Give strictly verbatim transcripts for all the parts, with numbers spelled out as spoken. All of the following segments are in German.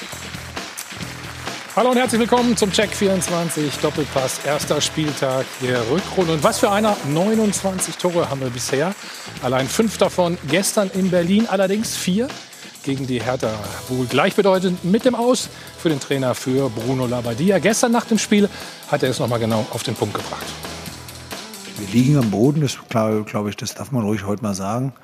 Hallo und herzlich willkommen zum Check vierundzwanzig Doppelpass, erster Spieltag der Rückrunde. Und was für einer, neunundzwanzig Tore haben wir bisher. Allein fünf davon gestern in Berlin, allerdings vier gegen die Hertha. Wohl gleichbedeutend mit dem Aus für den Trainer, für Bruno Labbadia. Gestern nach dem Spiel hat er es nochmal genau auf den Punkt gebracht. Wir liegen am Boden, das glaube glaub ich, das darf man ruhig heute mal sagen.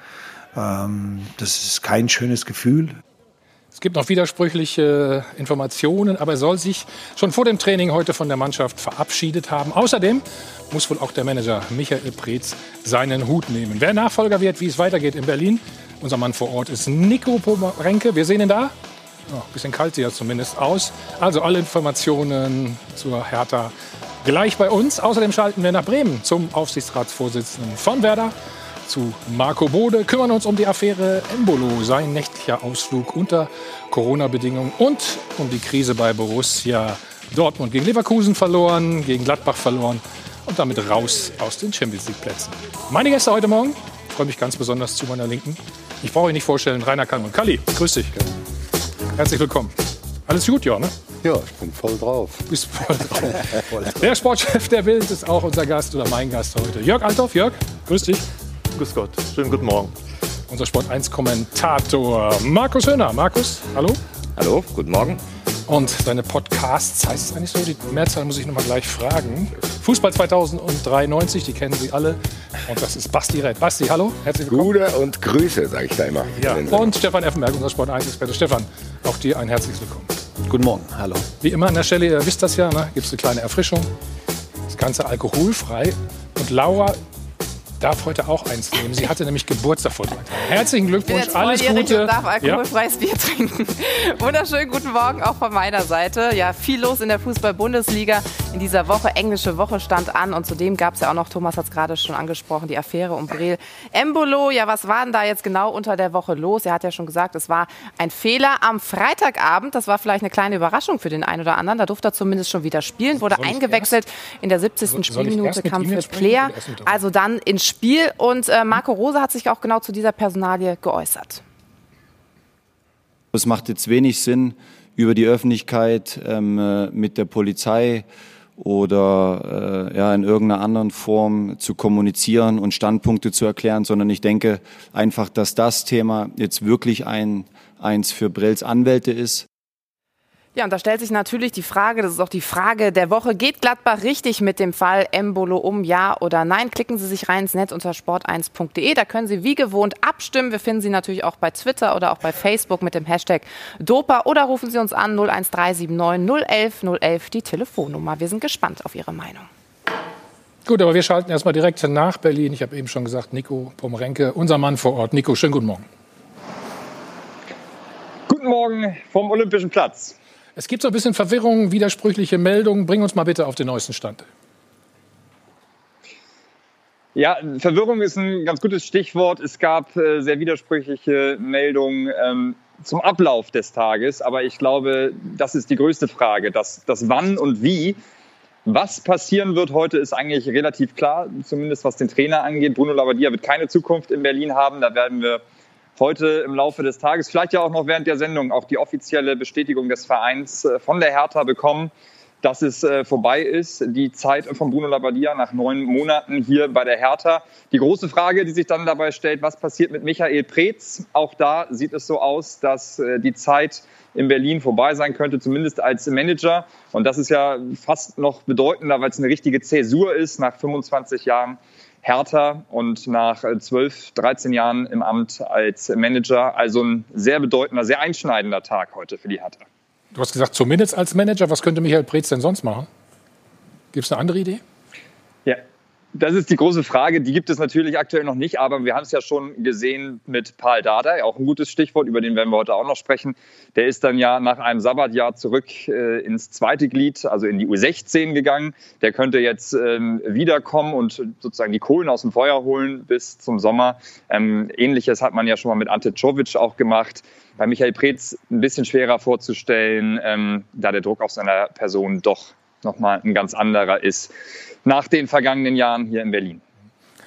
Ähm, das ist kein schönes Gefühl. Es gibt noch widersprüchliche Informationen, aber er soll sich schon vor dem Training heute von der Mannschaft verabschiedet haben. Außerdem muss wohl auch der Manager Michael Preetz seinen Hut nehmen. Wer Nachfolger wird, wie es weitergeht in Berlin. Unser Mann vor Ort ist Nico Pomorenke. Wir sehen ihn da. Oh, ein bisschen kalt sieht er zumindest aus. Also alle Informationen zur Hertha gleich bei uns. Außerdem schalten wir nach Bremen zum Aufsichtsratsvorsitzenden von Werder, zu Marco Bode, kümmern uns um die Affäre Embolo, sein nächtlicher Ausflug unter Corona-Bedingungen und um die Krise bei Borussia Dortmund. Gegen Leverkusen verloren, gegen Gladbach verloren und damit raus aus den Champions-League-Plätzen. Meine Gäste heute Morgen, ich freue mich ganz besonders zu meiner Linken. Ich brauche euch nicht vorstellen, Rainer Kallmund. Kalli, grüß dich. Herzlich willkommen. Alles gut, ja, ne? Ja, ich bin voll drauf. Bist voll drauf. Der Sportchef der Bild ist auch unser Gast oder mein Gast heute. Jörg Althoff. Jörg, grüß dich. Grüß Gott, schönen guten Morgen. Unser Sport eins Kommentator Markus Höhner. Markus, hallo. Hallo, guten Morgen. Und seine Podcasts, heißt es eigentlich so, die Mehrzahl muss ich noch mal gleich fragen. Fußball zweitausenddreiundneunzig, die kennen Sie alle. Und das ist Basti Red. Basti, hallo, herzlich willkommen. Gute und Grüße, sage ich da immer. Ja. Und Stefan Effenberg, unser Sport eins Experte. Stefan, auch dir ein herzliches Willkommen. Guten Morgen, hallo. Wie immer an der Stelle, ihr wisst das ja, ne, gibt es eine kleine Erfrischung. Das Ganze alkoholfrei. Und Laura darf heute auch eins nehmen. Sie hatte nämlich Geburtstag vor drei Tagen. Herzlichen Glückwunsch, alles Gute. Ich darf alkoholfreies ja. Bier trinken. Wunderschönen guten Morgen auch von meiner Seite. Ja, viel los in der Fußball-Bundesliga in dieser Woche. Englische Woche stand an und zudem gab es ja auch noch, Thomas hat es gerade schon angesprochen, die Affäre um Breel Embolo. Ja, was war denn da jetzt genau unter der Woche los? Er hat ja schon gesagt, es war ein Fehler am Freitagabend. Das war vielleicht eine kleine Überraschung für den einen oder anderen. Da durfte er zumindest schon wieder spielen, wurde eingewechselt. In der siebzigsten Spielminute kam für Player. Also dann in Spiel und äh, Marco Rose hat sich auch genau zu dieser Personalie geäußert. Es macht jetzt wenig Sinn, über die Öffentlichkeit ähm, mit der Polizei oder äh, ja, in irgendeiner anderen Form zu kommunizieren und Standpunkte zu erklären, sondern ich denke einfach, dass das Thema jetzt wirklich ein, eins für Breels Anwälte ist. Ja, und da stellt sich natürlich die Frage, das ist auch die Frage der Woche, geht Gladbach richtig mit dem Fall Embolo um, ja oder nein? Klicken Sie sich rein ins Netz unter sport eins punkt de, da können Sie wie gewohnt abstimmen. Wir finden Sie natürlich auch bei Twitter oder auch bei Facebook mit dem Hashtag Dopa oder rufen Sie uns an null eins drei sieben neun null elf null elf, die Telefonnummer. Wir sind gespannt auf Ihre Meinung. Gut, aber wir schalten erstmal direkt nach Berlin. Ich habe eben schon gesagt, Nico Pomorenke, unser Mann vor Ort. Nico, schönen guten Morgen. Guten Morgen vom Olympischen Platz. Es gibt so ein bisschen Verwirrung, widersprüchliche Meldungen. Bring uns mal bitte auf den neuesten Stand. Ja, Verwirrung ist ein ganz gutes Stichwort. Es gab äh, sehr widersprüchliche Meldungen ähm, zum Ablauf des Tages. Aber ich glaube, das ist die größte Frage. Das, das Wann und Wie. Was passieren wird heute, ist eigentlich relativ klar. Zumindest was den Trainer angeht. Bruno Labbadia wird keine Zukunft in Berlin haben. Da werden wir heute im Laufe des Tages, vielleicht ja auch noch während der Sendung, auch die offizielle Bestätigung des Vereins von der Hertha bekommen, dass es äh, vorbei ist. Die Zeit von Bruno Labbadia nach neun Monaten hier bei der Hertha. Die große Frage, die sich dann dabei stellt, was passiert mit Michael Preetz? Auch da sieht es so aus, dass äh, die Zeit in Berlin vorbei sein könnte, zumindest als Manager. Und das ist ja fast noch bedeutender, weil es eine richtige Zäsur ist nach fünfundzwanzig Jahren Hertha und nach zwölf, dreizehn Jahren im Amt als Manager. Also ein sehr bedeutender, sehr einschneidender Tag heute für die Hertha. Du hast gesagt, zumindest als Manager. Was könnte Michael Preetz denn sonst machen? Gibt es eine andere Idee? Ja, das ist die große Frage. Die gibt es natürlich aktuell noch nicht. Aber wir haben es ja schon gesehen mit Pal Dardai, auch ein gutes Stichwort, über den werden wir heute auch noch sprechen. Der ist dann ja nach einem Sabbatjahr zurück äh, ins zweite Glied, also in die U sechzehn gegangen. Der könnte jetzt ähm, wiederkommen und sozusagen die Kohlen aus dem Feuer holen bis zum Sommer. Ähm, Ähnliches hat man ja schon mal mit Ante Czovic auch gemacht. Bei Michael Preetz ein bisschen schwerer vorzustellen, ähm, da der Druck auf seiner Person doch nochmal ein ganz anderer ist nach den vergangenen Jahren hier in Berlin.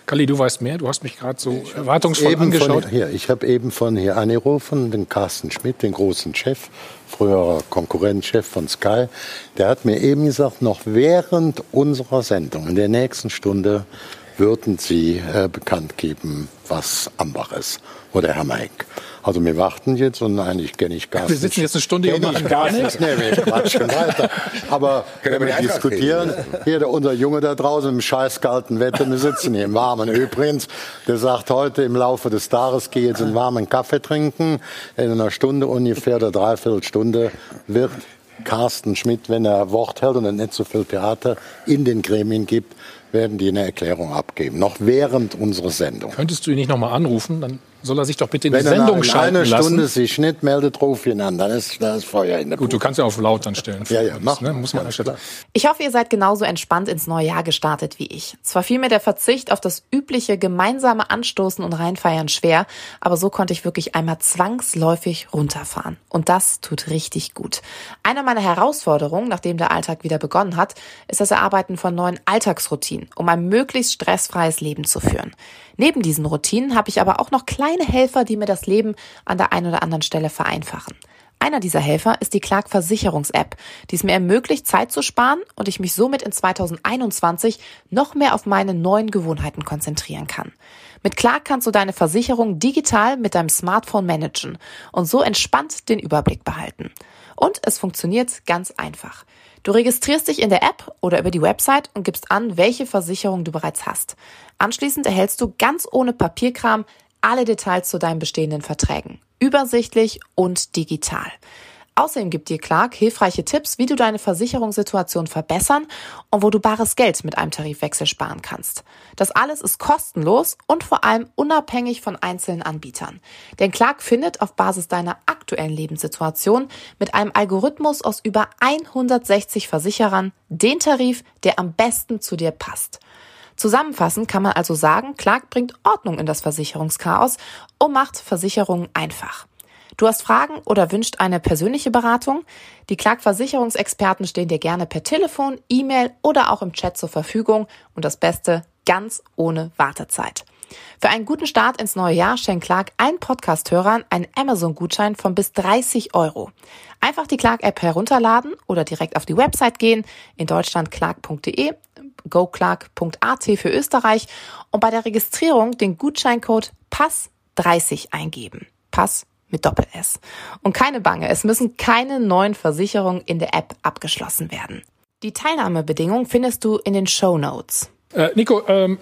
Kalli, du weißt mehr. Du hast mich gerade so erwartungsvoll eben angeschaut. Von, hier, ich habe eben von hier angerufen, den Carsten Schmidt, den großen Chef, früherer Konkurrenzchef von Sky. Der hat mir eben gesagt, noch während unserer Sendung, in der nächsten Stunde, würden Sie äh, bekannt geben, was Ambach ist oder Herr Meink. Also wir warten jetzt und eigentlich kenne ich gar nicht. Wir sitzen jetzt eine Stunde hier und machen gar nichts. Nee, wir quatschen weiter. Aber wenn wir diskutieren, hier der, unser Junge da draußen im scheiß kalten Wetter, wir sitzen hier im Warmen übrigens, der sagt heute im Laufe des Tages, gehe jetzt einen warmen Kaffee trinken. In einer Stunde ungefähr oder dreiviertel Stunde wird Carsten Schmidt, wenn er Wort hält und nicht so viel Theater in den Gremien gibt, werden die eine Erklärung abgeben, noch während unserer Sendung. Könntest du ihn nicht noch mal anrufen? Dann soll er sich doch bitte in Wenn die Sendung er schalten eine lassen. Stunde sich nicht meldet, ruf ihn an, dann ist das Feuer in der Gut, du Bude. kannst ja auf laut dann stellen. Ja, ja, das, mach. ne? Muss man Ganz anstellen. Ich hoffe, ihr seid genauso entspannt ins neue Jahr gestartet wie ich. Zwar fiel mir der Verzicht auf das übliche gemeinsame Anstoßen und Reinfeiern schwer, aber so konnte ich wirklich einmal zwangsläufig runterfahren. Und das tut richtig gut. Eine meiner Herausforderungen, nachdem der Alltag wieder begonnen hat, ist das Erarbeiten von neuen Alltagsroutinen, um ein möglichst stressfreies Leben zu führen. Neben diesen Routinen habe ich aber auch noch kleine Helfer, die mir das Leben an der einen oder anderen Stelle vereinfachen. Einer dieser Helfer ist die Clark Versicherungs-App, die es mir ermöglicht, Zeit zu sparen und ich mich somit in zweitausendeinundzwanzig noch mehr auf meine neuen Gewohnheiten konzentrieren kann. Mit Clark kannst du deine Versicherung digital mit deinem Smartphone managen und so entspannt den Überblick behalten. Und es funktioniert ganz einfach. Du registrierst dich in der App oder über die Website und gibst an, welche Versicherung du bereits hast. Anschließend erhältst du ganz ohne Papierkram alle Details zu deinen bestehenden Verträgen. Übersichtlich und digital. Außerdem gibt dir Clark hilfreiche Tipps, wie du deine Versicherungssituation verbessern und wo du bares Geld mit einem Tarifwechsel sparen kannst. Das alles ist kostenlos und vor allem unabhängig von einzelnen Anbietern. Denn Clark findet auf Basis deiner aktuellen Lebenssituation mit einem Algorithmus aus über hundertsechzig Versicherern den Tarif, der am besten zu dir passt. Zusammenfassend kann man also sagen, Clark bringt Ordnung in das Versicherungschaos und macht Versicherungen einfach. Du hast Fragen oder wünscht eine persönliche Beratung? Die Clark-Versicherungsexperten stehen dir gerne per Telefon, E-Mail oder auch im Chat zur Verfügung und das Beste, ganz ohne Wartezeit. Für einen guten Start ins neue Jahr schenkt Clark allen Podcast-Hörern einen Amazon-Gutschein von bis dreißig Euro. Einfach die Clark-App herunterladen oder direkt auf die Website gehen, in Deutschland clark punkt de, goclark punkt at für Österreich und bei der Registrierung den Gutscheincode P A S dreißig eingeben. P A S mit Doppel-S. Und keine Bange, es müssen keine neuen Versicherungen in der App abgeschlossen werden. Die Teilnahmebedingungen findest du in den Shownotes. Äh, Nico, ähm,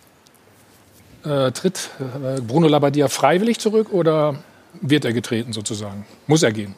äh, tritt äh, Bruno Labbadia freiwillig zurück oder wird er getreten sozusagen? Muss er gehen?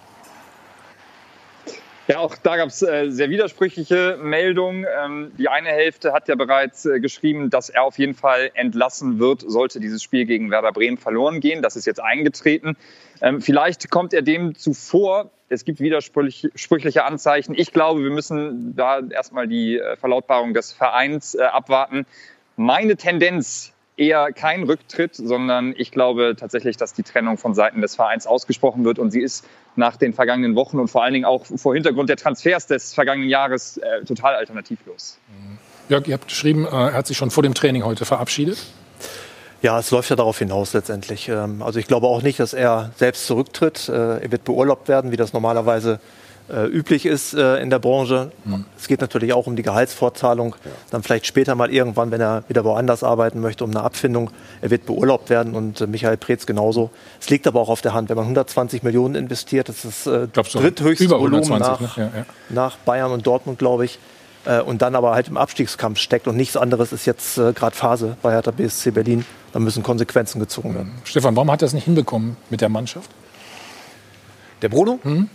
Ja, auch da gab es äh, sehr widersprüchliche Meldungen. Ähm, die eine Hälfte hat ja bereits äh, geschrieben, dass er auf jeden Fall entlassen wird, sollte dieses Spiel gegen Werder Bremen verloren gehen. Das ist jetzt eingetreten. Ähm, vielleicht kommt er dem zuvor. Es gibt widersprüchliche Anzeichen. Ich glaube, wir müssen da erstmal die äh, Verlautbarung des Vereins äh, abwarten. Meine Tendenz eher kein Rücktritt, sondern ich glaube tatsächlich, dass die Trennung von Seiten des Vereins ausgesprochen wird und sie ist nach den vergangenen Wochen und vor allen Dingen auch vor Hintergrund der Transfers des vergangenen Jahres äh, total alternativlos. Jörg, ihr habt geschrieben, er hat sich schon vor dem Training heute verabschiedet. Ja, es läuft ja darauf hinaus letztendlich. Also ich glaube auch nicht, dass er selbst zurücktritt. Er wird beurlaubt werden, wie das normalerweise äh, üblich ist äh, in der Branche. Mhm. Es geht natürlich auch um die Gehaltsfortzahlung. Ja. Dann vielleicht später mal irgendwann, wenn er wieder woanders arbeiten möchte, um eine Abfindung. Er wird beurlaubt werden und äh, Michael Preetz genauso. Es liegt aber auch auf der Hand, wenn man hundertzwanzig Millionen investiert, das ist äh, das so dritthöchste Volumen nach, ne? ja, ja. nach Bayern und Dortmund, glaube ich. Äh, und dann aber halt im Abstiegskampf steckt und nichts anderes ist jetzt äh, gerade Phase bei Hertha B S C Berlin. Da müssen Konsequenzen gezogen werden. Stefan, warum hat er es nicht hinbekommen mit der Mannschaft? Der Bruno? Hm?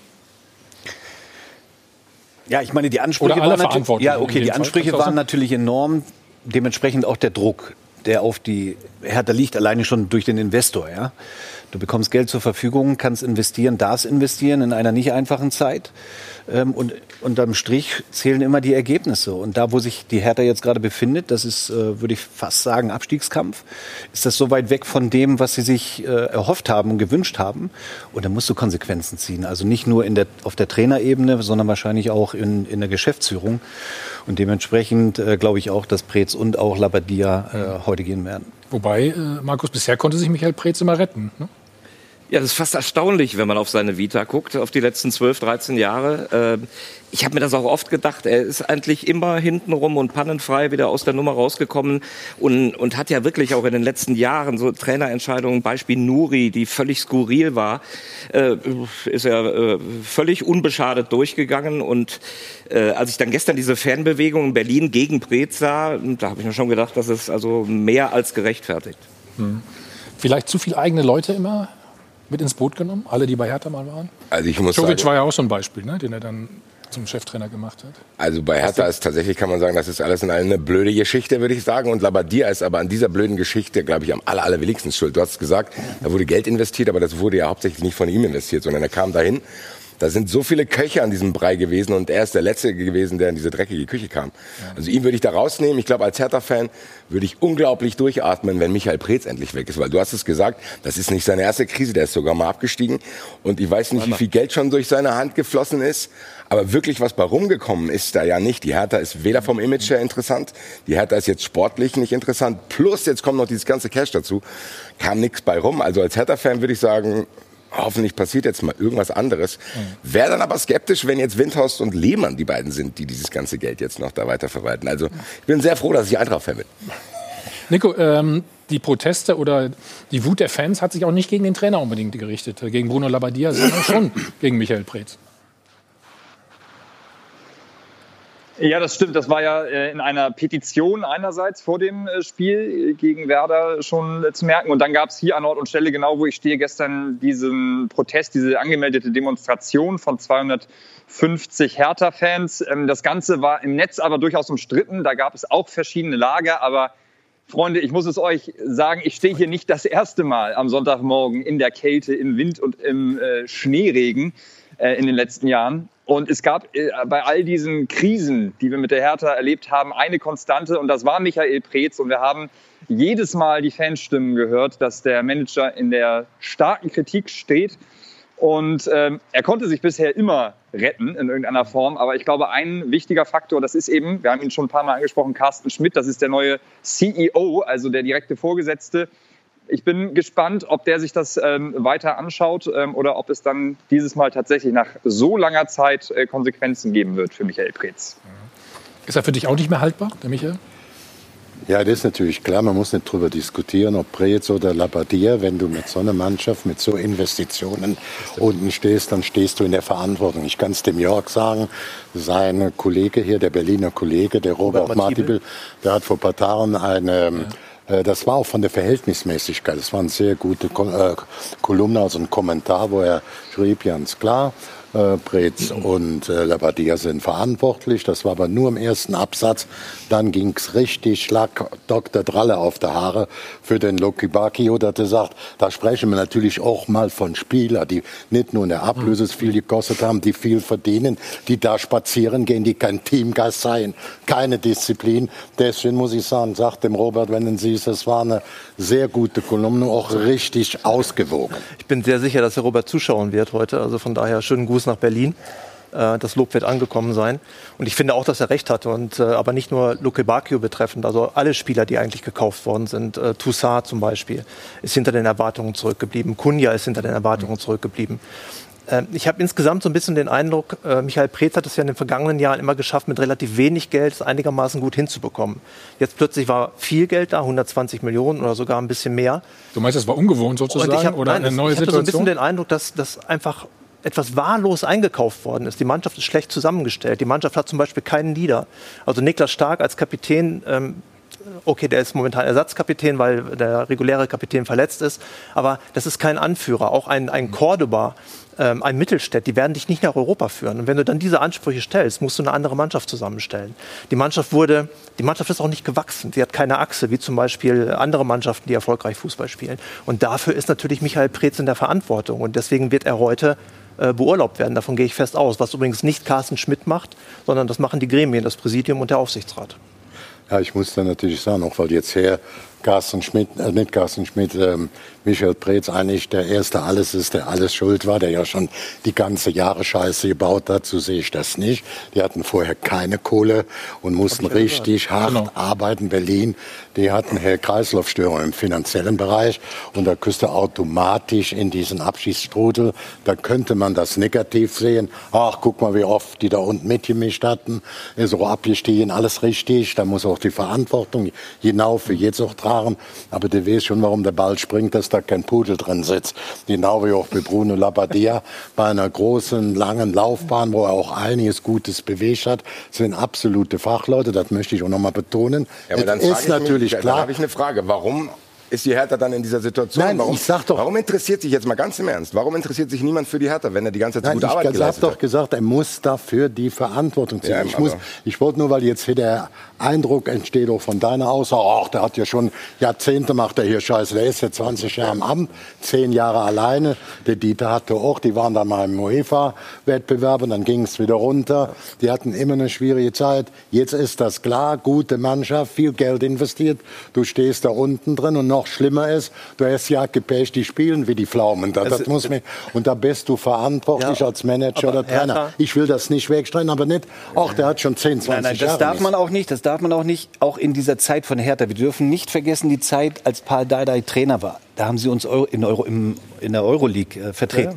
Ja, ich meine, die Ansprüche Oder alle waren natürlich, ja, okay, die Ansprüche Fall, waren natürlich enorm. Dementsprechend auch der Druck, der auf die Hertha liegt alleine schon durch den Investor. Ja? Du bekommst Geld zur Verfügung, kannst investieren, darfst investieren in einer nicht einfachen Zeit. Ähm, und unterm Strich zählen immer die Ergebnisse. Und da, wo sich die Hertha jetzt gerade befindet, das ist, äh, würde ich fast sagen, Abstiegskampf, ist das so weit weg von dem, was sie sich äh, erhofft haben und gewünscht haben. Und da musst du Konsequenzen ziehen. Also nicht nur in der, auf der Trainerebene, sondern wahrscheinlich auch in, in der Geschäftsführung. Und dementsprechend äh, glaube ich auch, dass Preetz und auch Labbadia äh, heute gehen werden. Wobei, äh, Markus, bisher konnte sich Michael Preetz immer retten, ne? Ja, das ist fast erstaunlich, wenn man auf seine Vita guckt, auf die letzten zwölf, dreizehn Jahre. Ich habe mir das auch oft gedacht, er ist eigentlich immer hintenrum und pannenfrei wieder aus der Nummer rausgekommen und, und hat ja wirklich auch in den letzten Jahren so Trainerentscheidungen, Beispiel Nuri, die völlig skurril war, äh, ist er äh, völlig unbeschadet durchgegangen. Und äh, als ich dann gestern diese Fanbewegung in Berlin gegen Preetz sah, da habe ich mir schon gedacht, das ist also mehr als gerechtfertigt. Hm. Vielleicht zu viele eigene Leute immer mit ins Boot genommen? Alle, die bei Hertha mal waren? Also ich muss Jovic sagen, war ja auch so ein Beispiel, ne, den er dann zum Cheftrainer gemacht hat. Also bei Hertha ist tatsächlich, kann man sagen, das ist alles in allem eine blöde Geschichte, würde ich sagen. Und Labbadia ist aber an dieser blöden Geschichte, glaube ich, am aller, allerwenigsten schuld. Du hast es gesagt, da wurde Geld investiert, aber das wurde ja hauptsächlich nicht von ihm investiert, sondern er kam dahin. Da sind so viele Köche an diesem Brei gewesen und er ist der Letzte gewesen, der in diese dreckige Küche kam. Ja. Also ihn würde ich da rausnehmen. Ich glaube, als Hertha-Fan würde ich unglaublich durchatmen, wenn Michael Preetz endlich weg ist. Weil du hast es gesagt, das ist nicht seine erste Krise, der ist sogar mal abgestiegen. Und ich weiß nicht, wie viel Geld schon durch seine Hand geflossen ist. Aber wirklich was bei rumgekommen ist da ja nicht. Die Hertha ist weder vom Image her interessant, die Hertha ist jetzt sportlich nicht interessant. Plus jetzt kommt noch dieses ganze Cash dazu. Kam nichts bei rum. Also als Hertha-Fan würde ich sagen, hoffentlich passiert jetzt mal irgendwas anderes. Mhm. Wäre dann aber skeptisch, wenn jetzt Windhorst und Lehmann die beiden sind, die dieses ganze Geld jetzt noch da weiterverwalten. Also ich bin sehr froh, dass ich Eintracht-Fan bin. Nico, ähm, die Proteste oder die Wut der Fans hat sich auch nicht gegen den Trainer unbedingt gerichtet, gegen Bruno Labbadia, sondern schon gegen Michael Preetz. Ja, das stimmt. Das war ja äh, in einer Petition einerseits vor dem äh, Spiel gegen Werder schon äh, zu merken. Und dann gab es hier an Ort und Stelle, genau wo ich stehe, gestern diesen Protest, diese angemeldete Demonstration von zweihundertfünfzig Hertha-Fans. Ähm, das Ganze war im Netz aber durchaus umstritten. Da gab es auch verschiedene Lager. Aber Freunde, ich muss es euch sagen, ich stehe hier nicht das erste Mal am Sonntagmorgen in der Kälte, im Wind und im äh, Schneeregen äh, in den letzten Jahren. Und es gab äh, bei all diesen Krisen, die wir mit der Hertha erlebt haben, eine Konstante und das war Michael Preetz. Und wir haben jedes Mal die Fanstimmen gehört, dass der Manager in der starken Kritik steht. Und ähm, er konnte sich bisher immer retten in irgendeiner Form. Aber ich glaube, ein wichtiger Faktor, das ist eben, wir haben ihn schon ein paar Mal angesprochen, Carsten Schmidt, das ist der neue C E O, also der direkte Vorgesetzte. Ich bin gespannt, ob der sich das ähm, weiter anschaut ähm, oder ob es dann dieses Mal tatsächlich nach so langer Zeit äh, Konsequenzen geben wird für Michael Preetz. Ist er für dich auch nicht mehr haltbar, der Michael? Ja, das ist natürlich klar. Man muss nicht darüber diskutieren, ob Preetz oder Labbadia. Wenn du mit so einer Mannschaft, mit so Investitionen unten stehst, dann stehst du in der Verantwortung. Ich kann es dem Jörg sagen, sein Kollege hier, der Berliner Kollege, der Robert, Robert Martibel, der hat vor ein paar Tagen eine... Ja. Das war auch von der Verhältnismäßigkeit. Das war eine sehr gute Kolumne, also ein Kommentar, wo er schrieb, ganz klar, äh, Preetz und äh, Labbadia sind verantwortlich. Das war aber nur im ersten Absatz. Dann ging's richtig, Schlag Doktor Dralle auf der Haare für den Lucky Bacchio, der sagt, da sprechen wir natürlich auch mal von Spielern, die nicht nur in der Ablöse viel gekostet haben, die viel verdienen, die da spazieren gehen, die kein Teamgeist seien, keine Disziplin. Deswegen muss ich sagen, sagt dem Robert, wenn du siehst, das war eine sehr gute Kolumne, auch richtig ausgewogen. Ich bin sehr sicher, dass der Robert zuschauen wird heute, also von daher schönen Gruß nach Berlin. Das Lob wird angekommen sein. Und ich finde auch, dass er recht hatte. Und, äh, aber nicht nur Luke Bacchio betreffend, also alle Spieler, die eigentlich gekauft worden sind. Äh, Toussaint zum Beispiel ist hinter den Erwartungen zurückgeblieben. Kunja ist hinter den Erwartungen zurückgeblieben. Äh, ich habe insgesamt so ein bisschen den Eindruck, äh, Michael Preetz hat es ja in den vergangenen Jahren immer geschafft, mit relativ wenig Geld es einigermaßen gut hinzubekommen. Jetzt plötzlich war viel Geld da, hundertzwanzig Millionen oder sogar ein bisschen mehr. Du meinst, das war ungewohnt sozusagen? Und ich hab, oder nein, eine neue ich hatte Situation? so ein bisschen den Eindruck, dass das einfach etwas wahllos eingekauft worden ist. Die Mannschaft ist schlecht zusammengestellt. Die Mannschaft hat zum Beispiel keinen Leader. Also Niklas Stark als Kapitän ähm, Okay, der ist momentan Ersatzkapitän, weil der reguläre Kapitän verletzt ist. Aber das ist kein Anführer. Auch ein, ein Cordoba, ähm, ein Mittelstädt, die werden dich nicht nach Europa führen. Und wenn du dann diese Ansprüche stellst, musst du eine andere Mannschaft zusammenstellen. Die Mannschaft wurde, die Mannschaft ist auch nicht gewachsen. Sie hat keine Achse, wie zum Beispiel andere Mannschaften, die erfolgreich Fußball spielen. Und dafür ist natürlich Michael Preetz in der Verantwortung. Und deswegen wird er heute äh, beurlaubt werden. Davon gehe ich fest aus. Was übrigens nicht Carsten Schmidt macht, sondern das machen die Gremien, das Präsidium und der Aufsichtsrat. Ja, ich muss da natürlich sagen, auch weil jetzt her Carsten Schmidt, äh, nicht Carsten Schmidt, ähm, Michael Preetz eigentlich der erste Alles ist, der alles schuld war, der ja schon die ganze Jahre Scheiße gebaut hat, so sehe ich das nicht. Die hatten vorher keine Kohle und mussten richtig hart genau. arbeiten. Berlin, die hatten Kreislaufstörungen im finanziellen Bereich und da küsste automatisch in diesen Abschiedsstrudel, da könnte man das negativ sehen. Ach, guck mal, wie oft die da unten mitgemischt hatten, ist auch abgestiegen, alles richtig, da muss auch die Verantwortung genau für jetzt auch tragen, aber du weißt schon, warum der Ball springt, dass da kein Pudel drin sitzt. Genau wie auch bei Bruno Labbadia bei einer großen, langen Laufbahn, wo er auch einiges Gutes bewegt hat, sind absolute Fachleute, das möchte ich auch noch mal betonen. Ja, aber dann ist natürlich mich, klar. Dann habe ich eine Frage, warum ist die Hertha dann in dieser Situation? Nein, warum, ich sag doch, warum interessiert sich jetzt mal ganz im Ernst, warum interessiert sich niemand für die Hertha, wenn er die ganze Zeit so Nein, gute ich Arbeit hab geleistet doch hat? gesagt, er muss dafür die Verantwortung ziehen. Ja, ich muss, ich wollte nur, weil jetzt hier der Eindruck entsteht auch von deiner Aussage, ach, der hat ja schon Jahrzehnte macht er hier Scheiße, der ist ja zwanzig Jahre im Amt, zehn Jahre alleine. Der Dieter hatte auch, die waren dann mal im UEFA-Wettbewerb und dann ging es wieder runter. Die hatten immer eine schwierige Zeit. Jetzt ist das klar, gute Mannschaft, viel Geld investiert. Du stehst da unten drin und noch schlimmer ist, du hast ja gepächt, die spielen wie die Pflaumen. Das, das muss mir, und da bist du verantwortlich ja, als Manager oder Trainer. Hertha. Ich will das nicht wegstreiten, aber nicht, ach, der hat schon zehn, zwanzig nein, nein, Jahre. Das darf man auch nicht, das darf man auch nicht, auch in dieser Zeit von Hertha. Wir dürfen nicht vergessen, die Zeit, als Paul Dardai Trainer war. Da haben sie uns in, Euro, im, in der Euroleague äh, vertreten. Ja.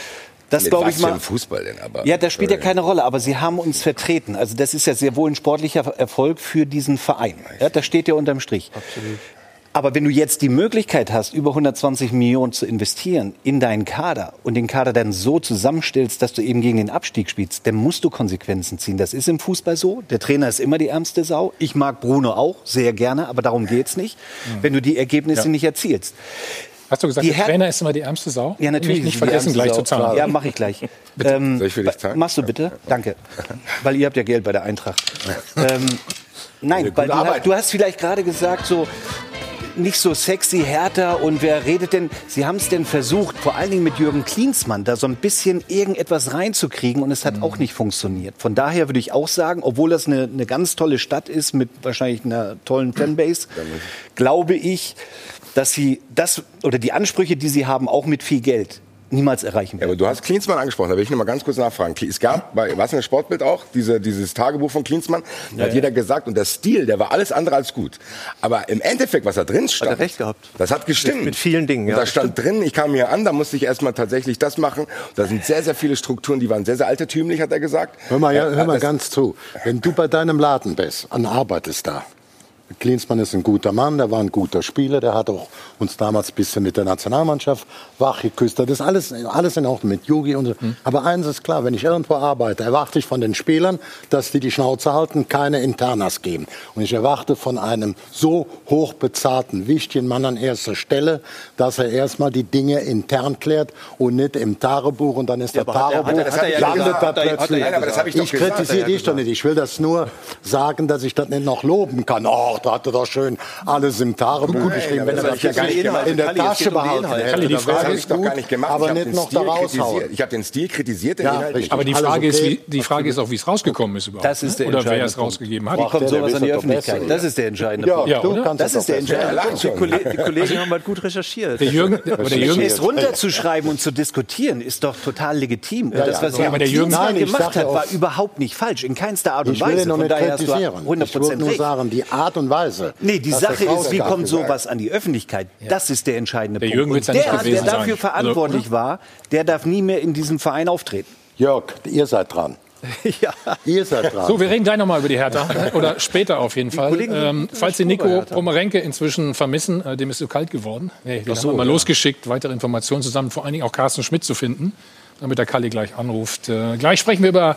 Das glaube ich mal. Im Fußball denn aber? Ja, das spielt ja keine Rolle, aber sie haben uns vertreten. Also das ist ja sehr wohl ein sportlicher Erfolg für diesen Verein. Ja, das steht ja unterm Strich. Absolut. Aber wenn du jetzt die Möglichkeit hast, über hundertzwanzig Millionen zu investieren in deinen Kader und den Kader dann so zusammenstellst, dass du eben gegen den Abstieg spielst, dann musst du Konsequenzen ziehen. Das ist im Fußball so. Der Trainer ist immer die ärmste Sau. Ich mag Bruno auch sehr gerne, aber darum geht's nicht, mhm. wenn du die Ergebnisse ja. nicht erzielst. Hast du gesagt, die der Trainer ist immer die ärmste Sau? Ja, natürlich. Nicht, nicht vergessen, gleich zu zahlen. Ja, mache ich gleich. ähm, Soll ich für dich zahlen? Machst du bitte? Danke. Weil ihr habt ja Geld bei der Eintracht. ähm, nein, weil du, hast, du hast vielleicht gerade gesagt, so nicht so sexy, härter und wer redet denn? Sie haben es denn versucht, vor allen Dingen mit Jürgen Klinsmann, da so ein bisschen irgendetwas reinzukriegen und es hat mhm. auch nicht funktioniert. Von daher würde ich auch sagen, obwohl das eine, eine ganz tolle Stadt ist mit wahrscheinlich einer tollen Fanbase, glaube ich, dass sie das oder die Ansprüche, die sie haben, auch mit viel Geld niemals erreichen werden. Ja, aber du hast Klinsmann angesprochen, da will ich noch mal ganz kurz nachfragen. Es gab bei, was in der Sportbild auch, diese, dieses Tagebuch von Klinsmann, da ja, hat jeder gesagt, und der Stil, der war alles andere als gut. Aber im Endeffekt, was da drin stand, hat er recht gehabt. Das hat gestimmt. Mit vielen Dingen, und ja. da stand drin, ich kam hier an, da musste ich erstmal tatsächlich das machen. Da sind sehr, sehr viele Strukturen, die waren sehr, sehr altertümlich, hat er gesagt. Hör mal, ja, hör mal ganz zu. Wenn du bei deinem Laden bist und arbeitest da, Klinsmann ist ein guter Mann, der war ein guter Spieler, der hat auch uns damals ein bisschen mit der Nationalmannschaft wachgeküsst. Das ist alles, alles in Ordnung mit Jogi und so. Mhm. Aber eins ist klar, wenn ich irgendwo arbeite, erwarte ich von den Spielern, dass die die Schnauze halten, keine Internas geben. Und ich erwarte von einem so hochbezahlten, wichtigen Mann an erster Stelle, dass er erstmal die Dinge intern klärt und nicht im Tagebuch und dann ist ja, der Tagebuch, landet da plötzlich. Nein, aber das habe ich doch ich kritisiere dich doch nicht. Ich will das nur sagen, dass ich das nicht noch loben kann. Oh, da hat er doch schön alles im Tagebuch geschrieben, wenn er das ja gar nicht in der Tasche behalten hätte. Die Frage ist doch gar nicht gemacht. Aber nicht noch da raushauen. Ich habe den Stil kritisiert, den ja, Inhalt nicht. Aber die Frage, ist, wie, die Frage ist auch, wie es rausgekommen ist überhaupt. Das ist der oder wer es Punkt. rausgegeben hat. Wie kommt sowas an die Öffentlichkeit? Das ist der entscheidende Punkt. Ja, du kannst das ist der entscheidende Punkt. Die Kollegen, die Kollegen haben halt gut recherchiert. Der Jürgen, der Jürgen es runterzuschreiben und zu diskutieren, ist doch total legitim. Und das, was ja, aber der Jürgen gemacht hat, war überhaupt nicht falsch. In keinster Art und Weise. Ich will noch nicht kritisieren. Ich will nur sagen, die Art und Weise. Nee, die Sache ist, wie kommt sowas an die Öffentlichkeit? Ja. Das ist der entscheidende der Punkt. Jürgen Und ja der, nicht der dafür sein. verantwortlich also, war, der darf nie mehr in diesem Verein auftreten. Jörg, ihr seid dran. ja. Ihr seid dran. So, wir reden gleich nochmal über die Hertha. Oder später auf jeden Fall. Ähm, falls Sie Nico Pomerenke inzwischen vermissen, äh, dem ist so kalt geworden. Nee, den so, haben wir mal ja. losgeschickt, weitere Informationen zusammen, vor allen Dingen auch Carsten Schmidt zu finden, damit der Kalli gleich anruft. Äh, gleich sprechen wir über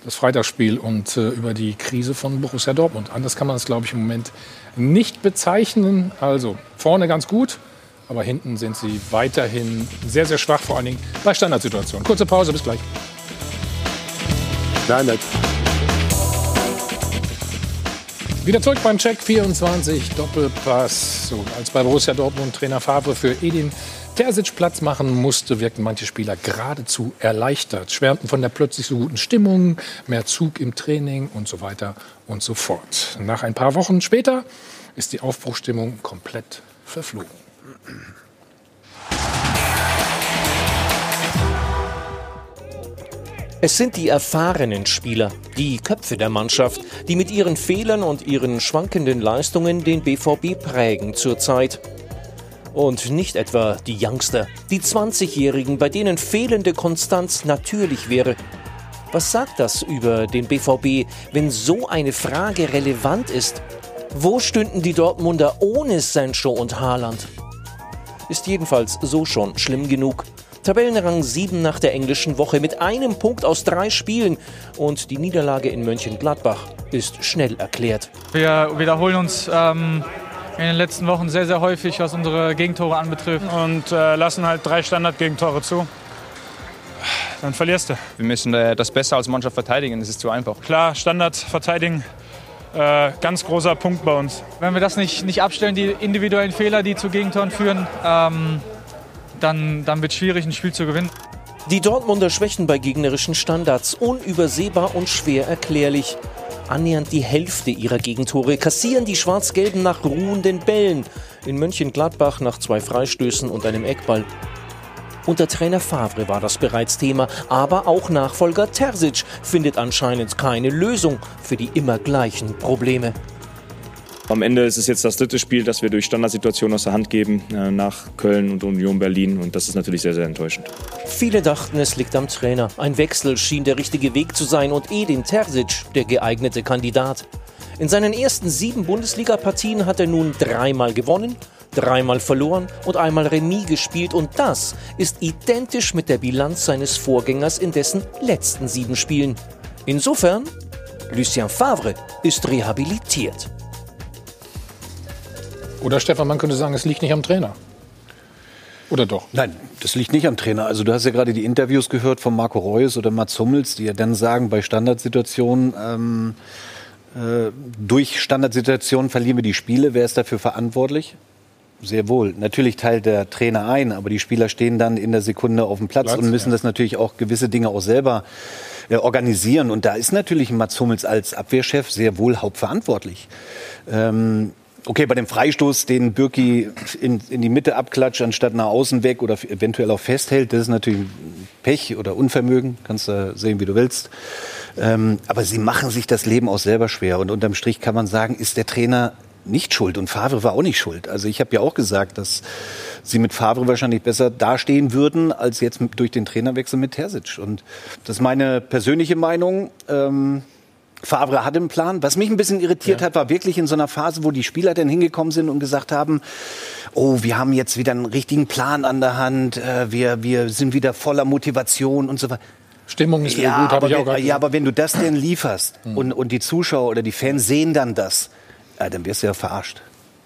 das Freitagsspiel und äh, über die Krise von Borussia Dortmund. Anders kann man es, glaube ich, im Moment nicht bezeichnen. Also vorne ganz gut, aber hinten sind sie weiterhin sehr, sehr schwach, vor allen Dingen bei Standardsituationen. Kurze Pause, bis gleich. Nein, nicht. Wieder zurück beim Check vierundzwanzig Doppelpass. So, als bei Borussia Dortmund Trainer Favre für Edin Terzic Platz machen musste, wirkten manche Spieler geradezu erleichtert, schwärmten von der plötzlich so guten Stimmung, mehr Zug im Training und so weiter und so fort. Nach ein paar Wochen später ist die Aufbruchstimmung komplett verflogen. Es sind die erfahrenen Spieler, die Köpfe der Mannschaft, die mit ihren Fehlern und ihren schwankenden Leistungen den B V B prägen zurzeit. Und nicht etwa die Youngster, die zwanzigjährigen, bei denen fehlende Konstanz natürlich wäre. Was sagt das über den B V B, wenn so eine Frage relevant ist? Wo stünden die Dortmunder ohne Sancho und Haaland? Ist jedenfalls so schon schlimm genug. Tabellenrang sieben nach der englischen Woche mit einem Punkt aus drei Spielen. Und die Niederlage in Mönchengladbach ist schnell erklärt. Wir wiederholen uns ähm, in den letzten Wochen sehr, sehr häufig, was unsere Gegentore anbetrifft. Und äh, lassen halt drei Standardgegentore zu. Dann verlierst du. Wir müssen äh, das besser als Mannschaft verteidigen, das ist zu einfach. Klar, Standard verteidigen. Äh, ganz großer Punkt bei uns. Wenn wir das nicht, nicht abstellen, die individuellen Fehler, die zu Gegentoren führen, ähm, Dann, dann wird es schwierig, ein Spiel zu gewinnen. Die Dortmunder schwächen bei gegnerischen Standards, unübersehbar und schwer erklärlich. Annähernd die Hälfte ihrer Gegentore kassieren die Schwarz-Gelben nach ruhenden Bällen. In Mönchengladbach nach zwei Freistößen und einem Eckball. Unter Trainer Favre war das bereits Thema, aber auch Nachfolger Terzic findet anscheinend keine Lösung für die immer gleichen Probleme. Am Ende ist es jetzt das dritte Spiel, das wir durch Standardsituationen aus der Hand geben, äh, nach Köln und Union Berlin. Und das ist natürlich sehr, sehr enttäuschend. Viele dachten, es liegt am Trainer. Ein Wechsel schien der richtige Weg zu sein und Edin Terzic der geeignete Kandidat. In seinen ersten sieben Bundesliga-Partien hat er nun dreimal gewonnen, dreimal verloren und einmal Remis gespielt. Und das ist identisch mit der Bilanz seines Vorgängers in dessen letzten sieben Spielen. Insofern, Lucien Favre ist rehabilitiert. Oder Stefan, man könnte sagen, es liegt nicht am Trainer. Oder doch? Nein, das liegt nicht am Trainer. Also du hast ja gerade die Interviews gehört von Marco Reus oder Mats Hummels, die ja dann sagen, bei Standardsituationen, ähm, äh, durch Standardsituationen verlieren wir die Spiele. Wer ist dafür verantwortlich? Sehr wohl. Natürlich teilt der Trainer ein, aber die Spieler stehen dann in der Sekunde auf dem Platz, Platz und müssen ja. das natürlich auch gewisse Dinge auch selber äh, organisieren. Und da ist natürlich Mats Hummels als Abwehrchef sehr wohl hauptverantwortlich. Ähm, Okay, bei dem Freistoß, den Bürki in, in die Mitte abklatscht, anstatt nach außen weg oder eventuell auch festhält, das ist natürlich Pech oder Unvermögen, kannst du sehen, wie du willst. Ähm, aber sie machen sich das Leben auch selber schwer. Und unterm Strich kann man sagen, ist der Trainer nicht schuld. Und Favre war auch nicht schuld. Also ich habe ja auch gesagt, dass sie mit Favre wahrscheinlich besser dastehen würden, als jetzt mit, durch den Trainerwechsel mit Terzic. Und das ist meine persönliche Meinung. Ähm, Favre hatte einen Plan. Was mich ein bisschen irritiert ja. hat, war wirklich in so einer Phase, wo die Spieler dann hingekommen sind und gesagt haben, oh, wir haben jetzt wieder einen richtigen Plan an der Hand, äh, wir, wir sind wieder voller Motivation und so weiter. Stimmung ist ja, gut, habe ich auch wenn, Ja, aber wenn du das denn lieferst hm. und, und die Zuschauer oder die Fans sehen dann das, äh, dann wirst du ja verarscht.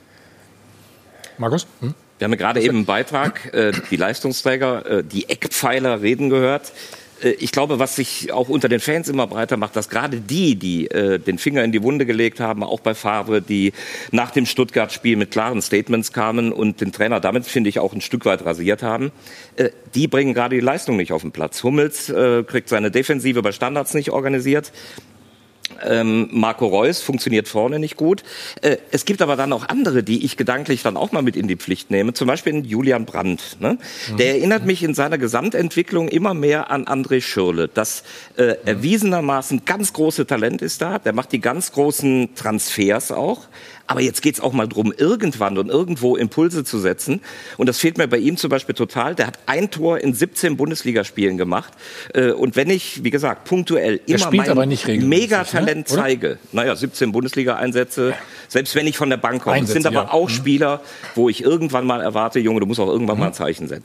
Markus? Hm? Wir haben ja gerade eben einen Beitrag, äh, die Leistungsträger, äh, die Eckpfeiler reden gehört. Ich glaube, was sich auch unter den Fans immer breiter macht, dass gerade die, die äh, den Finger in die Wunde gelegt haben, auch bei Favre, die nach dem Stuttgart-Spiel mit klaren Statements kamen und den Trainer damit, finde ich, auch ein Stück weit rasiert haben, äh, die bringen gerade die Leistung nicht auf den Platz. Hummels äh, kriegt seine Defensive bei Standards nicht organisiert. Ähm, Marco Reus funktioniert vorne nicht gut. Äh, es gibt aber dann auch andere, die ich gedanklich dann auch mal mit in die Pflicht nehme. Zum Beispiel Julian Brandt. Ne? Mhm. Der erinnert mich in seiner Gesamtentwicklung immer mehr an André Schürrle. Das äh, erwiesenermaßen ganz große Talent ist da. Der macht die ganz großen Transfers auch. Aber jetzt geht's auch mal drum, irgendwann und irgendwo Impulse zu setzen. Und das fehlt mir bei ihm zum Beispiel total. Der hat ein Tor in siebzehn Bundesligaspielen gemacht. Und wenn ich, wie gesagt, punktuell immer mein Megatalent ne? zeige, naja, siebzehn Bundesliga-Einsätze, selbst wenn ich von der Bank komme, das sind aber auch ja. Spieler, wo ich irgendwann mal erwarte, Junge, du musst auch irgendwann mhm. mal ein Zeichen setzen.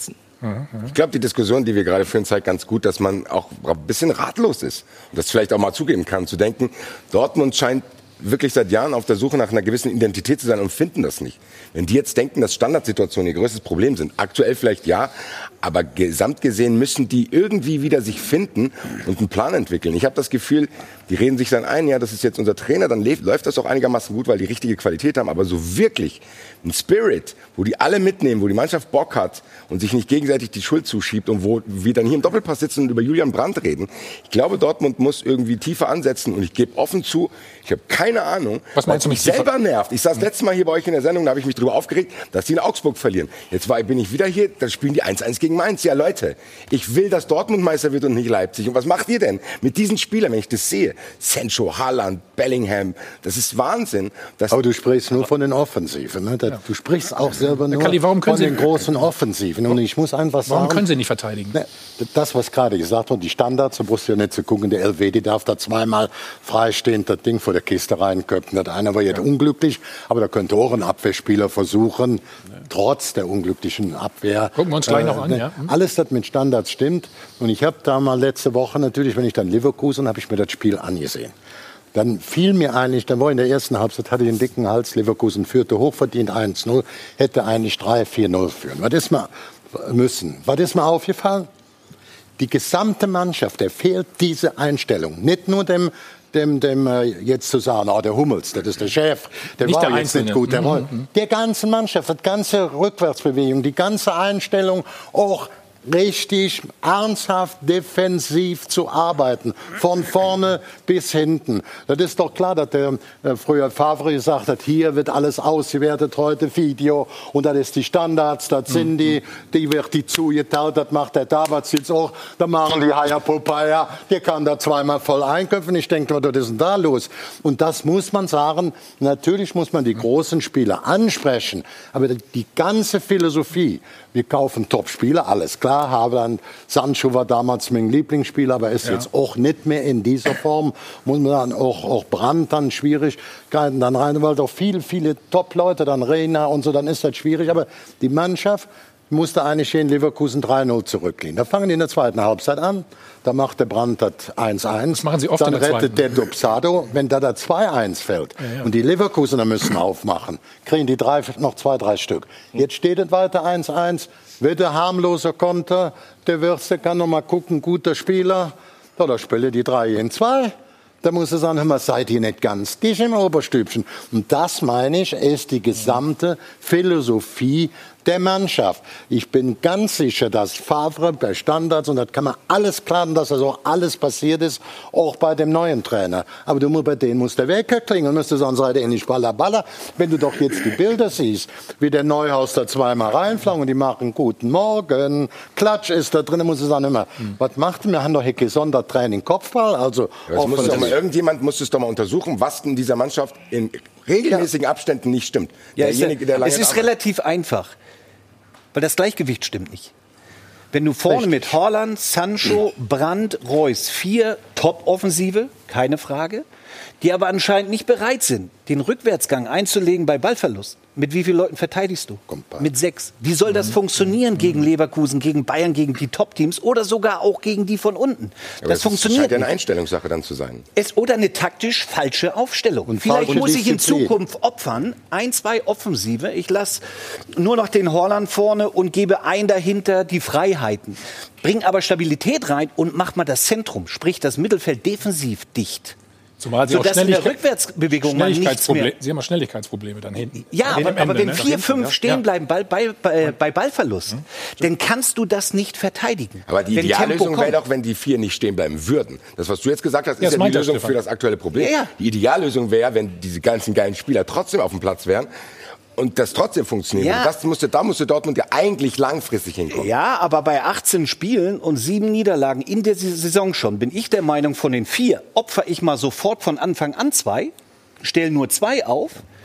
Ich glaube, die Diskussion, die wir gerade führen, zeigt ganz gut, dass man auch ein bisschen ratlos ist. Und das vielleicht auch mal zugeben kann, zu denken, Dortmund scheint wirklich seit Jahren auf der Suche nach einer gewissen Identität zu sein und finden das nicht. Wenn die jetzt denken, dass Standardsituationen ihr größtes Problem sind, aktuell vielleicht ja, aber gesamt gesehen müssen die irgendwie wieder sich finden und einen Plan entwickeln. Ich habe das Gefühl, die reden sich dann ein, ja, das ist jetzt unser Trainer, dann läuft das auch einigermaßen gut, weil die richtige Qualität haben, aber so wirklich ein Spirit, wo die alle mitnehmen, wo die Mannschaft Bock hat und sich nicht gegenseitig die Schuld zuschiebt und wo wir dann hier im Doppelpass sitzen und über Julian Brandt reden. Ich glaube, Dortmund muss irgendwie tiefer ansetzen und ich gebe offen zu, ich habe keine Ahnung, was, was mich selber nervt. Ich saß letztes Mal hier bei euch in der Sendung, da habe ich mich darüber aufgeregt, dass die in Augsburg verlieren. Jetzt war, bin ich wieder hier, da spielen die eins eins gegen Mainz. Ja Leute, ich will, dass Dortmund Meister wird und nicht Leipzig. Und was macht ihr denn mit diesen Spielern, wenn ich das sehe? Sancho, Haaland, Bellingham, das ist Wahnsinn. Das Aber du sprichst nur von den Offensiven. Ne? Da, du sprichst auch selber nur Kalli, warum können von Sie, den großen Offensiven. Und ich muss einfach sagen... Warum können Sie nicht verteidigen? Ne, das, was gerade gesagt wurde, die Standards, du brauchst ja nicht zu gucken, der L W, die darf da zweimal freistehend das Ding vor der Kiste reinköpfen. Das eine war jetzt ja. unglücklich, aber da könnte auch ein Abwehrspieler versuchen, ja. trotz der unglücklichen Abwehr... Gucken wir uns gleich äh, noch an, ne, ja. Hm. Alles, das mit Standards stimmt. Und ich habe da mal letzte Woche natürlich, wenn ich dann Leverkusen, habe ich mir das Spiel angesehen. Dann fiel mir eigentlich, dann war in der ersten Halbzeit, hatte ich den dicken Hals, Leverkusen führte hochverdient eins null, hätte eigentlich drei vier null führen. Was ist mir müssen? Was ist mir aufgefallen? Die gesamte Mannschaft, der fehlt diese Einstellung. Nicht nur dem, dem, dem äh, jetzt zu sagen, oh, der Hummels, das ist der Chef, der nicht war der jetzt nicht gut. Der, mhm. der ganzen Mannschaft, die ganze Rückwärtsbewegung, die ganze Einstellung, auch richtig ernsthaft defensiv zu arbeiten, von vorne bis hinten. Das ist doch klar, dass der äh, früher Favre gesagt hat, hier wird alles ausgewertet, heute Video, und das ist die Standards, das sind die, die wird die zugeteilt, das macht der Dabatz jetzt auch, da machen die Haya Popaya, der kann da zweimal voll einköpfen. Ich denke, was ist denn da los? Und das muss man sagen, natürlich muss man die großen Spieler ansprechen, aber die ganze Philosophie, wir kaufen Top-Spieler, alles klar. Haaland, Sancho war damals mein Lieblingsspieler, aber ist ja. jetzt auch nicht mehr in dieser Form. Muss man dann auch, auch Brandt dann Schwierigkeiten dann rein, weil doch viele, viele Top-Leute, dann Reina und so, dann ist das schwierig. Aber die Mannschaft musste eigentlich hier in Leverkusen drei null zurückgehen. Da fangen die in der zweiten Halbzeit an. Da macht der Brandt das eins eins. Das machen sie oft Dann in der rettet zweiten. der Dubsado. Wenn da das zwei eins fällt ja, ja. und die Leverkusener müssen aufmachen, kriegen die drei, noch zwei, drei Stück. Jetzt steht es weiter eins eins. Wird der harmloser Konter. Der Würste kann noch mal gucken, guter Spieler. Ja, da spiele die drei in zwei. Da muss er sagen, hör mal, seid ihr nicht ganz dicht im Oberstübchen. Und das, meine ich, ist die gesamte Philosophie der Mannschaft. Ich bin ganz sicher, dass Favre bei Standards, und das kann man alles klagen, dass also alles passiert ist, auch bei dem neuen Trainer. Aber du musst, bei denen muss der Wecker klingen und müsste sagen, seid ihr nicht baller, baller. Wenn du doch jetzt die Bilder siehst, wie der Neuhaus da zweimal reinflogen und die machen guten Morgen, Klatsch ist da drin, muss ich sagen, immer, hm. was macht ihr? Wir haben doch hier Sondertraining Kopfball, also... Ja, muss doch mal, irgendjemand muss es doch mal untersuchen, was in dieser Mannschaft in regelmäßigen Abständen nicht stimmt. Ja, Derjenige, der es ist arbeitet. relativ einfach. Weil das Gleichgewicht stimmt nicht. Wenn du vorne Richtig. mit Haaland, Sancho, Brandt, Reus, vier Top-Offensive, keine Frage, die aber anscheinend nicht bereit sind, den Rückwärtsgang einzulegen bei Ballverlust. Mit wie vielen Leuten verteidigst du? Mit sechs. Wie soll das funktionieren gegen Leverkusen, gegen Bayern, gegen die Top-Teams oder sogar auch gegen die von unten? Aber das, das funktioniert scheint ja eine nicht. Einstellungssache dann zu sein. Es, oder eine taktisch falsche Aufstellung. Und Vielleicht muss ich in Zukunft opfern, ein, zwei Offensive. Ich lasse nur noch den Haaland vorne und gebe ein dahinter die Freiheiten. Bring aber Stabilität rein und mach mal das Zentrum, sprich das Mittelfeld defensiv dicht. Zumal sie auch Schnelligkeit, Rückwärtsbewegung mal nichts mehr. Sie haben auch Schnelligkeitsprobleme dann hinten. Ja, aber, Ende, aber wenn ne? vier, fünf stehen ja. bleiben bei, bei, bei, bei Ballverlust, mhm. dann kannst du das nicht verteidigen. Aber die Ideallösung wäre doch, wenn die vier nicht stehen bleiben würden. Das, was du jetzt gesagt hast, ja, ist ja die Lösung Stefan. für das aktuelle Problem. Ja, ja. Die Ideallösung wäre, wenn diese ganzen geilen Spieler trotzdem auf dem Platz wären. Und das trotzdem funktioniert. Ja. Das musste, da musste Dortmund ja eigentlich langfristig hinkommen. Ja, aber bei achtzehn Spielen und sieben Niederlagen in der Saison schon, bin ich der Meinung, von den vier opfer ich mal sofort von Anfang an zwei, stelle nur zwei auf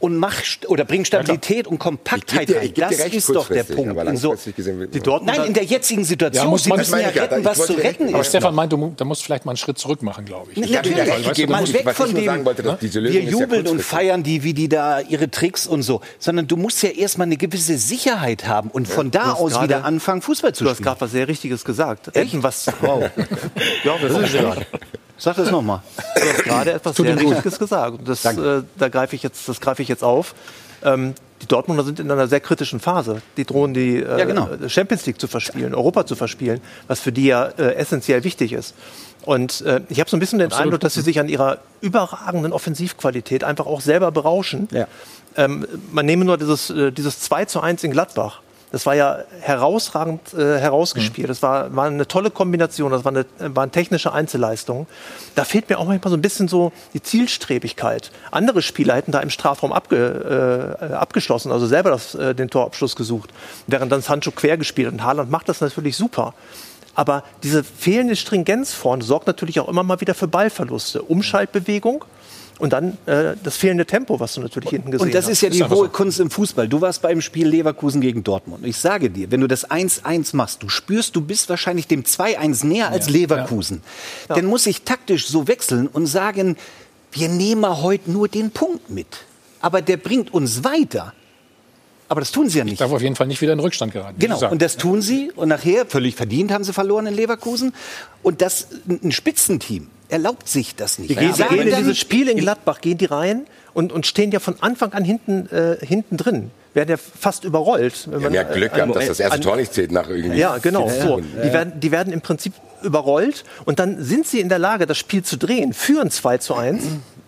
und mach oder bring Stabilität ja, und Kompaktheit dir, rein. Das ist doch der Punkt. In so, die Dortmund Nein, in der jetzigen Situation. Ja, muss Sie müssen ja retten, was zu retten ist. Aber Stefan meint, du, da musst vielleicht mal einen Schritt zurück machen, glaube ich. ich Natürlich. Recht, weißt du, mal musst, weg von dem, wollte, ne? wir jubeln ja und feiern die, wie die da ihre Tricks und so. Sondern du musst ja erstmal eine gewisse Sicherheit haben und von da aus grade, wieder anfangen, Fußball zu spielen. Du hast gerade was sehr Richtiges gesagt. Retten, was... Wow. Ja, das ist ja. Sag das nochmal. Du hast gerade etwas sehr Richtiges gesagt. Das, äh, da greife ich jetzt, das greife ich jetzt auf. Ähm, die Dortmunder sind in einer sehr kritischen Phase. Die drohen, die äh, ja, genau. Champions League zu verspielen, Europa zu verspielen, was für die ja äh, essentiell wichtig ist. Und äh, ich habe so ein bisschen den Absolut. Eindruck, dass sie sich an ihrer überragenden Offensivqualität einfach auch selber berauschen. Ja. Ähm, man nehme nur dieses, äh, dieses zwei zu eins in Gladbach. Das war ja herausragend äh, herausgespielt. Das war, war eine tolle Kombination. Das war eine, waren technische Einzelleistungen. Da fehlt mir auch manchmal so ein bisschen so die Zielstrebigkeit. Andere Spieler hätten da im Strafraum abge, äh, abgeschlossen, also selber das, äh, den Torabschluss gesucht. Während dann Sancho quer gespielt hat. Und Haaland macht das natürlich super. Aber diese fehlende Stringenz vorne sorgt natürlich auch immer mal wieder für Ballverluste. Umschaltbewegung. Und dann äh, das fehlende Tempo, was du natürlich hinten gesehen hast. Und das ist ja die hohe Kunst im Fußball. Du warst beim Spiel Leverkusen gegen Dortmund. Ich sage dir, wenn du das eins eins machst, du spürst, du bist wahrscheinlich dem zwei eins näher als ja. Leverkusen. Ja. Dann muss ich taktisch so wechseln und sagen, wir nehmen heute nur den Punkt mit. Aber der bringt uns weiter. Aber das tun sie ja nicht. Ich darf auf jeden Fall nicht wieder in den Rückstand geraten. Genau, und das tun sie. Und nachher, völlig verdient, haben sie verloren in Leverkusen. Und das, ein Spitzenteam erlaubt sich das nicht. Die gehen, ja, gehen in dieses Spiel in Gladbach, gehen die rein und, und stehen ja von Anfang an hinten, äh, hinten drin. Werden ja fast überrollt. Wenn man, ja, Glück gehabt, äh, dass das erste an, Tor nicht zählt nach irgendwie. Ja, genau. So. Die, werden, die werden im Prinzip überrollt. Und dann sind sie in der Lage, das Spiel zu drehen, führen zwei zu eins.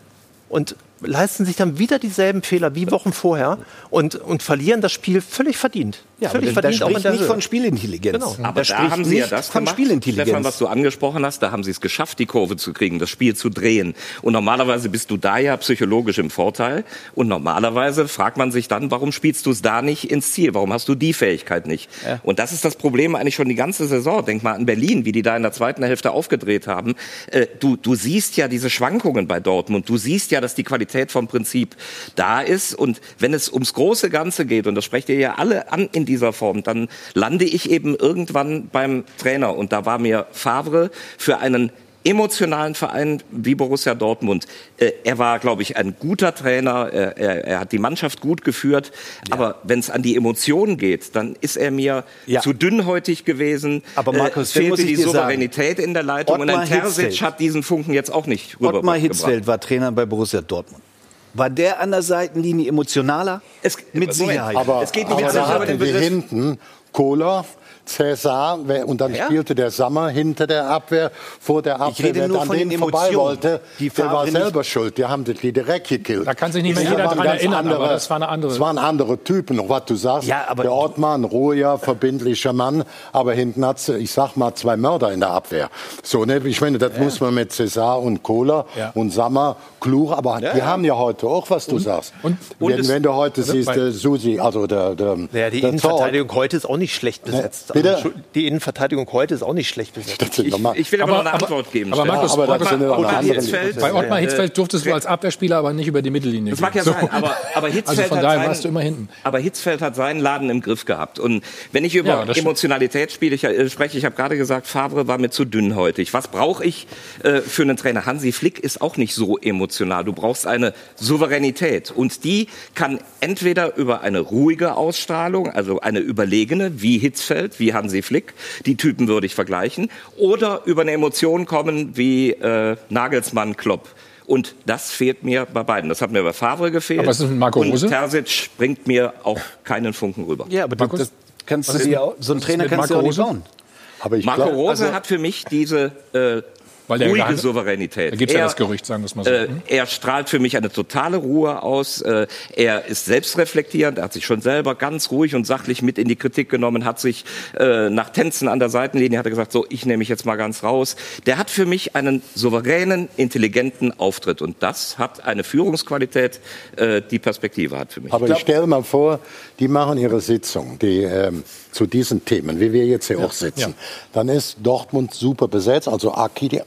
Und leisten sich dann wieder dieselben Fehler wie Wochen vorher und, und verlieren das Spiel völlig verdient. Ja, völlig verdient auch in der nicht Höhe. Von Spielintelligenz. Genau. Aber da, da haben Sie ja das von gemacht, Stefan, was du angesprochen hast, da haben Sie es geschafft, die Kurve zu kriegen, das Spiel zu drehen. Und normalerweise bist du da ja psychologisch im Vorteil. Und normalerweise fragt man sich dann, warum spielst du es da nicht ins Ziel? Warum hast du die Fähigkeit nicht? Ja. Und das ist das Problem eigentlich schon die ganze Saison. Denk mal an Berlin, wie die da in der zweiten Hälfte aufgedreht haben. Äh, du, du siehst ja diese Schwankungen bei Dortmund. Du siehst ja, dass die Qualität vom Prinzip da ist. Und wenn es ums große Ganze geht, und das sprecht ihr ja alle an in dieser Form, dann lande ich eben irgendwann beim Trainer. Und da war mir Favre für einen emotionalen Verein wie Borussia Dortmund. Äh, er war, glaube ich, ein guter Trainer. Er, er, er hat die Mannschaft gut geführt. Ja. Aber wenn es an die Emotionen geht, dann ist er mir ja. zu dünnhäutig gewesen. Aber Markus, äh, fehlte die Souveränität sagen, in der Leitung. Ottmar und ein Terzic hat diesen Funken jetzt auch nicht rübergebracht. Ottmar Hitzfeld war Trainer bei Borussia Dortmund. War der an der Seitenlinie emotionaler? Es, mit Sicherheit. Aber, es geht aber mit da hatten wir hinten Kohler, Cäsar und dann ja. spielte der Sammer hinter der Abwehr, vor der Abwehr, wer an denen vorbei wollte, der war selber schuld. Die haben die direkt gekillt. Da kann sich nicht mehr jeder daran erinnern, andere, aber das war eine andere. Das waren andere Typen, noch was du sagst. Ja, aber der Ottmar, ein ruhiger, verbindlicher Mann, aber hinten hat's, ich sag mal, zwei Mörder in der Abwehr. So, ne, ich meine, das ja. muss man mit Cäsar und Kohler ja. und Sammer klug, aber ja, die ja. haben ja heute auch, was du und, sagst. Und, und wenn, wenn du heute siehst, der Susi, also der, der, ja, die der Innenverteidigung Tor, heute ist auch nicht schlecht besetzt. Bitte? Also, die Innenverteidigung heute ist auch nicht schlecht besetzt. Ich, ich will aber, aber noch eine Antwort geben. Aber, aber Markus, aber Ottmar, Ottmar Hitzfeld, bei Ottmar Hitzfeld durftest du als Abwehrspieler aber nicht über die Mittellinie gehen. Das mag ja so. sein, aber, aber Hitzfeld also von hat daher seinen, warst du immer hinten. Aber Hitzfeld hat seinen Laden im Griff gehabt. Und wenn ich über ja, Emotionalität spiele, ich, äh, spreche, ich habe gerade gesagt, Favre war mir zu dünnhäutig. Was brauche ich äh, für einen Trainer? Hansi Flick ist auch nicht so emotional. Du brauchst eine Souveränität. Und die kann entweder über eine ruhige Ausstrahlung, also eine überlegene, wie Hitzfeld, wie Hansi Flick, die Typen würde ich vergleichen, oder über eine Emotion kommen wie äh, Nagelsmann, Klopp. Und das fehlt mir bei beiden. Das hat mir bei Favre gefehlt. Aber was ist mit Marco Rose? Und Terzic bringt mir auch keinen Funken rüber. Ja, aber du, das kannst du dir auch, so einen Trainer kannst du auch nicht bauen. Aber ich Marco glaub, Rose also hat für mich diese äh, Weil der ruhige Geheim... Souveränität. Da gibt es ja das Gerücht, sagen wir es mal so. Äh, er strahlt für mich eine totale Ruhe aus. Äh, er ist selbstreflektierend. Er hat sich schon selber ganz ruhig und sachlich mit in die Kritik genommen, hat sich äh, nach Tänzen an der Seitenlinie hat er gesagt, so, ich nehme mich jetzt mal ganz raus. Der hat für mich einen souveränen, intelligenten Auftritt. Und das hat eine Führungsqualität, äh, die Perspektive hat für mich. Aber ich, ich stelle mal vor, die machen ihre Sitzung, die ähm, zu diesen Themen, wie wir jetzt hier ja, auch sitzen. Ja. Dann ist Dortmund super besetzt, also Aki,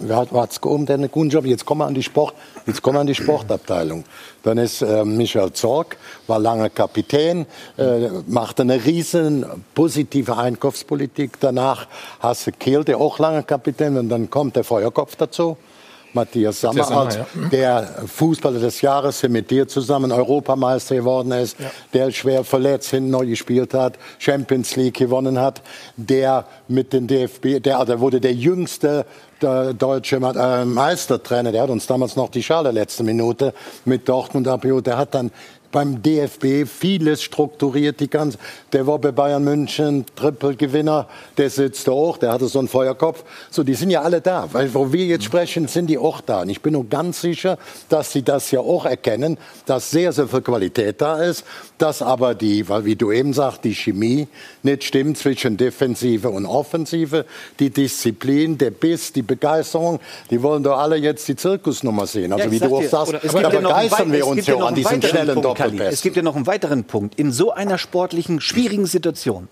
Watzke um, der einen guten Job. Jetzt kommen wir an die Sport, jetzt kommen wir an die Sportabteilung. Dann ist äh, Michael Zorc, war lange Kapitän, äh, machte eine riesen positive Einkaufspolitik. Danach hast du Kehl, der auch lange Kapitän, und dann kommt der Feuerkopf dazu. Matthias Sammer, Sammer als ja. der Fußballer des Jahres, der mit dir zusammen Europameister geworden ist, ja. der schwer verletzt hinten neu gespielt hat, Champions League gewonnen hat, der mit dem D F B, der, der wurde der jüngste der deutsche äh, Meistertrainer, der hat uns damals noch die Schale letzte Minute mit Dortmund abgeholt, der hat dann beim D F B vieles strukturiert, die ganze, der war bei Bayern München Triple-Gewinner, der sitzt da auch, der hatte so einen Feuerkopf. So, die sind ja alle da, weil wo wir jetzt sprechen, sind die auch da. Und ich bin nur ganz sicher, dass sie das ja auch erkennen, dass sehr, sehr viel Qualität da ist, dass aber die, weil wie du eben sagst, die Chemie nicht stimmt zwischen Defensive und Offensive, die Disziplin, der Biss, die Begeisterung, die wollen doch alle jetzt die Zirkusnummer sehen. Also ja, wie du auch sagst, da begeistern wir uns ja auch an diesem schnellen Doppelpass. Es gibt ja noch einen weiteren Punkt. In so einer sportlichen, schwierigen Situation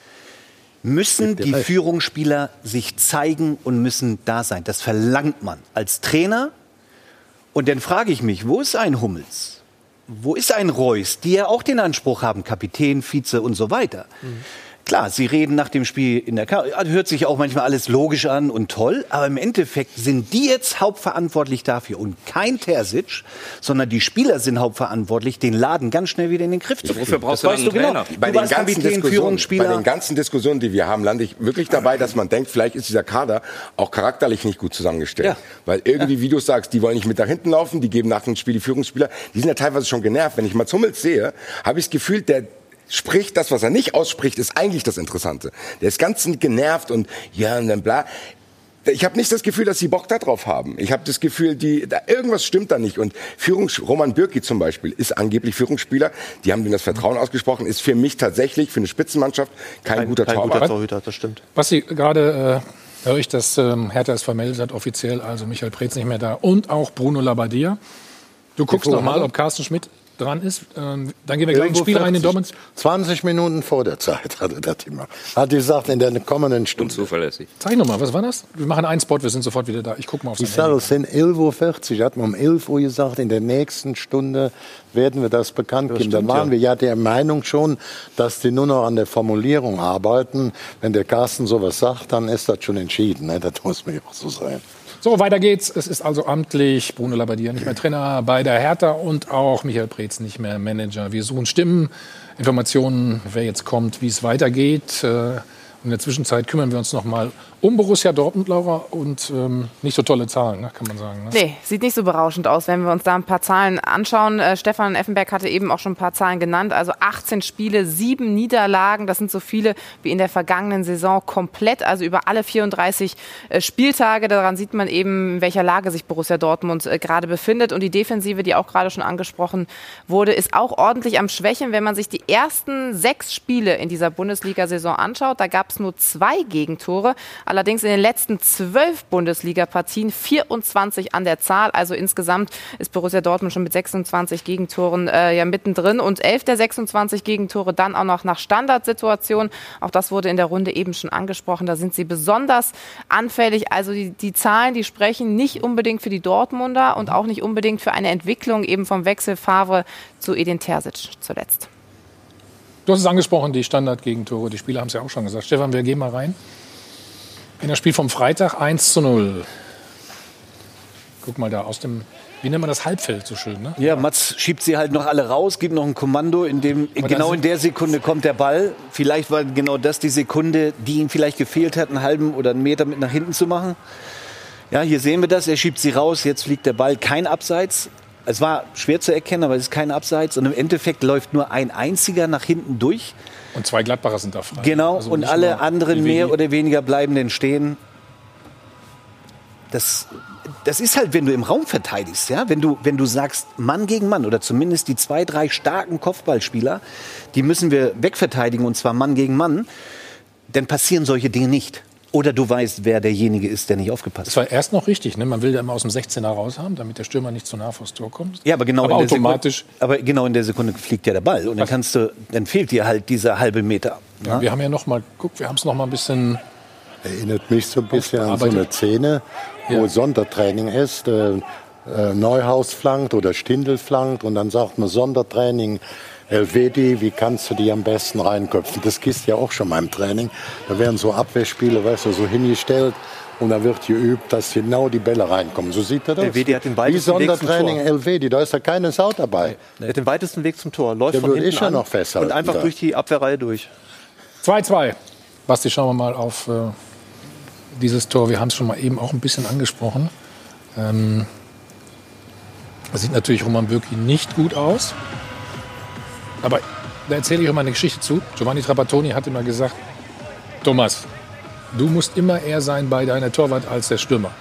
müssen die Führungsspieler sich zeigen und müssen da sein. Das verlangt man als Trainer. Und dann frage ich mich, wo ist ein Hummels? Wo ist ein Reus, die ja auch den Anspruch haben, Kapitän, Vize und so weiter. Mhm. Klar, sie reden nach dem Spiel in der Kamera, hört sich auch manchmal alles logisch an und toll, aber im Endeffekt sind die jetzt hauptverantwortlich dafür und kein Terzic, sondern die Spieler sind hauptverantwortlich, den Laden ganz schnell wieder in den Griff zu kriegen. Wofür brauchst das du weißt du genau. Bei, du den ganzen Diskussionen, bei den ganzen Diskussionen, die wir haben, lande ich wirklich dabei, dass man denkt, vielleicht ist dieser Kader auch charakterlich nicht gut zusammengestellt. Ja. Weil irgendwie, ja. wie du sagst, die wollen nicht mit nach hinten laufen, die geben nach dem Spiel die Führungsspieler, die sind ja teilweise schon genervt. Wenn ich Mats Hummels sehe, habe ich das Gefühl, der spricht, das, was er nicht ausspricht, ist eigentlich das Interessante. Der ist ganz genervt und ja, und dann bla. Ich habe nicht das Gefühl, dass sie Bock da drauf haben. Ich habe das Gefühl, die, da, irgendwas stimmt da nicht. Und Führungs Roman Bürki zum Beispiel ist angeblich Führungsspieler. Die haben ihm das Vertrauen ausgesprochen. Ist für mich tatsächlich, für eine Spitzenmannschaft, kein, kein guter Torwart. Guter Torhüter, das stimmt. Was Sie gerade äh, höre ich, dass ähm, Hertha es vermeldet hat, offiziell, also Michael Preetz nicht mehr da und auch Bruno Labbadia. Du guckst noch mal, ob Carsten Schmidt dran ist. Ähm, dann gehen wir gleich ins Spiel rein in Dortmund. zwanzig Minuten vor der Zeit hatte das immer. Hat gesagt, in der kommenden Stunde. Unzuverlässig. Zeig noch mal, was war das? Wir machen einen Spot, wir sind sofort wieder da. Ich gucke mal auf sein Ich sage, es sind elf Uhr vierzig. Hat man um elf Uhr gesagt, in der nächsten Stunde werden wir das bekannt geben. Das stimmt, dann waren ja. wir ja der Meinung schon, dass die nur noch an der Formulierung arbeiten. Wenn der Carsten sowas sagt, dann ist das schon entschieden. Ne? Das muss mir auch so sein. So, weiter geht's. Es ist also amtlich Bruno Labbadia nicht mehr Trainer bei der Hertha und auch Michael Preetz nicht mehr Manager. Wir suchen Stimmen, Informationen, wer jetzt kommt, wie es weitergeht. In der Zwischenzeit kümmern wir uns noch mal um Borussia Dortmund, Laura, und ähm, nicht so tolle Zahlen, ne, kann man sagen. Ne? Nee, sieht nicht so berauschend aus, wenn wir uns da ein paar Zahlen anschauen. Äh, Stefan Effenberg hatte eben auch schon ein paar Zahlen genannt. Also achtzehn Spiele, sieben Niederlagen. Das sind so viele wie in der vergangenen Saison komplett. Also über alle vierunddreißig äh, Spieltage. Daran sieht man eben, in welcher Lage sich Borussia Dortmund äh, gerade befindet. Und die Defensive, die auch gerade schon angesprochen wurde, ist auch ordentlich am Schwächen. Wenn man sich die ersten sechs Spiele in dieser Bundesliga-Saison anschaut, da gab es nur zwei Gegentore. Allerdings in den letzten zwölf Bundesliga-Partien vierundzwanzig an der Zahl. Also insgesamt ist Borussia Dortmund schon mit sechsundzwanzig Gegentoren äh, ja mittendrin. Und elf der sechsundzwanzig Gegentore dann auch noch nach Standardsituationen. Auch das wurde in der Runde eben schon angesprochen. Da sind sie besonders anfällig. Also die, die Zahlen, die sprechen nicht unbedingt für die Dortmunder und auch nicht unbedingt für eine Entwicklung eben vom Wechsel Favre zu Edin Terzic zuletzt. Du hast es angesprochen, die Standardgegentore. Die Spieler haben es ja auch schon gesagt. Stefan, wir gehen mal rein. In das Spiel vom Freitag eins zu null. Guck mal da aus dem, wie nennt man das, Halbfeld so schön, ne? Ja, Mats schiebt sie halt noch alle raus, gibt noch ein Kommando, in dem genau in der Sekunde kommt der Ball. Vielleicht war genau das die Sekunde, die ihm vielleicht gefehlt hat, einen halben oder einen Meter mit nach hinten zu machen. Ja, hier sehen wir das, er schiebt sie raus, jetzt fliegt der Ball, kein Abseits. Es war schwer zu erkennen, aber es ist kein Abseits. Und im Endeffekt läuft nur ein einziger nach hinten durch. Und zwei Gladbacher sind da frei. Genau, also und alle anderen mehr oder weniger bleiben denn stehen. Das, das ist halt, wenn du im Raum verteidigst, ja? wenn, du, wenn du sagst, Mann gegen Mann oder zumindest die zwei, drei starken Kopfballspieler, die müssen wir wegverteidigen und zwar Mann gegen Mann, dann passieren solche Dinge nicht. Oder du weißt, wer derjenige ist, der nicht aufgepasst hat. Das war erst noch richtig, ne? Man will ja immer aus dem sechzehner raus haben, damit der Stürmer nicht zu nah vors Tor kommt. Ja, aber genau, aber in, der automatisch Sekunde, aber genau in der Sekunde fliegt ja der Ball. Und dann, kannst du, dann fehlt dir halt dieser halbe Meter. Ja, wir haben ja noch mal, guck, wir haben es noch mal ein bisschen... Erinnert mich so ein bisschen an so eine Szene wo Sondertraining ist, äh, äh, Neuhaus flankt oder Stindl flankt und dann sagt man Sondertraining, Elvedi, wie kannst du die am besten reinköpfen? Das gehst ja auch schon mal im Training. Da werden so Abwehrspiele, weißt du, so hingestellt und da wird geübt, dass genau die Bälle reinkommen. So sieht er das. Elvedi hat den Wie weitesten Weg zum Sondertraining Tor. Elvedi, da ist ja keine Sau dabei. Er hat den weitesten Weg zum Tor, läuft Der von würde hinten ich ja an noch festhalten und einfach da. durch die Abwehrreihe durch. zwei zwei. Basti, schauen wir mal auf äh, dieses Tor. Wir haben es schon mal eben auch ein bisschen angesprochen. Ähm, das sieht natürlich Roman Bürki nicht gut aus. Aber da erzähle ich auch mal eine Geschichte zu. Giovanni Trapattoni hat immer gesagt, Thomas, du musst immer eher sein bei deiner Torwart als der Stürmer.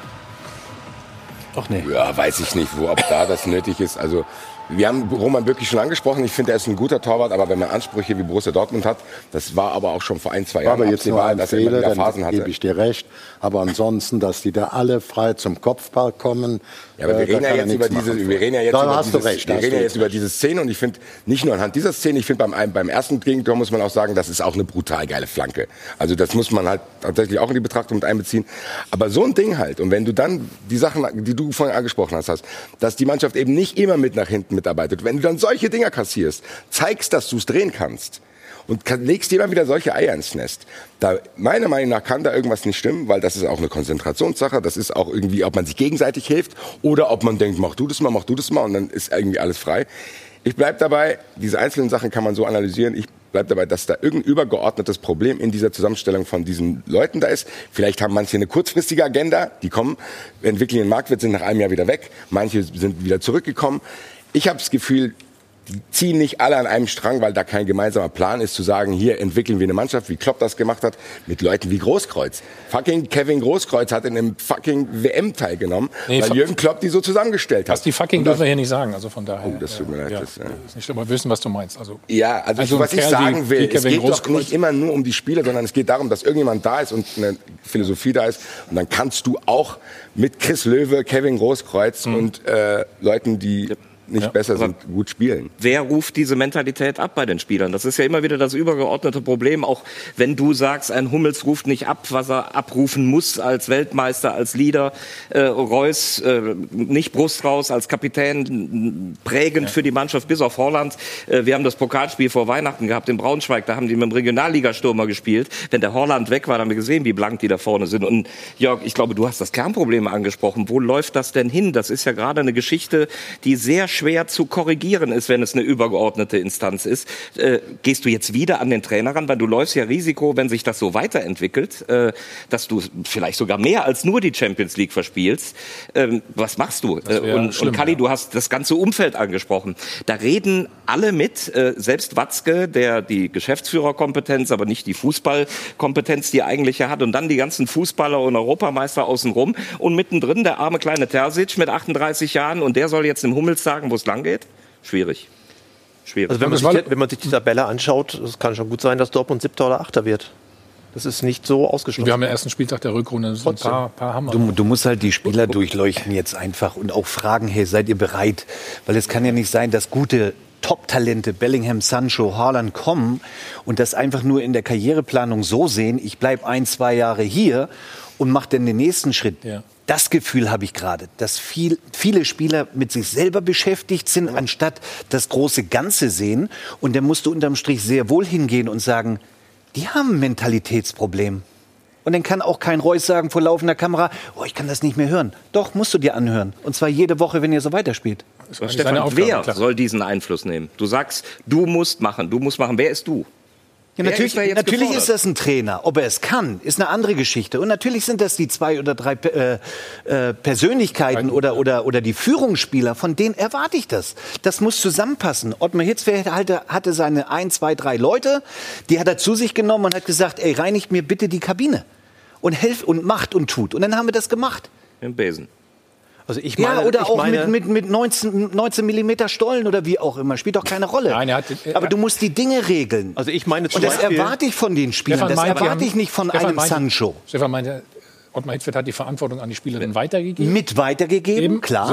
Ach nee. Ja, weiß ich nicht, wo, ob da das nötig ist. Also wir haben Roman Bürki schon angesprochen. Ich finde, er ist ein guter Torwart, aber wenn man Ansprüche wie Borussia Dortmund hat, das war aber auch schon vor ein, zwei War Jahren aber jetzt nur ein dass er immer Fehler, wieder Phasen dann hatte. gebe ich dir recht. Aber ansonsten, dass die da alle frei zum Kopfball kommen. Ja, aber wir äh, reden da ja kann er jetzt über nichts diese, machen. wir reden ja jetzt Da über hast dieses, du recht, wir da hast reden du ja jetzt recht. über diese Szene und ich finde nicht nur anhand dieser Szene, ich finde beim, beim ersten Gegentor muss man auch sagen, das ist auch eine brutal geile Flanke. Also das muss man halt tatsächlich auch in die Betrachtung mit einbeziehen. Aber so ein Ding halt und wenn du dann die Sachen, die du vorhin angesprochen hast, hast, dass die Mannschaft eben nicht immer mit nach hinten mitarbeitet, wenn du dann solche Dinger kassierst, zeigst, dass du es drehen kannst. Und kann, legst dir immer wieder solche Eier ins Nest. Da, meiner Meinung nach kann da irgendwas nicht stimmen, weil das ist auch eine Konzentrationssache. Das ist auch irgendwie, ob man sich gegenseitig hilft oder ob man denkt, mach du das mal, mach du das mal und dann ist irgendwie alles frei. Ich bleib dabei, diese einzelnen Sachen kann man so analysieren. Ich bleib dabei, dass da irgendein übergeordnetes Problem in dieser Zusammenstellung von diesen Leuten da ist. Vielleicht haben manche eine kurzfristige Agenda, die kommen, entwickeln ihren Marktwert, sind nach einem Jahr wieder weg. Manche sind wieder zurückgekommen. Ich habe das Gefühl, die ziehen nicht alle an einem Strang, weil da kein gemeinsamer Plan ist, zu sagen, hier entwickeln wir eine Mannschaft, wie Klopp das gemacht hat, mit Leuten wie Großkreuz. Fucking Kevin Großkreuz hat in einem fucking W M teilgenommen, Nee, weil Jürgen Klopp die so zusammengestellt hat. Was die fucking Und das- dürfen wir hier nicht sagen, also von daher. Oh, das tut mir leid. Ja, das, ja. ist nicht schlimm, aber wir wissen, was du meinst. Also, Ja, also, Also ich, was ein ich Kerl sagen wie- will, wie es Kevin geht doch Großkreuz. nicht immer nur um die Spieler, sondern es geht darum, dass irgendjemand da ist und eine Philosophie da ist. Und dann kannst du auch mit Chris Löwe, Kevin Großkreuz Mhm. und äh, Leuten, die nicht Ja, besser aber- sind, gut spielen. Wer ruft diese Mentalität ab bei den Spielern? Das ist ja immer wieder das übergeordnete Problem. Auch wenn du sagst, ein Hummels ruft nicht ab, was er abrufen muss als Weltmeister, als Leader. Äh, Reus äh, nicht Brust raus, als Kapitän prägend ja. für die Mannschaft bis auf Holland. Äh, wir haben das Pokalspiel vor Weihnachten gehabt in Braunschweig. Da haben die mit dem Regionalligastürmer gespielt. Wenn der Holland weg war, dann haben wir gesehen, wie blank die da vorne sind. Und Jörg, ich glaube, du hast das Kernproblem angesprochen. Wo läuft das denn hin? Das ist ja gerade eine Geschichte, die sehr schwer zu korrigieren ist, wenn es eine übergeordnete Instanz ist. Äh, gehst du jetzt wieder an den Trainer ran, weil du läufst ja Risiko, wenn sich das so weiterentwickelt, äh, dass du vielleicht sogar mehr als nur die Champions League verspielst. Ähm, was machst du? Äh, und, schlimm, und Kalli, ja. du hast das ganze Umfeld angesprochen. Da reden alle mit, äh, selbst Watzke, der die Geschäftsführerkompetenz, aber nicht die Fußballkompetenz, die eigentliche hat, und dann die ganzen Fußballer und Europameister außenrum und mittendrin der arme kleine Terzic mit achtunddreißig Jahren, und der soll jetzt dem Hummels sagen, wo es lang geht? Schwierig. Schwierig. Also wenn man, sich, wenn man sich die Tabelle anschaut, es kann schon gut sein, dass Dortmund Siebter oder Achter wird. Das ist nicht so ausgeschlossen. Wir haben den ersten Spieltag der Rückrunde. So ein paar, paar haben wir. Du, du musst halt die Spieler durchleuchten jetzt einfach und auch fragen, hey, seid ihr bereit? Weil es kann ja nicht sein, dass gute Top-Talente, Bellingham, Sancho, Haaland kommen und das einfach nur in der Karriereplanung so sehen, ich bleibe ein, zwei Jahre hier und mache dann den nächsten Schritt. Ja. Das Gefühl habe ich gerade, dass viel, viele Spieler mit sich selber beschäftigt sind, anstatt das große Ganze sehen. Und dann musst du unterm Strich sehr wohl hingehen und sagen, die haben ein Mentalitätsproblem. Und dann kann auch kein Reus sagen vor laufender Kamera, oh, ich kann das nicht mehr hören. Doch, musst du dir anhören. Und zwar jede Woche, wenn ihr so weiterspielt. Stefan, Aufgabe, wer klar. soll diesen Einfluss nehmen? Du sagst, du musst machen, du musst machen. Wer ist du? Ja, natürlich ist, natürlich ist das ein Trainer. Ob er es kann, ist eine andere Geschichte. Und natürlich sind das die zwei oder drei äh, äh, Persönlichkeiten oder, oder, oder die Führungsspieler, von denen erwarte ich das. Das muss zusammenpassen. Ottmar Hitzfeld hatte, hatte seine ein, zwei, drei Leute, die hat er zu sich genommen und hat gesagt, ey, reinigt mir bitte die Kabine. Und helft und macht und tut. Und dann haben wir das gemacht. Im Besen. Also ich meine, ja, oder ich auch meine, mit, mit, mit neunzehn, neunzehn Millimeter Stollen oder wie auch immer. Spielt doch keine Rolle. Nein, er hat, er, Aber du musst die Dinge regeln. Also ich meine zum Und das Beispiel, erwarte ich von den Spielern. Stefan Das meint, erwarte ich haben, nicht von Stefan einem meinte, Sancho. Stefan meinte, Ottmar Hitzfeld hat die Verantwortung an die Spielerinnen weitergegeben. Mit weitergegeben, Eben, klar. So.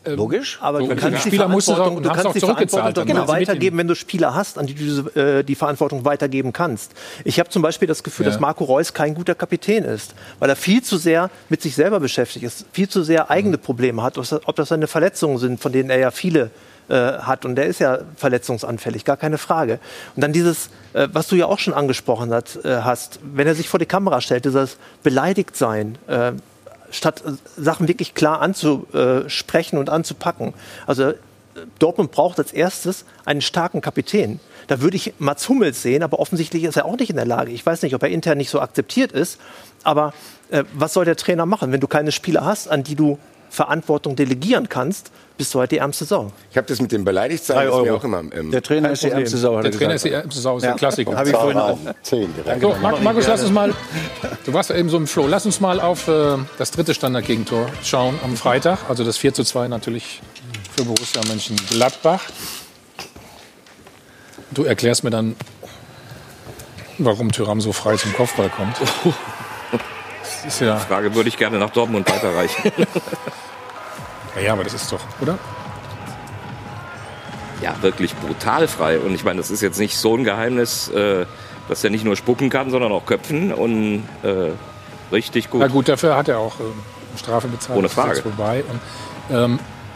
Logisch, aber so, du kannst die Spieler musst du, Verantwortung, auch, du kannst auch die Verantwortung doch genau, weitergeben, wenn du Spieler hast, an die du äh, die Verantwortung weitergeben kannst. Ich habe zum Beispiel das Gefühl, ja. dass Marco Reus kein guter Kapitän ist, weil er viel zu sehr mit sich selber beschäftigt ist, viel zu sehr eigene Probleme hat, ob das seine Verletzungen sind, von denen er ja viele äh, hat. Und der ist ja verletzungsanfällig, gar keine Frage. Und dann dieses, äh, was du ja auch schon angesprochen hat, äh, hast, wenn er sich vor die Kamera stellt, dieses Beleidigtsein, äh, statt Sachen wirklich klar anzusprechen und anzupacken. Also Dortmund braucht als erstes einen starken Kapitän. Da würde ich Mats Hummels sehen, aber offensichtlich ist er auch nicht in der Lage. Ich weiß nicht, ob er intern nicht so akzeptiert ist, aber äh, was soll der Trainer machen, wenn du keine Spieler hast, an die du Verantwortung delegieren kannst, bist du halt die ärmste Sau. Ich habe das mit dem Beleidigtsein ist mir auch immer. Ähm, der Trainer ist die ärmste Sau. Der Trainer ist die ärmste Sau, ist ja. ein Klassiker. Habe ich vorhin auch. Zehn direkt. So, Mar Markus, lass uns mal, du warst ja eben so im Flow, lass uns mal auf äh, das dritte Standard-Gegentor schauen am Freitag. Also das vier zu zwei natürlich für Borussia Mönchengladbach. Du erklärst mir dann, warum Thuram so frei zum Kopfball kommt. Das ist ja die Frage würde ich gerne nach Dortmund weiterreichen. Ja, aber das ist doch, oder? Ja, wirklich brutal frei. Und ich meine, das ist jetzt nicht so ein Geheimnis, äh, dass er nicht nur spucken kann, sondern auch köpfen. Und äh, richtig gut. Na gut, dafür hat er auch äh, Strafe bezahlt. Ohne Frage. Das ist vorbei. Und, ähm,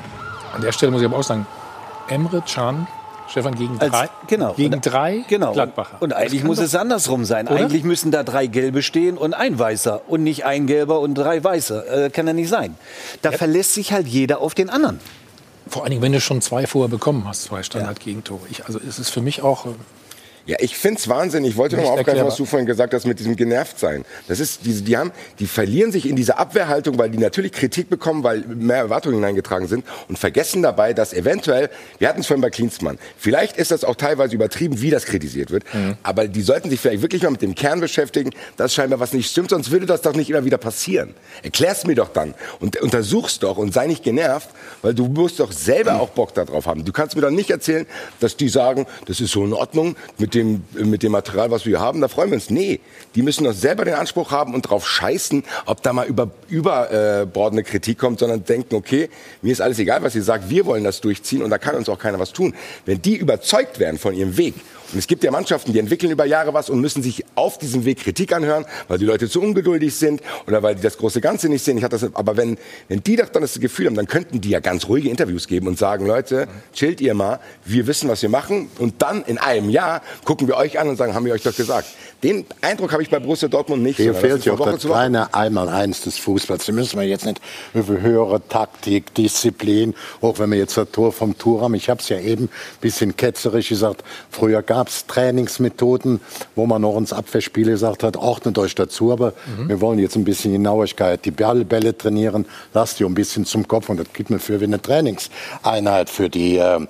an der Stelle muss ich aber auch sagen, Emre Can, Stefan, gegen drei, Als, genau. gegen drei genau. Gladbacher. Und eigentlich muss es andersrum sein. Oder? Eigentlich müssen da drei Gelbe stehen und ein Weißer. Und nicht ein Gelber und drei Weiße. Äh, kann ja nicht sein. Da ja. verlässt sich halt jeder auf den anderen. Vor allen Dingen, wenn du schon zwei vorher bekommen hast, zwei Standard-Gegentore. Ich, also es ist für mich auch... Ja, ich find's Wahnsinn. Ich wollte noch mal aufgreifen, was du vorhin gesagt hast mit diesem Genervtsein. Das ist, die, die haben, die verlieren sich in dieser Abwehrhaltung, weil die natürlich Kritik bekommen, weil mehr Erwartungen hineingetragen sind und vergessen dabei, dass eventuell, wir hatten es vorhin bei Klinsmann, vielleicht ist das auch teilweise übertrieben, wie das kritisiert wird, mhm. aber die sollten sich vielleicht wirklich mal mit dem Kern beschäftigen, dass scheinbar was nicht stimmt, sonst würde das doch nicht immer wieder passieren. Erklär's mir doch dann und untersuch's doch und sei nicht genervt, weil du musst doch selber auch Bock darauf haben. Du kannst mir doch nicht erzählen, dass die sagen, das ist so in Ordnung, mit dem, mit dem Material, was wir haben, da freuen wir uns. Nee, die müssen doch selber den Anspruch haben und drauf scheißen, ob da mal über, überbordende Kritik kommt, sondern denken, okay, mir ist alles egal, was ihr sagt, wir wollen das durchziehen und da kann uns auch keiner was tun. Wenn die überzeugt werden von ihrem Weg, und es gibt ja Mannschaften, die entwickeln über Jahre was und müssen sich auf diesem Weg Kritik anhören, weil die Leute zu ungeduldig sind oder weil die das große Ganze nicht sehen. Ich hatte das, aber wenn, wenn die doch dann das Gefühl haben, dann könnten die ja ganz ruhige Interviews geben und sagen, Leute, chillt ihr mal, wir wissen, was wir machen und dann in einem Jahr gucken wir euch an und sagen, haben wir euch doch gesagt. Den Eindruck habe ich bei Borussia Dortmund nicht. Hier fehlt ja auch das kleine Einmaleins des Fußballs. Da müssen wir jetzt nicht über höhere Taktik, Disziplin, auch wenn wir jetzt das Tor vom Tour haben. Ich habe es ja eben ein bisschen ketzerisch gesagt, früher gab es Trainingsmethoden, wo man noch ins Abwehrspiel gesagt hat, ordnet euch dazu, aber mhm. wir wollen jetzt ein bisschen Genauigkeit. Die Bälle trainieren, lasst die ein bisschen zum Kopf und das gibt mir für wie eine Trainingseinheit für die. Äh,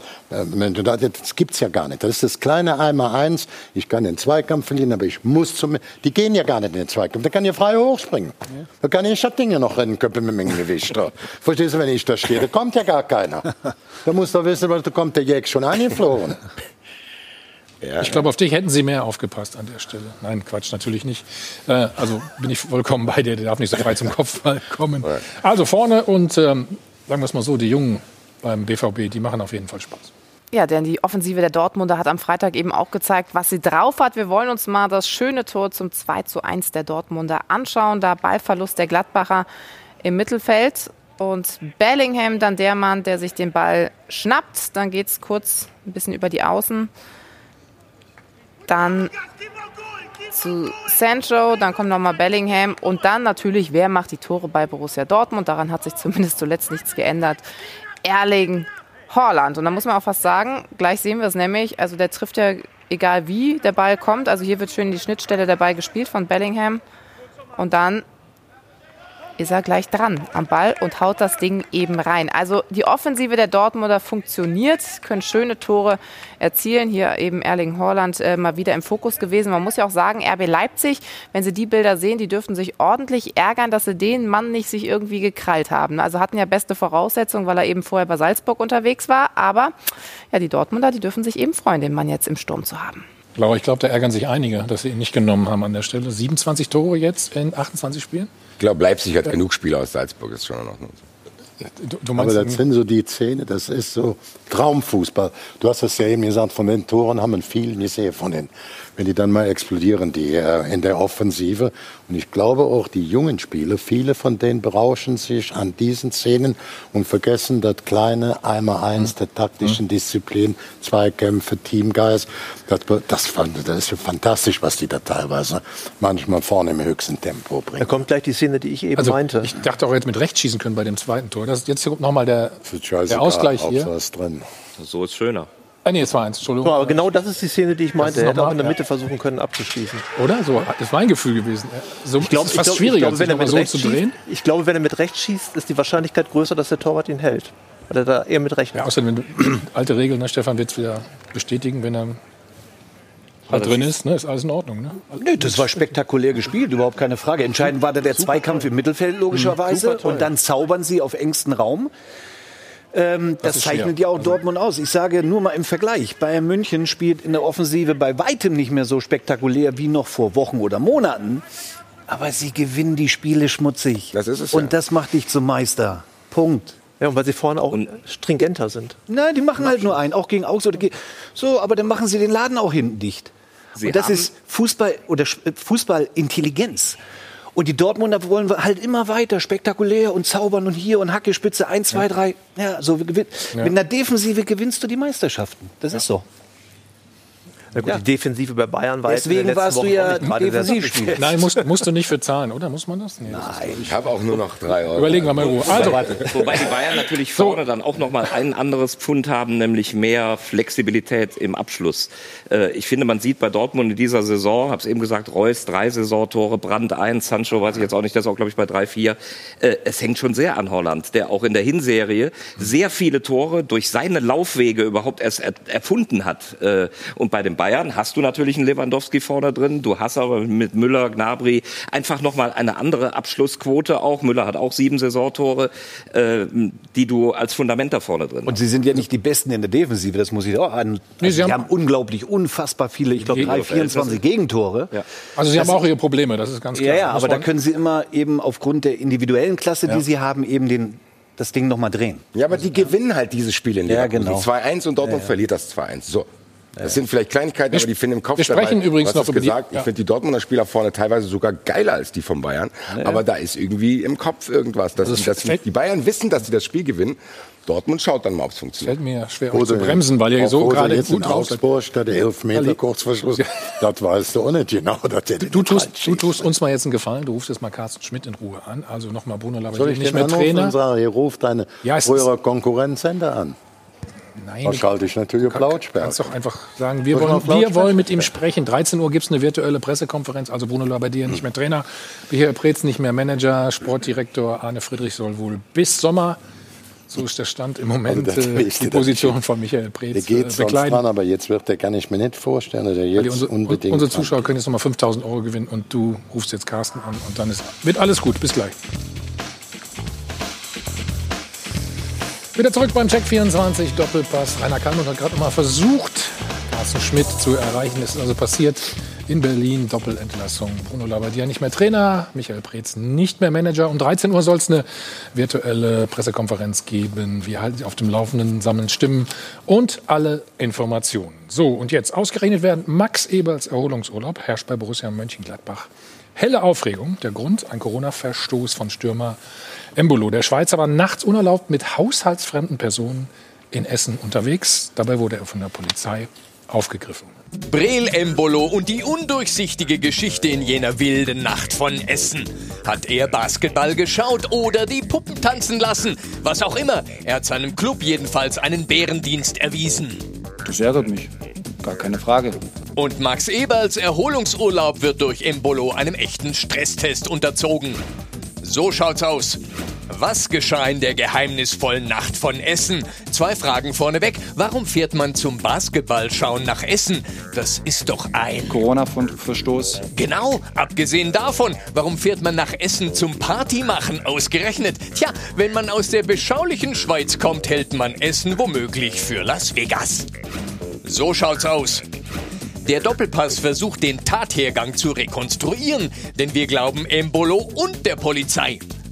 das gibt's ja gar nicht. Das ist das kleine Einmaleins. Ich kann den Zweikampf verlieren, aber ich muss zum. Die gehen ja gar nicht in den Zweikampf. Da kann ich frei hochspringen. Ja. Da kann ich das Ding ja noch rennen können mit meinem Gewicht. Verstehst du, wenn ich da stehe? Da kommt ja gar keiner. Da musst du wissen, da kommt der Jäger schon eingeflogen. Ja, ich glaube, auf dich hätten sie mehr aufgepasst an der Stelle. Nein, Quatsch, natürlich nicht. Äh, also bin ich vollkommen bei dir, der darf nicht so frei zum Kopfball kommen. Also vorne und, ähm, sagen wir es mal so, die Jungen beim B V B, die machen auf jeden Fall Spaß. Ja, denn die Offensive der Dortmunder hat am Freitag eben auch gezeigt, was sie drauf hat. Wir wollen uns mal das schöne Tor zum zwei zu eins der Dortmunder anschauen. Da Ballverlust der Gladbacher im Mittelfeld. Und Bellingham dann der Mann, der sich den Ball schnappt. Dann geht es kurz ein bisschen über die Außen. Dann zu Sancho, dann kommt nochmal Bellingham und dann natürlich, wer macht die Tore bei Borussia Dortmund? Daran hat sich zumindest zuletzt nichts geändert. Erling Haaland. Und da muss man auch fast sagen, gleich sehen wir es nämlich, also der trifft ja egal wie der Ball kommt. Also hier wird schön die Schnittstelle der Ball gespielt von Bellingham und dann ist er gleich dran am Ball und haut das Ding eben rein. Also die Offensive der Dortmunder funktioniert, können schöne Tore erzielen. Hier eben Erling Haaland äh, mal wieder im Fokus gewesen. Man muss ja auch sagen, R B Leipzig, wenn sie die Bilder sehen, die dürften sich ordentlich ärgern, dass sie den Mann nicht sich irgendwie gekrallt haben. Also hatten ja beste Voraussetzungen, weil er eben vorher bei Salzburg unterwegs war. Aber ja, die Dortmunder, die dürfen sich eben freuen, den Mann jetzt im Sturm zu haben. Laura, ich glaube, da ärgern sich einige, dass sie ihn nicht genommen haben an der Stelle. siebenundzwanzig Tore jetzt in achtundzwanzig Spielen? Ich glaube, Leipzig hat ja genug Spieler aus Salzburg, ist schon in Ordnung. Du, du meinst, aber das sind so die Szene, das ist so Traumfußball. Du hast es ja eben gesagt, von den Toren haben wir viel gesehen, von den, wenn die dann mal explodieren, die äh, in der Offensive. Und ich glaube auch, die jungen Spieler, viele von denen berauschen sich an diesen Szenen und vergessen das kleine Einmal-Eins mhm. der taktischen Disziplin, Zweikämpfe, Teamgeist. Das, das, das ist ja fantastisch, was die da teilweise manchmal vorne im höchsten Tempo bringen. Da kommt gleich die Szene, die ich eben also, meinte. Ich dachte auch jetzt mit rechts schießen können bei dem zweiten Tor. Das, jetzt kommt nochmal der, der Ausgleich hier. Drin. So ist schöner. Ah, nee, zwei eins, Entschuldigung. So, aber genau das ist die Szene, die ich meinte. Er hätte auch in der Mitte ja. versuchen können, abzuschließen. Oder? So, das ist mein Gefühl gewesen. So, ich glaube, es ist fast ich glaub, schwieriger, ich glaube, wenn er so mit zu schießt, drehen. Ich glaube, wenn er mit rechts schießt, ist die Wahrscheinlichkeit größer, dass der Torwart ihn hält. Weil er da eher mit rechts. Ja, außerdem, wenn alte Regel, ne, Stefan wird es wieder bestätigen, wenn er halt drin ist, ne, ist alles in Ordnung. Ne? Nö, das war spektakulär gespielt, überhaupt keine Frage. Entscheidend war da der super Zweikampf toll. Im Mittelfeld logischerweise. Und dann zaubern sie auf engstem Raum. Ähm, das, das zeichnet ja auch also Dortmund aus. Ich sage nur mal im Vergleich. Bayern München spielt in der Offensive bei weitem nicht mehr so spektakulär wie noch vor Wochen oder Monaten. Aber sie gewinnen die Spiele schmutzig. Das ist es Und ja. das macht dich zum Meister. Punkt. Ja, und weil sie vorne auch stringenter sind. Nein, die machen halt nur einen, auch gegen Augsburg. So, aber dann machen sie den Laden auch hinten dicht. Sie und das ist Fußball oder Fußballintelligenz. Und die Dortmunder wollen halt immer weiter spektakulär und zaubern und hier und Hacke, Spitze, eins, zwei, drei. Ja, so gewinn. Ja. Mit einer Defensive gewinnst du die Meisterschaften. Das ja. ist so. Ja, gut, ja. Die Defensive bei Bayern war Deswegen warst du ja defensiv. Nein, musst, musst du nicht für zahlen, oder? Muss man das? Nee, Nein, das ich habe auch nur noch drei Euro. Überlegen wir mal in Ruhe. Also. Wobei die Bayern natürlich vorne so. dann auch noch mal ein anderes Pfund haben, nämlich mehr Flexibilität im Abschluss. Äh, ich finde, man sieht bei Dortmund in dieser Saison, habe es eben gesagt, Reus drei Saisontore, Brandt eins, Sancho weiß ich jetzt auch nicht, das ist auch, glaube ich, bei drei, vier. Äh, es hängt schon sehr an Holland, der auch in der Hinserie sehr viele Tore durch seine Laufwege überhaupt erst er erfunden hat. Äh, und bei den Bayern hast du natürlich einen Lewandowski vorne drin. Du hast aber mit Müller, Gnabry einfach nochmal eine andere Abschlussquote auch. Müller hat auch sieben Saisontore, äh, die du als Fundament da vorne drin hast. Und sie sind ja nicht die Besten in der Defensive, das muss ich auch an. Also nee, sie haben, haben unglaublich, unfassbar viele, ich glaube drei, vierundzwanzig Gegentore. Ja. Also sie das haben auch ihre Probleme, das ist ganz klar. Ja, ja, aber da können sie immer eben aufgrund der individuellen Klasse, ja. die sie haben, eben den das Ding nochmal drehen. Ja, aber die gewinnen halt diese Spiele in Leverkusen. Ja, genau. zwei eins und Dortmund ja, ja. verliert das zwei eins. So. Das sind vielleicht Kleinigkeiten, wir aber die finden im Kopf. Wir sprechen dabei. übrigens du hast noch über gesagt. die, ja. Ich finde die Dortmunder Spieler vorne teilweise sogar geiler als die von Bayern. Ja. Aber da ist irgendwie im Kopf irgendwas. Dass, also dass die Bayern wissen, dass sie das Spiel gewinnen. Dortmund schaut dann mal, ob es funktioniert. Fällt mir schwer, euch zu bremsen, weil ihr so gerade jetzt gut in Augsburg, der Elfmeter kurz vor Schluss. Das weißt du auch nicht genau. Du tust, du tust uns mal jetzt einen Gefallen. Du rufst jetzt mal Carsten Schmidt in Ruhe an. Also nochmal Bruno Labbadia, nicht mehr Trainer. Sagen, ihr ruft deine ja, frühere Konkurrenzsender an. Nein, da schalte ich natürlich auf Lautsprecher. Du kannst doch einfach sagen, wir wollen, wir wollen mit ihm sprechen. dreizehn Uhr gibt es eine virtuelle Pressekonferenz. Also Bruno Labbadia nicht mehr Trainer, Michael Preetz nicht mehr Manager, Sportdirektor Arne Friedrich soll wohl bis Sommer, so ist der Stand im Moment, also äh, die Position von Michael Preetz der geht äh, bekleiden. Dran, aber jetzt wird der, kann ich mir nicht vorstellen, dass er jetzt unsere, unbedingt unsere Zuschauer können jetzt nochmal fünftausend Euro gewinnen und du rufst jetzt Carsten an und dann ist, wird alles gut. Bis gleich. Wieder zurück beim Check vierundzwanzig Doppelpass. Rainer Kallmund hat gerade noch mal versucht, Carsten Schmidt zu erreichen. Das ist also passiert in Berlin. Doppelentlassung. Bruno Labbadia nicht mehr Trainer, Michael Preetz nicht mehr Manager. Um dreizehn Uhr soll es eine virtuelle Pressekonferenz geben. Wir halten Sie auf dem Laufenden, sammeln Stimmen und alle Informationen. So, und jetzt ausgerechnet werden Max Eberls Erholungsurlaub herrscht bei Borussia Mönchengladbach. Helle Aufregung. Der Grund, ein Corona-Verstoß von Stürmer Embolo. Der Schweizer war nachts unerlaubt mit haushaltsfremden Personen in Essen unterwegs. Dabei wurde er von der Polizei aufgegriffen. Breel Embolo und die undurchsichtige Geschichte in jener wilden Nacht von Essen. Hat er Basketball geschaut oder die Puppen tanzen lassen? Was auch immer. Er hat seinem Club jedenfalls einen Bärendienst erwiesen. Das ärgert mich. Gar keine Frage. Und Max Eberls Erholungsurlaub wird durch Embolo einem echten Stresstest unterzogen. So schaut's aus. Was geschah in der geheimnisvollen Nacht von Essen? Zwei Fragen vorneweg. Warum fährt man zum Basketballschauen nach Essen? Das ist doch ein Corona-Verstoß. Genau, abgesehen davon, warum fährt man nach Essen zum Partymachen ausgerechnet? Tja, wenn man aus der beschaulichen Schweiz kommt, hält man Essen womöglich für Las Vegas. So schaut's aus. Der Doppelpass versucht, den Tathergang zu rekonstruieren, denn wir glauben Embolo und der Polizei.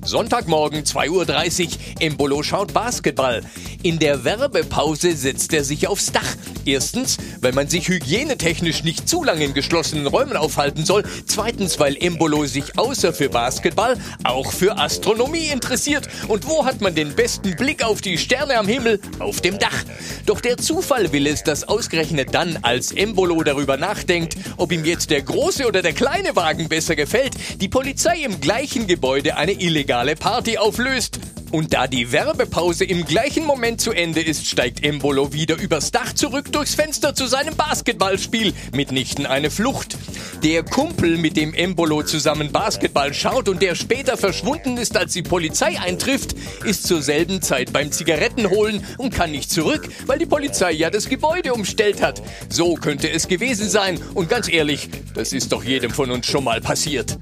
Sonntagmorgen zwei Uhr dreißig. Embolo schaut Basketball. In der Werbepause setzt er sich aufs Dach. Erstens, weil man sich hygienetechnisch nicht zu lange in geschlossenen Räumen aufhalten soll. Zweitens, weil Embolo sich außer für Basketball auch für Astronomie interessiert. Und wo hat man den besten Blick auf die Sterne am Himmel? Auf dem Dach. Doch der Zufall will es, dass ausgerechnet dann, als Embolo darüber nachdenkt, ob ihm jetzt der große oder der kleine Wagen besser gefällt, die Polizei im gleichen Gebäude eine illegale Party auflöst. Und da die Werbepause im gleichen Moment zu Ende ist, steigt Embolo wieder übers Dach zurück durchs Fenster zu seinem Basketballspiel. Mitnichten eine Flucht. Der Kumpel, mit dem Embolo zusammen Basketball schaut und der später verschwunden ist, als die Polizei eintrifft, ist zur selben Zeit beim Zigarettenholen und kann nicht zurück, weil die Polizei ja das Gebäude umstellt hat. So könnte es gewesen sein. Und ganz ehrlich, das ist doch jedem von uns schon mal passiert.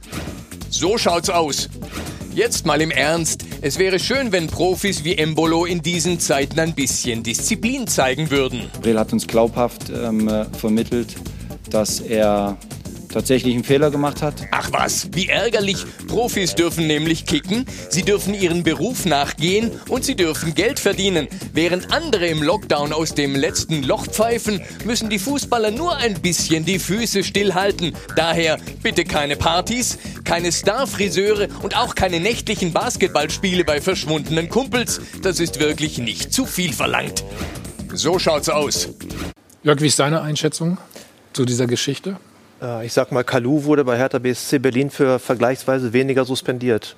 So schaut's aus. Jetzt mal im Ernst. Es wäre schön, wenn Profis wie Embolo in diesen Zeiten ein bisschen Disziplin zeigen würden. Brel hat uns glaubhaft ähm, vermittelt, dass er tatsächlich einen Fehler gemacht hat. Ach was, wie ärgerlich. Profis dürfen nämlich kicken, sie dürfen ihren Beruf nachgehen und sie dürfen Geld verdienen. Während andere im Lockdown aus dem letzten Loch pfeifen, müssen die Fußballer nur ein bisschen die Füße stillhalten. Daher bitte keine Partys, keine Starfriseure und auch keine nächtlichen Basketballspiele bei verschwundenen Kumpels. Das ist wirklich nicht zu viel verlangt. So schaut's aus. Jörg, wie ist deine Einschätzung zu dieser Geschichte? Ich sag mal, Kalou wurde bei Hertha B S C Berlin für vergleichsweise weniger suspendiert.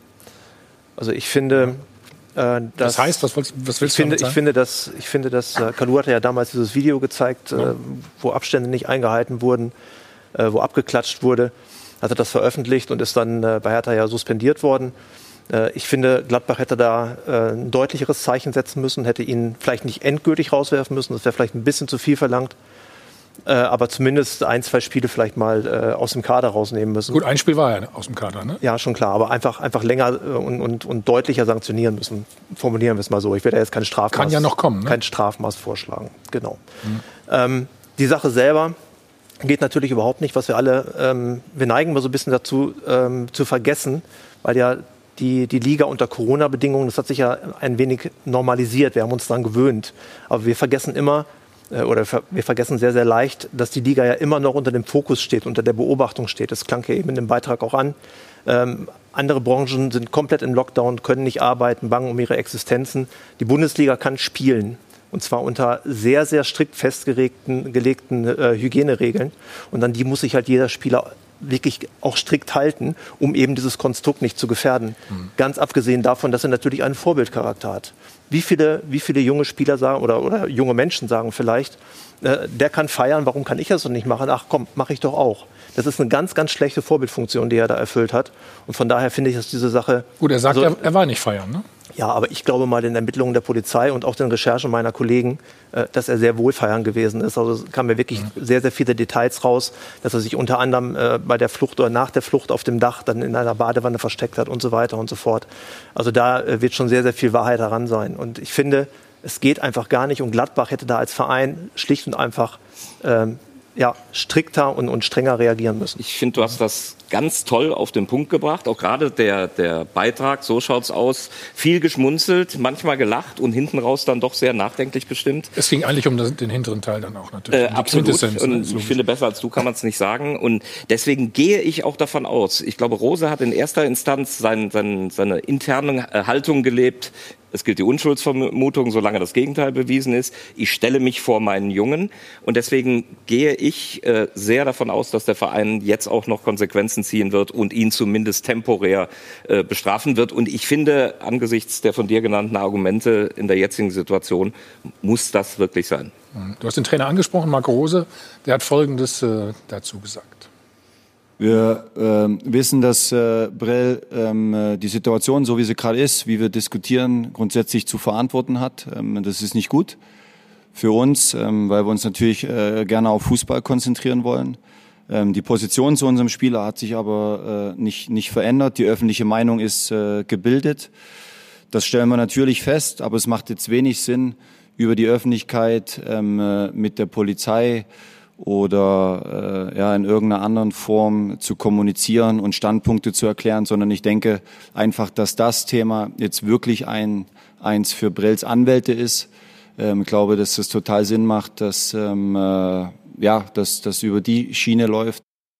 Also ich finde, äh, dass, das heißt, was, was willst ich du finde, damit sagen? Ich finde, dass, ich finde, dass äh, Kalou hatte ja damals dieses Video gezeigt, ja. äh, wo Abstände nicht eingehalten wurden, äh, wo abgeklatscht wurde. Hat er das veröffentlicht und ist dann äh, bei Hertha ja suspendiert worden. Äh, ich finde, Gladbach hätte da äh, ein deutlicheres Zeichen setzen müssen, hätte ihn vielleicht nicht endgültig rauswerfen müssen. Das wäre vielleicht ein bisschen zu viel verlangt. Äh, aber zumindest ein, zwei Spiele vielleicht mal äh, aus dem Kader rausnehmen müssen. Gut, ein Spiel war ja aus dem Kader, ne? Ja, schon klar. Aber einfach, einfach länger äh, und, und, und deutlicher sanktionieren müssen. Formulieren wir es mal so. Ich werde ja jetzt kein Strafmaß, Kann ja noch kommen, ne? kein Strafmaß vorschlagen. Genau. Mhm. Ähm, die Sache selber geht natürlich überhaupt nicht. Was wir alle, ähm, wir neigen mal so ein bisschen dazu, ähm, zu vergessen, weil ja die, die Liga unter Corona-Bedingungen, das hat sich ja ein wenig normalisiert. Wir haben uns daran gewöhnt. Aber wir vergessen immer, oder wir vergessen sehr, sehr leicht, dass die Liga ja immer noch unter dem Fokus steht, unter der Beobachtung steht. Das klang ja eben in dem Beitrag auch an. Ähm, andere Branchen sind komplett im Lockdown, können nicht arbeiten, bangen um ihre Existenzen. Die Bundesliga kann spielen. Und zwar unter sehr, sehr strikt festgelegten gelegten, äh, Hygieneregeln. Und an die muss sich halt jeder Spieler wirklich auch strikt halten, um eben dieses Konstrukt nicht zu gefährden. Mhm. Ganz abgesehen davon, dass er natürlich einen Vorbildcharakter hat. Wie viele, wie viele junge Spieler sagen oder, oder junge Menschen sagen vielleicht, äh, der kann feiern, warum kann ich das doch nicht machen? Ach komm, mache ich doch auch. Das ist eine ganz, ganz schlechte Vorbildfunktion, die er da erfüllt hat. Und von daher finde ich, dass diese Sache... Gut, er sagt, also, er, er war nicht feiern, ne? Ja, aber ich glaube mal den Ermittlungen der Polizei und auch den Recherchen meiner Kollegen, äh, dass er sehr wohl feiern gewesen ist. Also es kamen mir wirklich mhm. sehr, sehr viele Details raus, dass er sich unter anderem äh, bei der Flucht oder nach der Flucht auf dem Dach dann in einer Badewanne versteckt hat und so weiter und so fort. Also da äh, wird schon sehr, sehr viel Wahrheit daran sein. Und ich finde, es geht einfach gar nicht. Und Gladbach hätte da als Verein schlicht und einfach ähm, ja, strikter und, und strenger reagieren müssen. Ich finde, du hast das ganz toll auf den Punkt gebracht. Auch gerade der, der Beitrag, so schaut's aus, viel geschmunzelt, manchmal gelacht und hinten raus dann doch sehr nachdenklich bestimmt. Es ging eigentlich um das, den hinteren Teil dann auch natürlich. Äh, um absolut. Und ich finde, besser als du kann man es nicht sagen. Und deswegen gehe ich auch davon aus. Ich glaube, Rose hat in erster Instanz sein, sein, seine interne Haltung gelebt. Es gilt die Unschuldsvermutung, solange das Gegenteil bewiesen ist. Ich stelle mich vor meinen Jungen. Und deswegen gehe ich äh, sehr davon aus, dass der Verein jetzt auch noch Konsequenzen ziehen wird und ihn zumindest temporär äh, bestrafen wird. Und ich finde, angesichts der von dir genannten Argumente in der jetzigen Situation, muss das wirklich sein. Du hast den Trainer angesprochen, Marco Rose. Der hat Folgendes äh, dazu gesagt. Wir äh, wissen, dass äh, Brel ähm, die Situation, so wie sie gerade ist, wie wir diskutieren, grundsätzlich zu verantworten hat. Ähm, das ist nicht gut für uns, ähm, weil wir uns natürlich äh, gerne auf Fußball konzentrieren wollen. Ähm, die Position zu unserem Spieler hat sich aber äh, nicht, nicht verändert. Die öffentliche Meinung ist äh, gebildet. Das stellen wir natürlich fest, aber es macht jetzt wenig Sinn, über die Öffentlichkeit ähm, mit der Polizei oder äh, ja, in irgendeiner anderen Form zu kommunizieren und Standpunkte zu erklären, sondern ich denke einfach, dass das Thema jetzt wirklich ein eins für Brells Anwälte ist. Ähm, ich glaube, dass es total Sinn macht, dass ähm, äh, ja, dass das über die Schiene läuft.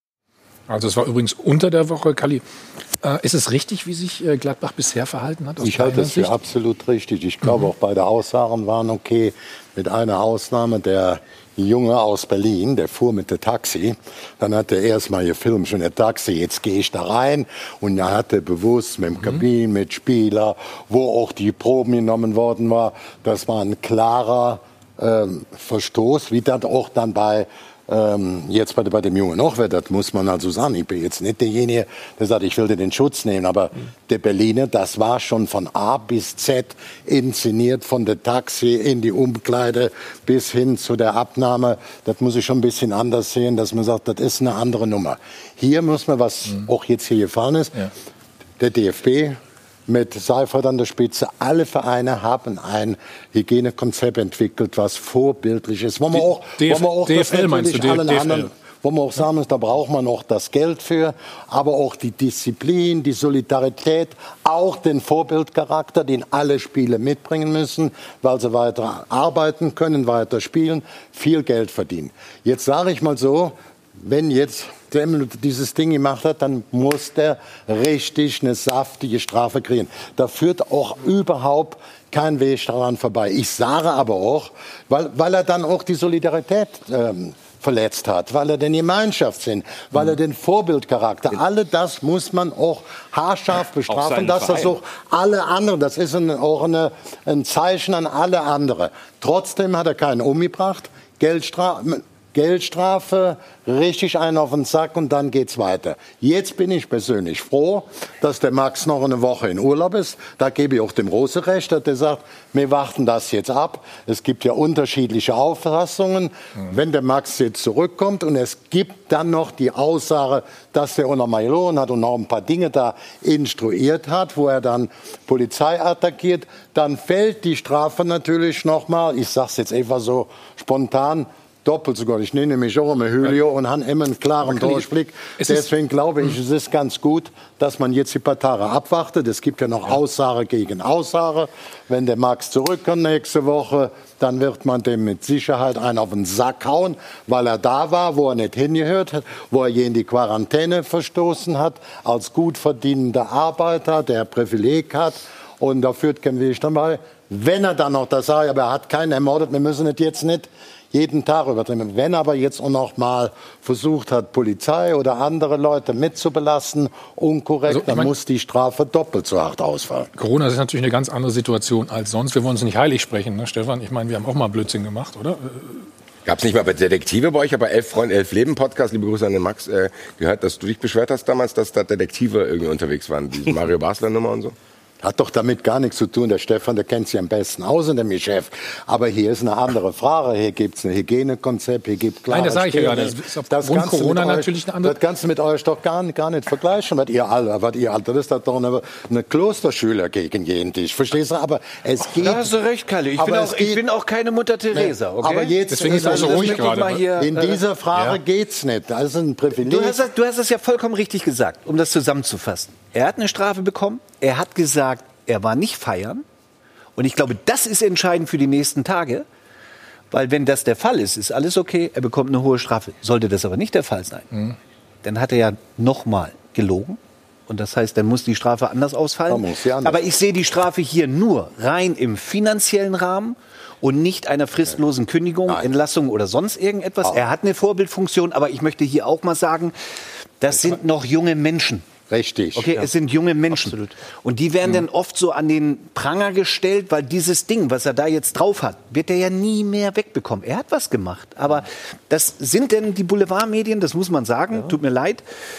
Also es war übrigens unter der Woche, Kalli. Äh, ist es richtig, wie sich äh, Gladbach bisher verhalten hat? Ich halte es für absolut richtig. Ich glaube, mhm. auch beide Aussagen waren okay, mit einer Ausnahme. Der Junge aus Berlin, der fuhr mit dem Taxi. Dann hat er erstmal gefilmt, schon der Taxi, jetzt gehe ich da rein. Und dann hat er bewusst mit dem Kabinen, mit Spieler, wo auch die Proben genommen worden war, das war ein klarer ähm, Verstoß, wie das auch dann bei Ähm, jetzt bei, bei dem Jungen noch wird, das muss man also sagen. Ich bin jetzt nicht derjenige, der sagt, ich will dir den Schutz nehmen, aber mhm. der Berliner, das war schon von A bis Z inszeniert, von der Taxi in die Umkleide bis hin zu der Abnahme. Das muss ich schon ein bisschen anders sehen, dass man sagt, das ist eine andere Nummer. Hier muss man, was mhm. auch jetzt hier gefallen ist, ja. der D F B mit Seifert an der Spitze, alle Vereine haben ein Hygienekonzept entwickelt, was vorbildlich ist. Wo man auch, D F, wo man auch D F L meinst du? allen D F L. anderen, wo man auch sagen muss, da braucht man auch das Geld für, aber auch die Disziplin, die Solidarität, auch den Vorbildcharakter, den alle Spieler mitbringen müssen, weil sie weiter arbeiten können, weiter spielen, viel Geld verdienen. Jetzt sage ich mal so, wenn jetzt der dieses Ding gemacht hat, dann muss der richtig eine saftige Strafe kriegen. Da führt auch überhaupt kein Weg daran vorbei. Ich sage aber auch, weil, weil er dann auch die Solidarität ähm, verletzt hat, weil er den Gemeinschaftssinn, weil er den Vorbildcharakter, alle das muss man auch haarscharf bestrafen, dass das auch alle anderen, das ist ein, auch eine, ein Zeichen an alle anderen. Trotzdem hat er keinen umgebracht, Geldstrafe, Geldstrafe, richtig einen auf den Sack und dann geht's weiter. Jetzt bin ich persönlich froh, dass der Max noch eine Woche in Urlaub ist. Da gebe ich auch dem Rose recht, dass der sagt, wir warten das jetzt ab. Es gibt ja unterschiedliche Auffassungen. Mhm. Wenn der Max jetzt zurückkommt und es gibt dann noch die Aussage, dass der unter Mailon hat und noch ein paar Dinge da instruiert hat, wo er dann Polizei attackiert, dann fällt die Strafe natürlich nochmal, ich sag's jetzt einfach so spontan, doppelt sogar. Ich nenne mich auch immer Julio und habe immer einen klaren Durchblick. Deswegen glaube ich, es ist ganz gut, dass man jetzt die paar Tage abwartet. Es gibt ja noch Aussage gegen Aussage. Wenn der Max zurückkommt nächste Woche, dann wird man dem mit Sicherheit einen auf den Sack hauen, weil er da war, wo er nicht hingehört hat, wo er je in die Quarantäne verstoßen hat, als gut verdienender Arbeiter, der Privileg hat. Und da führt kein Weg dabei. Wenn er dann noch das sagt, aber er hat keinen ermordet, wir müssen es jetzt nicht jeden Tag übertrieben. Wenn aber jetzt auch noch mal versucht hat, Polizei oder andere Leute mitzubelassen, unkorrekt, also, dann mein, muss die Strafe doppelt so hart ausfallen. Corona ist natürlich eine ganz andere Situation als sonst. Wir wollen uns nicht heilig sprechen, ne, Stefan? Ich meine, wir haben auch mal Blödsinn gemacht, oder? Gab es nicht mal bei Detektive bei euch, aber elf Freunde, elf Leben Podcast, liebe Grüße an den Max, äh, gehört, dass du dich beschwert hast damals, dass da Detektive irgendwie unterwegs waren, diese Mario Basler Nummer und so? Hat doch damit gar nichts zu tun. Der Stefan, der kennt sich am besten aus in dem Geschäft. Aber hier ist eine andere Frage. Hier gibt es ein Hygienekonzept, hier gibt klare Nein, das sage ich ja gerade. Das ist aufgrund Corona natürlich eine andere. Das kannst du mit euch doch gar, gar nicht vergleichen, was ihr alle, was ihr alle, das ist doch eine, eine Klosterschüler gegen jeden Tisch. Verstehst du? Aber es geht. Da hast du recht, Kalle. Ich, bin auch, ich bin auch keine Mutter Teresa. Okay? Aber jetzt, deswegen ist es so ruhig gerade. Hier, in dieser Frage ja. geht's nicht. Das ist ein Privileg. Du hast, du hast es ja vollkommen richtig gesagt, um das zusammenzufassen. Er hat eine Strafe bekommen. Er hat gesagt, er war nicht feiern. Und ich glaube, das ist entscheidend für die nächsten Tage. Weil wenn das der Fall ist, ist alles okay. Er bekommt eine hohe Strafe. Sollte das aber nicht der Fall sein, mhm. dann hat er ja nochmal gelogen. Und das heißt, dann muss die Strafe anders ausfallen. Muss ja anders. Aber ich sehe die Strafe hier nur rein im finanziellen Rahmen und nicht einer fristlosen Kündigung, Nein. Entlassung oder sonst irgendetwas. Oh. Er hat eine Vorbildfunktion. Aber ich möchte hier auch mal sagen, das sind noch junge Menschen. Richtig. Okay, ja. Es sind junge Menschen. Absolut. Und die werden mhm. dann oft so an den Pranger gestellt, weil dieses Ding, was er da jetzt drauf hat, wird er ja nie mehr wegbekommen. Er hat was gemacht. Aber das sind denn die Boulevardmedien, das muss man sagen, ja. tut mir leid.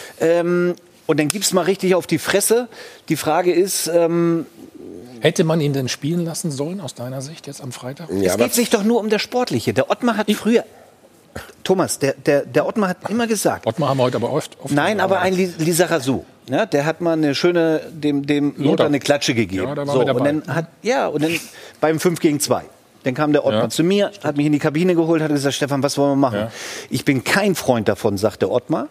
Ähm, und dann gibt's mal richtig auf die Fresse. Die Frage ist... Ähm, Hätte man ihn denn spielen lassen sollen, aus deiner Sicht, jetzt am Freitag? Ja, es geht sich doch nur um das Sportliche. Der Ottmar hat früher... Thomas, der, der, der Ottmar hat immer gesagt... Ottmar haben wir heute aber oft... oft Nein, aber ein Lizarazu. Ja, der hat mal eine schöne, dem, dem Lothar eine Klatsche gegeben. Ja, da so, und dann hat, ja, und dann beim fünf gegen zwei. Dann kam der Ottmar Ja. zu mir, hat mich in die Kabine geholt, hat gesagt, Stefan, was wollen wir machen? Ja. Ich bin kein Freund davon, sagte Ottmar,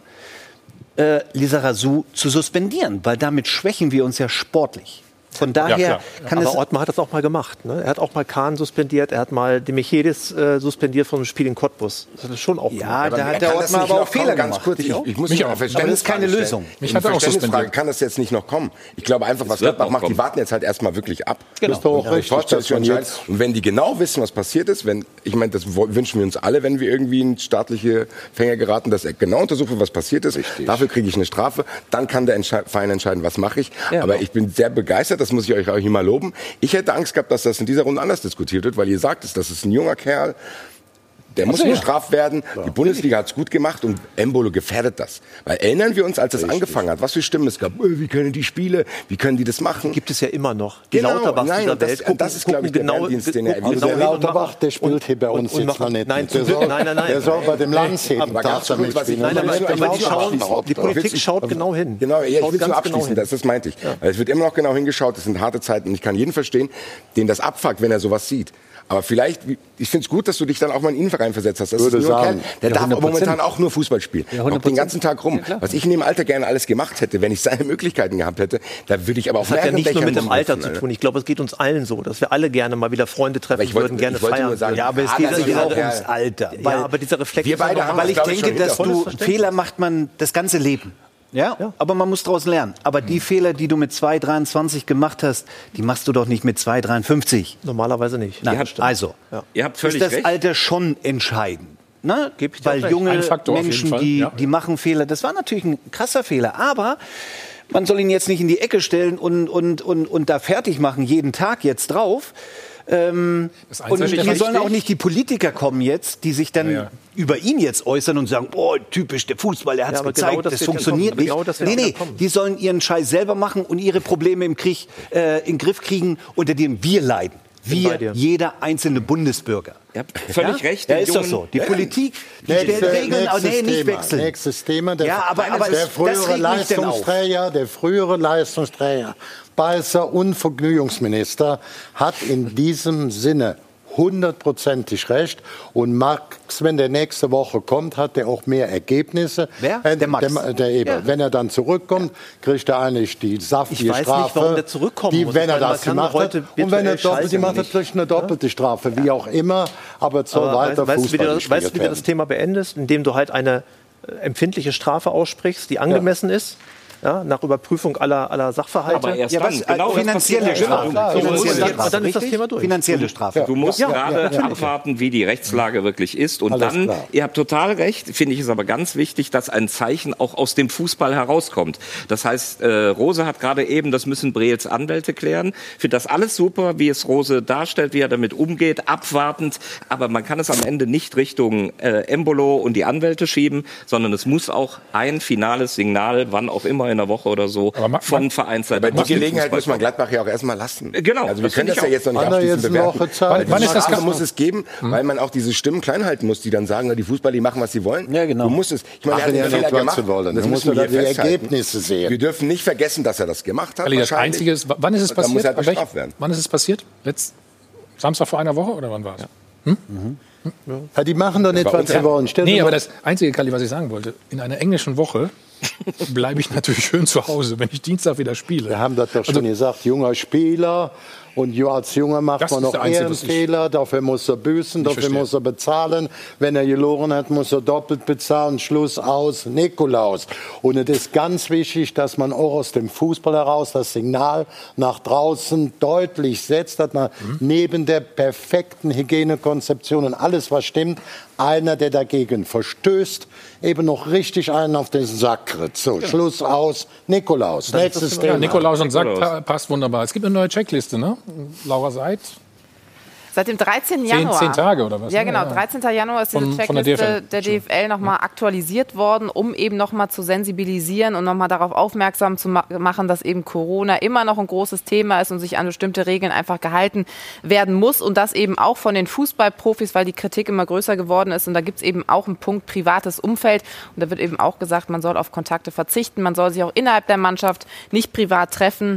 äh, Lizarazu zu suspendieren, weil damit schwächen wir uns ja sportlich. Von daher Ja, kann aber es... Ottmar hat das auch mal gemacht. Ne? Er hat auch mal Kahn suspendiert, er hat mal die Michelis äh, suspendiert von einem Spiel in Cottbus. Das hat er schon auch Ja, gemacht. da hat der Ottmar aber auch Fehler ganz gemacht. kurz. Ich, Ich auch. ich muss Mich noch auch. eine Aber das ist keine Verständnisfrage Lösung. stellen. Mich Eine hat er auch Verständnisfrage suspendiert. kann das jetzt nicht noch kommen. Ich glaube einfach, was wird Gladbach noch macht, die kommen. warten jetzt halt erstmal wirklich ab. Genau. Ist doch auch Ja, richtig, Torsten dass ist schon man entscheidend. jetzt- Und wenn die genau wissen, was passiert ist, wenn, ich meine, das wo- wünschen wir uns alle, wenn wir irgendwie in staatliche Fänge geraten, dass er genau untersucht wird, was passiert ist. Dafür kriege ich eine Strafe. Dann kann der Entsche- Verein entscheiden, was mache ich. Ja, Aber genau. ich bin sehr begeistert, das muss ich euch auch hier mal loben. Ich hätte Angst gehabt, dass das in dieser Runde anders diskutiert wird, weil ihr sagt es, das ist ein junger Kerl, der muss ja. bestraft werden. Die Bundesliga hat es gut gemacht und Embolo gefährdet das. Weil erinnern wir uns, als das angefangen hat, was für Stimmen es gab. Äh, Wie können die Spiele, wie können die das machen? Gibt es ja immer noch. Die Genau, Lauterbachs nein, dieser und das- Welt und das ist, glaube ich, der Geheimdienst, den er gucken erwiesen Also der genau hin und Lauterbach, machen- der spielt hier bei uns und jetzt machen- noch nicht. Nein, mit. zum Der Glück, soll, nein, nein, nein. Der soll bei dem Landsheben. Aber ganz kurz, was ich- Nein, aber, Ich will aber die, nur schauen, abschließen. die Politik schaut genau hin. Genau, ja, ich Schaut will zum ganz Abschließen, genau hin. das, das meinte ich. Weil es wird immer noch genau hingeschaut, es sind harte Zeiten und ich kann jeden verstehen, den das abfuckt, wenn er sowas sieht. Aber vielleicht, ich finde es gut, dass du dich dann auch mal in einen Innenverein versetzt hast. Das Würde ist nur ein sagen, Kerl, der ja, darf hundert Prozent. momentan auch nur Fußball spielen. Ja, auch hundert den Prozent. ganzen Tag rum. Was ich in dem Alter gerne alles gemacht hätte, wenn ich seine Möglichkeiten gehabt hätte, da würde ich aber auf Das hat ja mehreren nicht nur Dächern mit dem Alter rumsitzen, zu Alter. tun. Ich glaube, es geht uns allen so, dass wir alle gerne mal wieder Freunde treffen ich wollte- würden, gerne ich wollte feiern nur sagen, würden. Ja, aber es Ah, geht das ist ja auch dieser ums Kerl. Alter. Ja, Weil, aber dieser Reflex Wir ist ja beide noch- haben weil das, ich glaub ich, denke, schon dass hinter du uns. Fehler macht man das ganze Leben. Ja? Ja. Aber man muss daraus lernen. Aber die Fehler, die du mit zwei dreiundzwanzig gemacht hast, die machst du doch nicht mit zwei dreiundfünfzig. Normalerweise nicht. Nein, Ja, stimmt. also Ja. Ihr habt ist völlig das recht. Alter schon entscheidend. Ne? Geb ich dir Weil auch recht. junge Ein Faktor auf jeden Menschen, Fall, die, ja. die machen Fehler. Das war natürlich ein krasser Fehler. Aber man soll ihn jetzt nicht in die Ecke stellen und, und, und, und da fertig machen, jeden Tag jetzt drauf. Ähm, Das und Einzige, hier was sollen ich- auch nicht die Politiker kommen jetzt, die sich dann Ja, ja. über ihn jetzt äußern und sagen, oh, typisch, der Fußball, der hat es Ja, aber gezeigt, genau das das wird ja funktioniert kommen. nicht. Genau das wird nee, ja nee, kommen. die sollen ihren Scheiß selber machen und ihre Probleme im Krieg äh, in den Griff kriegen, unter dem wir leiden. Bin bei Wir, dir. jeder einzelne Bundesbürger. Ihr habt völlig ja? recht. Ja, den ist doch jungen- so. Die Politik, die Nächste- stellt Regeln, aber nee, nächstes nicht Thema, wechseln. Nächstes Thema. Der, Ja, aber- aber der das frühere regt mich denn auf. Leistungsträger, der frühere Leistungsträger, Beißer und Vergnügungsminister hat in diesem Sinne hundertprozentig recht. Und Max, wenn der nächste Woche kommt, hat er auch mehr Ergebnisse. Wer? Äh, Der Max. Der, der Eber. Ja. Wenn er dann zurückkommt, kriegt er eigentlich die saftige Ich weiß nicht, Strafe. warum der zurückkommen die, muss. wenn Ich er meine, man das kann gemacht hat. heute Und wenn er virtuell doppelt schalten, gemacht hat, nicht? kriegt er eine doppelte Strafe. Wie auch immer. Aber es soll Aber weiter weißt, weißt, du, wie Fußball du, gespielt weißt du, wie du das werden. Thema beendest? Indem du halt eine äh, empfindliche Strafe aussprichst, die angemessen ist, ja, nach Überprüfung aller, aller Sachverhalte. Aber erst Ja, dann, was, genau das finanzielle passiert. Strafe. Genau. So, Finanzielle und dann- Strafe, und dann ist das richtig? Thema durch. Finanzielle Strafe. Du musst Ja, gerade ja, ja. abwarten, wie die Rechtslage wirklich ist. Und Alles dann, klar. ihr habt total recht, finde ich es aber ganz wichtig, dass ein Zeichen auch aus dem Fußball herauskommt. Das heißt, äh, Rose hat gerade eben, das müssen Brehls Anwälte klären. Ich finde das alles super, wie es Rose darstellt, wie er damit umgeht, abwartend. Aber man kann es am Ende nicht Richtung äh, Embolo und die Anwälte schieben, sondern es muss auch ein finales Signal, wann auch immer in der Woche oder so, Aber ma- von ma- Vereinsseite. Aber die aus dem Gelegenheit Fußball muss man kommen. Gladbach ja auch erstmal lassen. Genau, Also wir das können finde das ich ja auch. jetzt noch nicht Hat er abschließend jetzt eine bewerten. Woche Zeit? Weil Wann ist das Strafe Gast- muss es geben, weil man auch diese Stimmen klein halten muss, die dann sagen, die Fußballer, die machen, was sie wollen. Ja, genau. Du musst es. Ich meine, Ach, er hat ja, den nicht, Fehler was gemacht. sie wollen. Das Du müssen musst wir ja hier die festhalten. Ergebnisse sehen. Wir dürfen nicht vergessen, dass er das gemacht hat. Ali, das wahrscheinlich. Einzige ist, wann ist es Und dann passiert? muss er halt An welch- bestraft werden. Wann ist es passiert? Letzt Samstag vor einer Woche oder wann war es? Ja, die machen doch nicht, Bei was uns sie ja. wollen. Stell dir Nee, mal- aber das Einzige, Kalli, was ich sagen wollte, in einer englischen Woche bleibe ich natürlich schön zu Hause, wenn ich Dienstag wieder spiele. Wir haben das doch schon Also- gesagt, junger Spieler. Und ju- als Junger macht Das man ist noch der eher Einzige, einen was ich Fehler. Dafür muss er büßen, nicht dafür verstehe. muss er bezahlen. Wenn er gelogen hat, muss er doppelt bezahlen. Schluss aus, Nikolaus. Und es ist ganz wichtig, dass man auch aus dem Fußball heraus das Signal nach draußen deutlich setzt, dass man Mhm. neben der perfekten Hygienekonzeption und alles, was stimmt, einer, der dagegen verstößt, eben noch richtig einen auf den Sack kriegt. So, Schluss aus, Nikolaus. Nächstes Ja, Thema. Nikolaus und Sack Nikolaus. pa- passt wunderbar. Es gibt eine neue Checkliste, ne? Laura Seid. Seit dem dreizehnten Zehn- Januar. zehn Tage oder was, Ja, ne? genau. Ja. dreizehnten Januar ist diese Von- von der D F Checkliste L. der D F L nochmal aktualisiert worden, um eben nochmal zu sensibilisieren und nochmal darauf aufmerksam zu ma machen, dass eben Corona immer noch ein großes Thema ist und sich an bestimmte Regeln einfach gehalten werden muss. Und das eben auch von den Fußballprofis, weil die Kritik immer größer geworden ist. Und da gibt es eben auch einen Punkt privates Umfeld. Und da wird eben auch gesagt, man soll auf Kontakte verzichten. Man soll sich auch innerhalb der Mannschaft nicht privat treffen.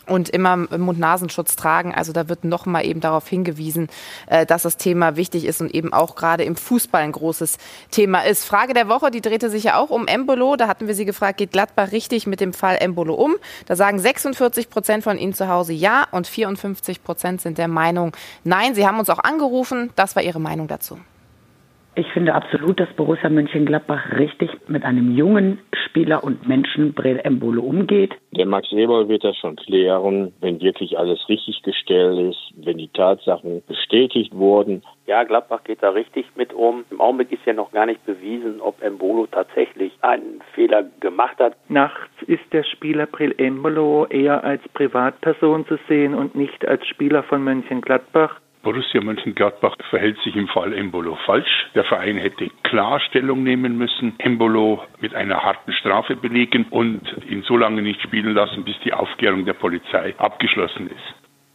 und immer Mund-Nasenschutz tragen. Also da wird nochmal eben darauf hingewiesen, dass das Thema wichtig ist und eben auch gerade im Fußball ein großes Thema ist. Frage der Woche, die drehte sich ja auch um Embolo. Da hatten wir Sie gefragt, geht Gladbach richtig mit dem Fall Embolo um? Da sagen sechsundvierzig Prozent von Ihnen zu Hause ja und vierundfünfzig Prozent sind der Meinung nein. Sie haben uns auch angerufen. Das war Ihre Meinung dazu. Ich finde absolut, dass Borussia Mönchengladbach richtig mit einem jungen Spieler und Menschen Breel Embolo umgeht. Der Max Eberl wird das schon klären, wenn wirklich alles richtig gestellt ist, wenn die Tatsachen bestätigt wurden. Ja, Gladbach geht da richtig mit um. Im Augenblick ist ja noch gar nicht bewiesen, ob Embolo tatsächlich einen Fehler gemacht hat. Nachts ist der Spieler Breel Embolo eher als Privatperson zu sehen und nicht als Spieler von Mönchengladbach. Borussia Mönchengladbach verhält sich im Fall Embolo falsch. Der Verein hätte klar Stellung nehmen müssen, Embolo mit einer harten Strafe belegen und ihn so lange nicht spielen lassen, bis die Aufklärung der Polizei abgeschlossen ist.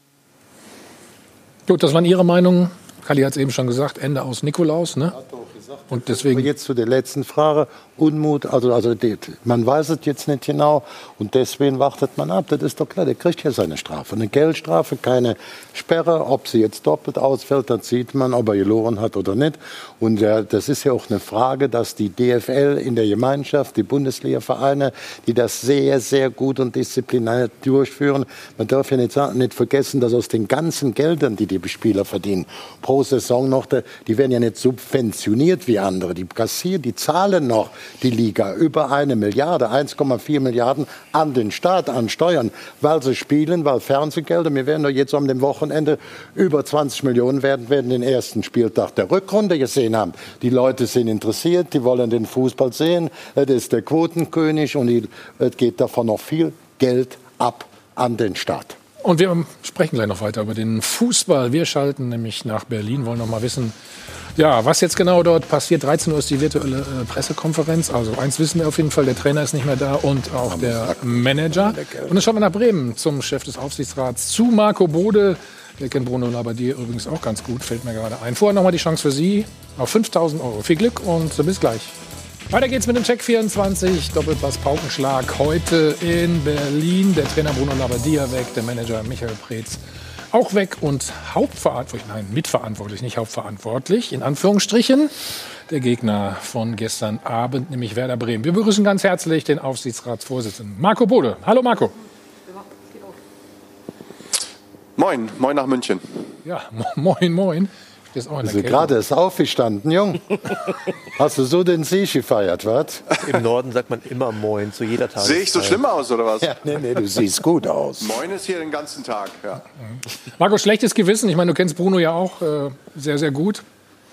Gut, das waren Ihre Meinungen. Kalli hat es eben schon gesagt, Ende aus Nikolaus, ne? Und deswegen Aber jetzt zu der letzten Frage, Unmut, also, also die, man weiß es jetzt nicht genau und deswegen wartet man ab, das ist doch klar, der kriegt ja seine Strafe, eine Geldstrafe, keine Sperre, ob sie jetzt doppelt ausfällt, dann sieht man, ob er geloren hat oder nicht und äh, das ist ja auch eine Frage, dass die D F L in der Gemeinschaft, die Bundesliga-Vereine, die das sehr, sehr gut und diszipliniert durchführen, man darf ja nicht, nicht vergessen, dass aus den ganzen Geldern, die die Spieler verdienen, pro Saison noch, die werden ja nicht subventioniert wie andere. Die kassieren, die zahlen noch die Liga über eine Milliarde, eins Komma vier Milliarden an den Staat, an Steuern, weil sie spielen, weil Fernsehgelder, wir werden doch jetzt am Wochenende über zwanzig Millionen werden, werden den ersten Spieltag der Rückrunde gesehen haben. Die Leute sind interessiert, die wollen den Fußball sehen, das ist der Quotenkönig und es geht davon noch viel Geld ab an den Staat. Und wir sprechen gleich noch weiter über den Fußball. Wir schalten nämlich nach Berlin, wollen noch mal wissen, ja, was jetzt genau dort passiert. dreizehn Uhr ist die virtuelle äh, Pressekonferenz. Also eins wissen wir auf jeden Fall, der Trainer ist nicht mehr da und auch der Manager. Und dann schauen wir nach Bremen zum Chef des Aufsichtsrats, zu Marco Bode. Der kennt Bruno Labbadia übrigens auch ganz gut, fällt mir gerade ein. Vorher noch mal die Chance für Sie auf fünftausend Euro. Viel Glück und bis gleich. Weiter geht's mit dem Check vierundzwanzig, Doppelpass Paukenschlag. Heute in Berlin. Der Trainer Bruno Labbadia weg, der Manager Michael Preetz auch weg und hauptverantwortlich, nein, mitverantwortlich, nicht hauptverantwortlich, in Anführungsstrichen, der Gegner von gestern Abend, nämlich Werder Bremen. Wir begrüßen ganz herzlich den Aufsichtsratsvorsitzenden Marco Bode. Hallo Marco. Moin, moin nach München. Ja, moin, moin. Ist also gerade ist aufgestanden, Jung. Hast du so den Sieg gefeiert, was? Im Norden sagt man immer Moin, zu jeder Tageszeit. Sehe ich so schlimm aus, oder was? Ja, nee, nee, du siehst gut aus. Moin ist hier den ganzen Tag, ja. Marco, schlechtes Gewissen. Ich meine, du kennst Bruno ja auch äh, sehr, sehr gut.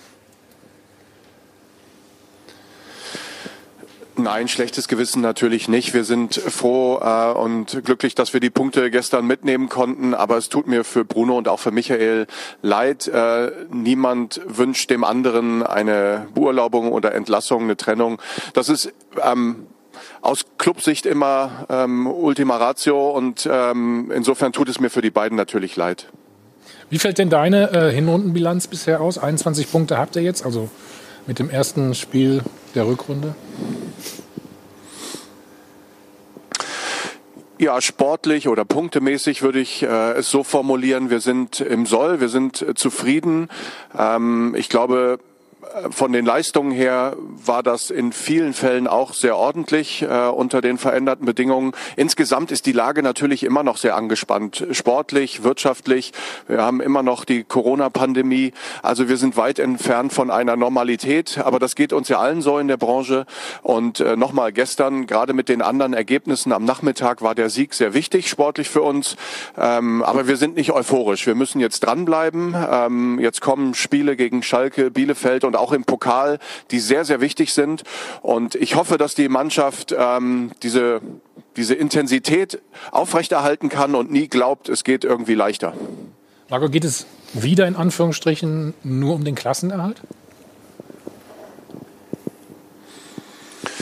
Nein, schlechtes Gewissen natürlich nicht. Wir sind froh äh, und glücklich, dass wir die Punkte gestern mitnehmen konnten. Aber es tut mir für Bruno und auch für Michael leid. Äh, niemand wünscht dem anderen eine Beurlaubung oder Entlassung, eine Trennung. Das ist ähm, aus Clubsicht immer ähm, Ultima Ratio und ähm, insofern tut es mir für die beiden natürlich leid. Wie fällt denn deine äh, Hinrundenbilanz bisher aus? einundzwanzig Punkte habt ihr jetzt, also mit dem ersten Spiel der Rückrunde? Ja, sportlich oder punktemäßig würde ich äh, es so formulieren, wir sind im Soll, wir sind äh, zufrieden. Ähm, ich glaube, von den Leistungen her war das in vielen Fällen auch sehr ordentlich äh, unter den veränderten Bedingungen. Insgesamt ist die Lage natürlich immer noch sehr angespannt, sportlich, wirtschaftlich. Wir haben immer noch die Corona-Pandemie. Also wir sind weit entfernt von einer Normalität. Aber das geht uns ja allen so in der Branche. Und äh, nochmal gestern, gerade mit den anderen Ergebnissen am Nachmittag, war der Sieg sehr wichtig sportlich für uns. Ähm, aber wir sind nicht euphorisch. Wir müssen jetzt dranbleiben. Ähm, jetzt kommen Spiele gegen Schalke, Bielefeld und auch im Pokal, die sehr, sehr wichtig sind. Und ich hoffe, dass die Mannschaft ähm, diese, diese Intensität aufrechterhalten kann und nie glaubt, es geht irgendwie leichter. Marco, geht es wieder in Anführungsstrichen nur um den Klassenerhalt?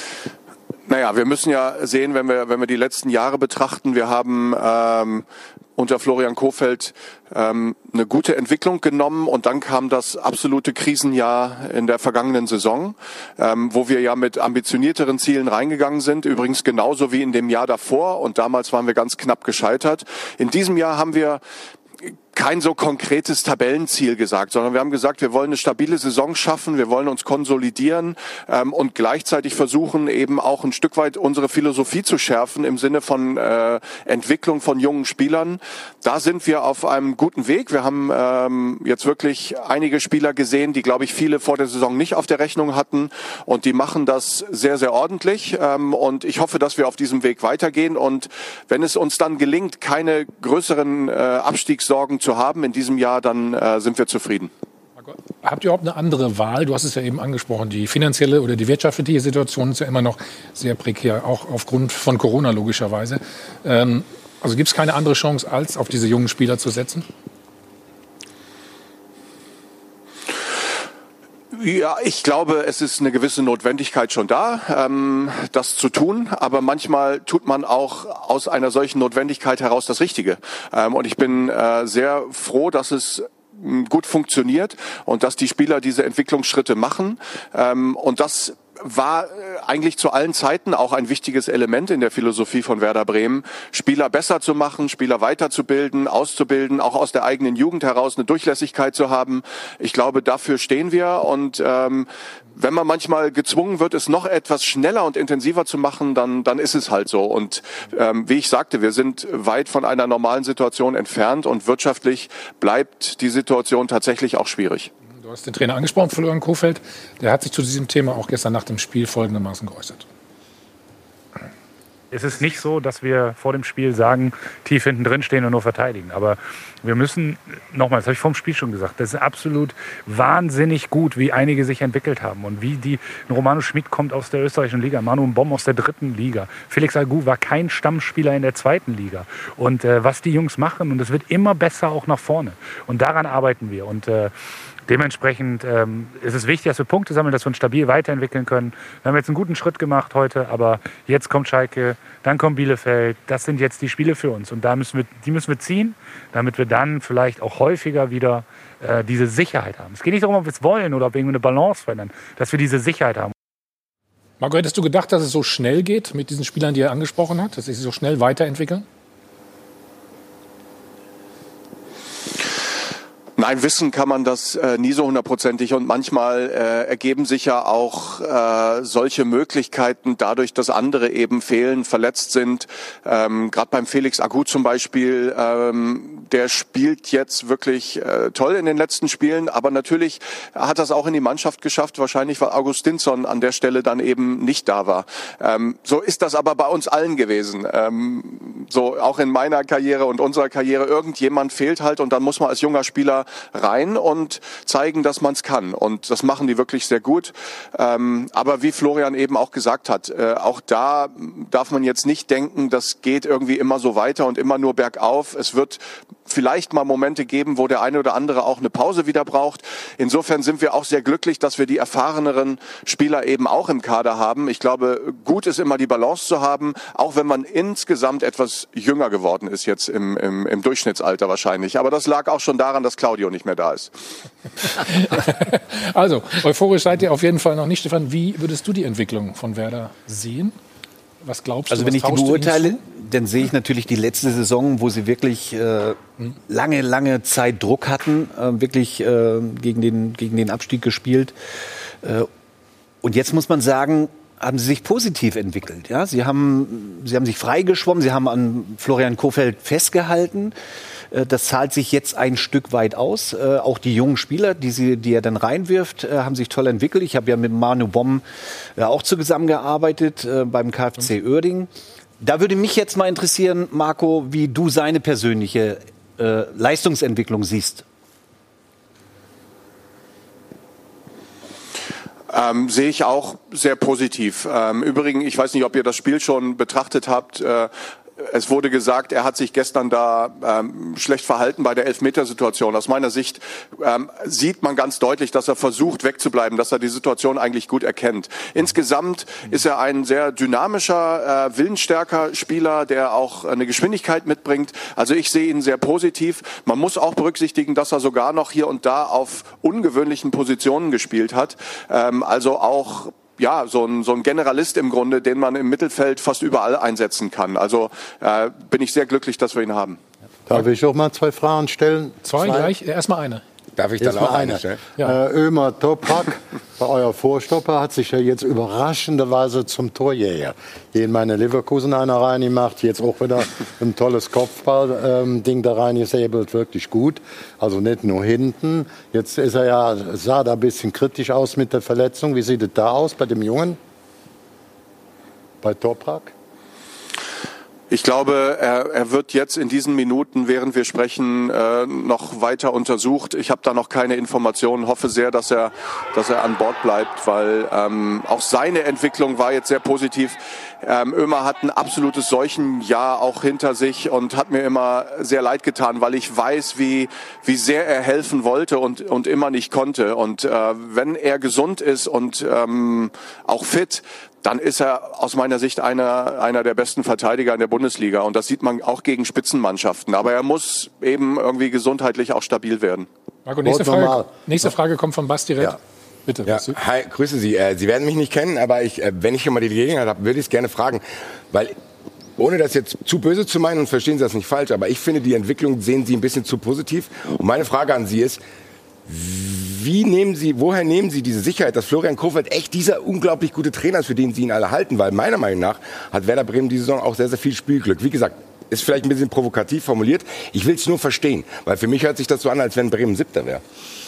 Naja, wir müssen ja sehen, wenn wir, wenn wir die letzten Jahre betrachten, wir haben ähm, unter Florian Kohfeldt ähm, eine gute Entwicklung genommen und dann kam das absolute Krisenjahr in der vergangenen Saison, ähm, wo wir ja mit ambitionierteren Zielen reingegangen sind, übrigens genauso wie in dem Jahr davor und damals waren wir ganz knapp gescheitert. In diesem Jahr haben wir kein so konkretes Tabellenziel gesagt, sondern wir haben gesagt, wir wollen eine stabile Saison schaffen, wir wollen uns konsolidieren ähm, und gleichzeitig versuchen, eben auch ein Stück weit unsere Philosophie zu schärfen im Sinne von äh, Entwicklung von jungen Spielern. Da sind wir auf einem guten Weg. Wir haben ähm, jetzt wirklich einige Spieler gesehen, die, glaube ich, viele vor der Saison nicht auf der Rechnung hatten und die machen das sehr, sehr ordentlich ähm, und ich hoffe, dass wir auf diesem Weg weitergehen und wenn es uns dann gelingt, keine größeren äh, Abstiegssorgen zu haben in diesem Jahr, dann äh, sind wir zufrieden. Habt ihr überhaupt eine andere Wahl? Du hast es ja eben angesprochen, die finanzielle oder die wirtschaftliche Situation ist ja immer noch sehr prekär, auch aufgrund von Corona logischerweise. Ähm, also gibt es keine andere Chance, als auf diese jungen Spieler zu setzen? Ja, ich glaube, es ist eine gewisse Notwendigkeit schon da, ähm, das zu tun. Aber manchmal tut man auch aus einer solchen Notwendigkeit heraus das Richtige. Ähm, und ich bin äh, sehr froh, dass es gut funktioniert und dass die Spieler diese Entwicklungsschritte machen. Ähm, und das war eigentlich zu allen Zeiten auch ein wichtiges Element in der Philosophie von Werder Bremen, Spieler besser zu machen, Spieler weiterzubilden, auszubilden, auch aus der eigenen Jugend heraus eine Durchlässigkeit zu haben. Ich glaube, dafür stehen wir und ähm, wenn man manchmal gezwungen wird, es noch etwas schneller und intensiver zu machen, dann, dann ist es halt so. Und ähm, wie ich sagte, wir sind weit von einer normalen Situation entfernt und wirtschaftlich bleibt die Situation tatsächlich auch schwierig. Du hast den Trainer angesprochen, Florian Kohfeldt. Der hat sich zu diesem Thema auch gestern nach dem Spiel folgendermaßen geäußert. Es ist nicht so, dass wir vor dem Spiel sagen, tief hinten drin stehen und nur verteidigen. Aber wir müssen, nochmal, das habe ich vor dem Spiel schon gesagt, das ist absolut wahnsinnig gut, wie einige sich entwickelt haben. Und wie die, Romano Schmid kommt aus der österreichischen Liga, Manu Mbom aus der dritten Liga. Felix Agu war kein Stammspieler in der zweiten Liga. Und äh, was die Jungs machen, und es wird immer besser auch nach vorne. Und daran arbeiten wir. Und äh, Dementsprechend ähm, ist es wichtig, dass wir Punkte sammeln, dass wir uns stabil weiterentwickeln können. Wir haben jetzt einen guten Schritt gemacht heute, aber jetzt kommt Schalke, dann kommt Bielefeld. Das sind jetzt die Spiele für uns und da müssen wir, die müssen wir ziehen, damit wir dann vielleicht auch häufiger wieder äh, diese Sicherheit haben. Es geht nicht darum, ob wir es wollen oder ob wir irgendwie eine Balance verändern, dass wir diese Sicherheit haben. Marco, hättest du gedacht, dass es so schnell geht mit diesen Spielern, die er angesprochen hat, dass sie sich so schnell weiterentwickeln? Nein, wissen kann man das äh, nie so hundertprozentig und manchmal äh, ergeben sich ja auch äh, solche Möglichkeiten dadurch, dass andere eben fehlen, verletzt sind. Ähm, Gerade beim Felix Agu zum Beispiel, ähm, der spielt jetzt wirklich äh, toll in den letzten Spielen, aber natürlich hat er es auch in die Mannschaft geschafft, wahrscheinlich weil Augustinsson an der Stelle dann eben nicht da war. Ähm, so ist das aber bei uns allen gewesen. Ähm, so auch in meiner Karriere und unserer Karriere, irgendjemand fehlt halt und dann muss man als junger Spieler rein und zeigen, dass man es kann. Und das machen die wirklich sehr gut. Ähm, aber wie Florian eben auch gesagt hat, äh, auch da darf man jetzt nicht denken, das geht irgendwie immer so weiter und immer nur bergauf. Es wird vielleicht mal Momente geben, wo der eine oder andere auch eine Pause wieder braucht. Insofern sind wir auch sehr glücklich, dass wir die erfahreneren Spieler eben auch im Kader haben. Ich glaube, gut ist immer die Balance zu haben, auch wenn man insgesamt etwas jünger geworden ist jetzt im, im, im Durchschnittsalter wahrscheinlich. Aber das lag auch schon daran, dass Claudio nicht mehr da ist. Also, euphorisch seid ihr auf jeden Fall noch nicht, Stefan. Wie würdest du die Entwicklung von Werder sehen? Was glaubst du? Also wenn ich die beurteile, dann sehe ich natürlich die letzte Saison, wo sie wirklich äh, lange, lange Zeit Druck hatten, äh, wirklich äh, gegen den, gegen den Abstieg gespielt. Äh, und jetzt muss man sagen, haben sie sich positiv entwickelt. Ja? Sie haben, sie haben sich freigeschwommen, sie haben an Florian Kohfeldt festgehalten. Das zahlt sich jetzt ein Stück weit aus. Äh, auch die jungen Spieler, die, sie, die er dann reinwirft, äh, haben sich toll entwickelt. Ich habe ja mit Manu Mbom äh, auch zusammengearbeitet äh, beim K F C Uerdingen. Da würde mich jetzt mal interessieren, Marco, wie du seine persönliche äh, Leistungsentwicklung siehst. Ähm, sehe ich auch sehr positiv. Ähm, Übrigens, ich weiß nicht, ob ihr das Spiel schon betrachtet habt, äh, es wurde gesagt, er hat sich gestern da ähm, schlecht verhalten bei der Elfmetersituation. Aus meiner Sicht ähm, sieht man ganz deutlich, dass er versucht wegzubleiben, dass er die Situation eigentlich gut erkennt. Insgesamt ist er ein sehr dynamischer, äh, willensstarker Spieler, der auch eine Geschwindigkeit mitbringt. Also ich sehe ihn sehr positiv. Man muss auch berücksichtigen, dass er sogar noch hier und da auf ungewöhnlichen Positionen gespielt hat. Ähm, also auch ja, so ein, so ein Generalist im Grunde, den man im Mittelfeld fast überall einsetzen kann. Also äh, bin ich sehr glücklich, dass wir ihn haben. Darf ich auch mal zwei Fragen stellen? Zwei, zwei? gleich? Erstmal eine. Darf ich dann Erstmal auch eine stellen? Ja. Äh, Ömer Toprak, euer Vorstopper, hat sich ja jetzt überraschenderweise zum Torjäger in meine Leverkusen einer reingemacht. Jetzt auch wieder ein tolles Kopfball-Ding da reingesäbelt, wirklich gut. Also nicht nur hinten. Jetzt ist er ja, sah da ein bisschen kritisch aus mit der Verletzung. Wie sieht es da aus bei dem Jungen? Bei Toprak? Ich glaube, er, er wird jetzt in diesen Minuten, während wir sprechen, äh, noch weiter untersucht. Ich habe da noch keine Informationen. Hoffe sehr, dass er, dass er an Bord bleibt, weil ähm, auch seine Entwicklung war jetzt sehr positiv. Ähm, Ömer hat ein absolutes Seuchenjahr auch hinter sich und hat mir immer sehr leid getan, weil ich weiß, wie wie sehr er helfen wollte und und immer nicht konnte. Und äh, wenn er gesund ist und ähm, auch fit, dann ist er aus meiner Sicht einer, einer der besten Verteidiger in der Bundesliga. Und das sieht man auch gegen Spitzenmannschaften. Aber er muss eben irgendwie gesundheitlich auch stabil werden. Marco, nächste Frage, nächste Frage kommt von Basti direkt. Ja. Bitte. Ja. Hi, grüße Sie. Äh, Sie werden mich nicht kennen, aber ich, äh, wenn ich schon mal die Gelegenheit habe, würde ich es gerne fragen. Weil, ohne das jetzt zu böse zu meinen, und verstehen Sie das nicht falsch, aber ich finde, die Entwicklung sehen Sie ein bisschen zu positiv. Und meine Frage an Sie ist, wie nehmen Sie, woher nehmen Sie diese Sicherheit, dass Florian Kohfeldt echt dieser unglaublich gute Trainer ist, für den Sie ihn alle halten? Weil meiner Meinung nach hat Werder Bremen diese Saison auch sehr, sehr viel Spielglück. Wie gesagt, ist vielleicht ein bisschen provokativ formuliert. Ich will es nur verstehen, weil für mich hört sich das so an, als wenn Bremen Siebter wäre.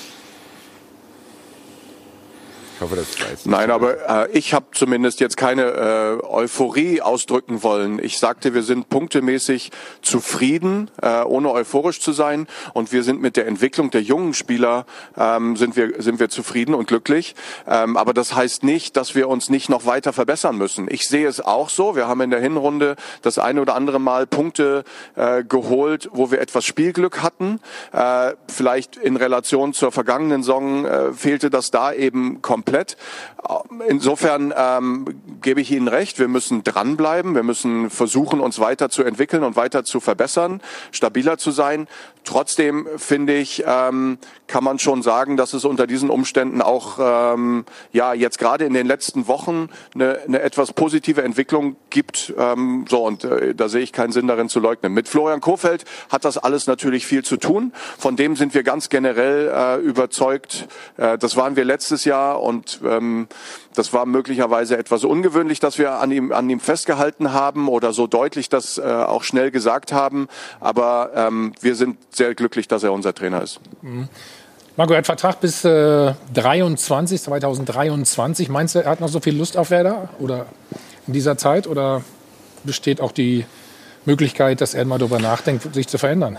Ich hoffe, das weiß. Nein, aber äh, ich habe zumindest jetzt keine äh, Euphorie ausdrücken wollen. Ich sagte, wir sind punktemäßig zufrieden, äh, ohne euphorisch zu sein. Und wir sind mit der Entwicklung der jungen Spieler ähm, sind wir sind wir zufrieden und glücklich. Ähm, aber das heißt nicht, dass wir uns nicht noch weiter verbessern müssen. Ich sehe es auch so. Wir haben in der Hinrunde das eine oder andere Mal Punkte äh, geholt, wo wir etwas Spielglück hatten. Äh, vielleicht in Relation zur vergangenen Saison äh, fehlte das da eben komplett. Insofern ähm, gebe ich Ihnen recht, wir müssen dranbleiben, wir müssen versuchen, uns weiter zu entwickeln und weiter zu verbessern, stabiler zu sein. Trotzdem, finde ich, ähm, kann man schon sagen, dass es unter diesen Umständen auch ähm, ja jetzt gerade in den letzten Wochen eine, eine etwas positive Entwicklung gibt. Ähm, so und äh, da sehe ich keinen Sinn darin zu leugnen. Mit Florian Kohfeldt hat das alles natürlich viel zu tun. Von dem sind wir ganz generell äh, überzeugt. Äh, das waren wir letztes Jahr und ähm, das war möglicherweise etwas ungewöhnlich, dass wir an ihm, an ihm festgehalten haben oder so deutlich das äh, auch schnell gesagt haben. Aber ähm, wir sind sehr glücklich, dass er unser Trainer ist. Mhm. Marco, er hat Vertrag bis äh, dreiundzwanzig, zweitausenddreiundzwanzig. Meinst du, er hat noch so viel Lust auf Werder oder in dieser Zeit? Oder besteht auch die Möglichkeit, dass er mal darüber nachdenkt, sich zu verändern?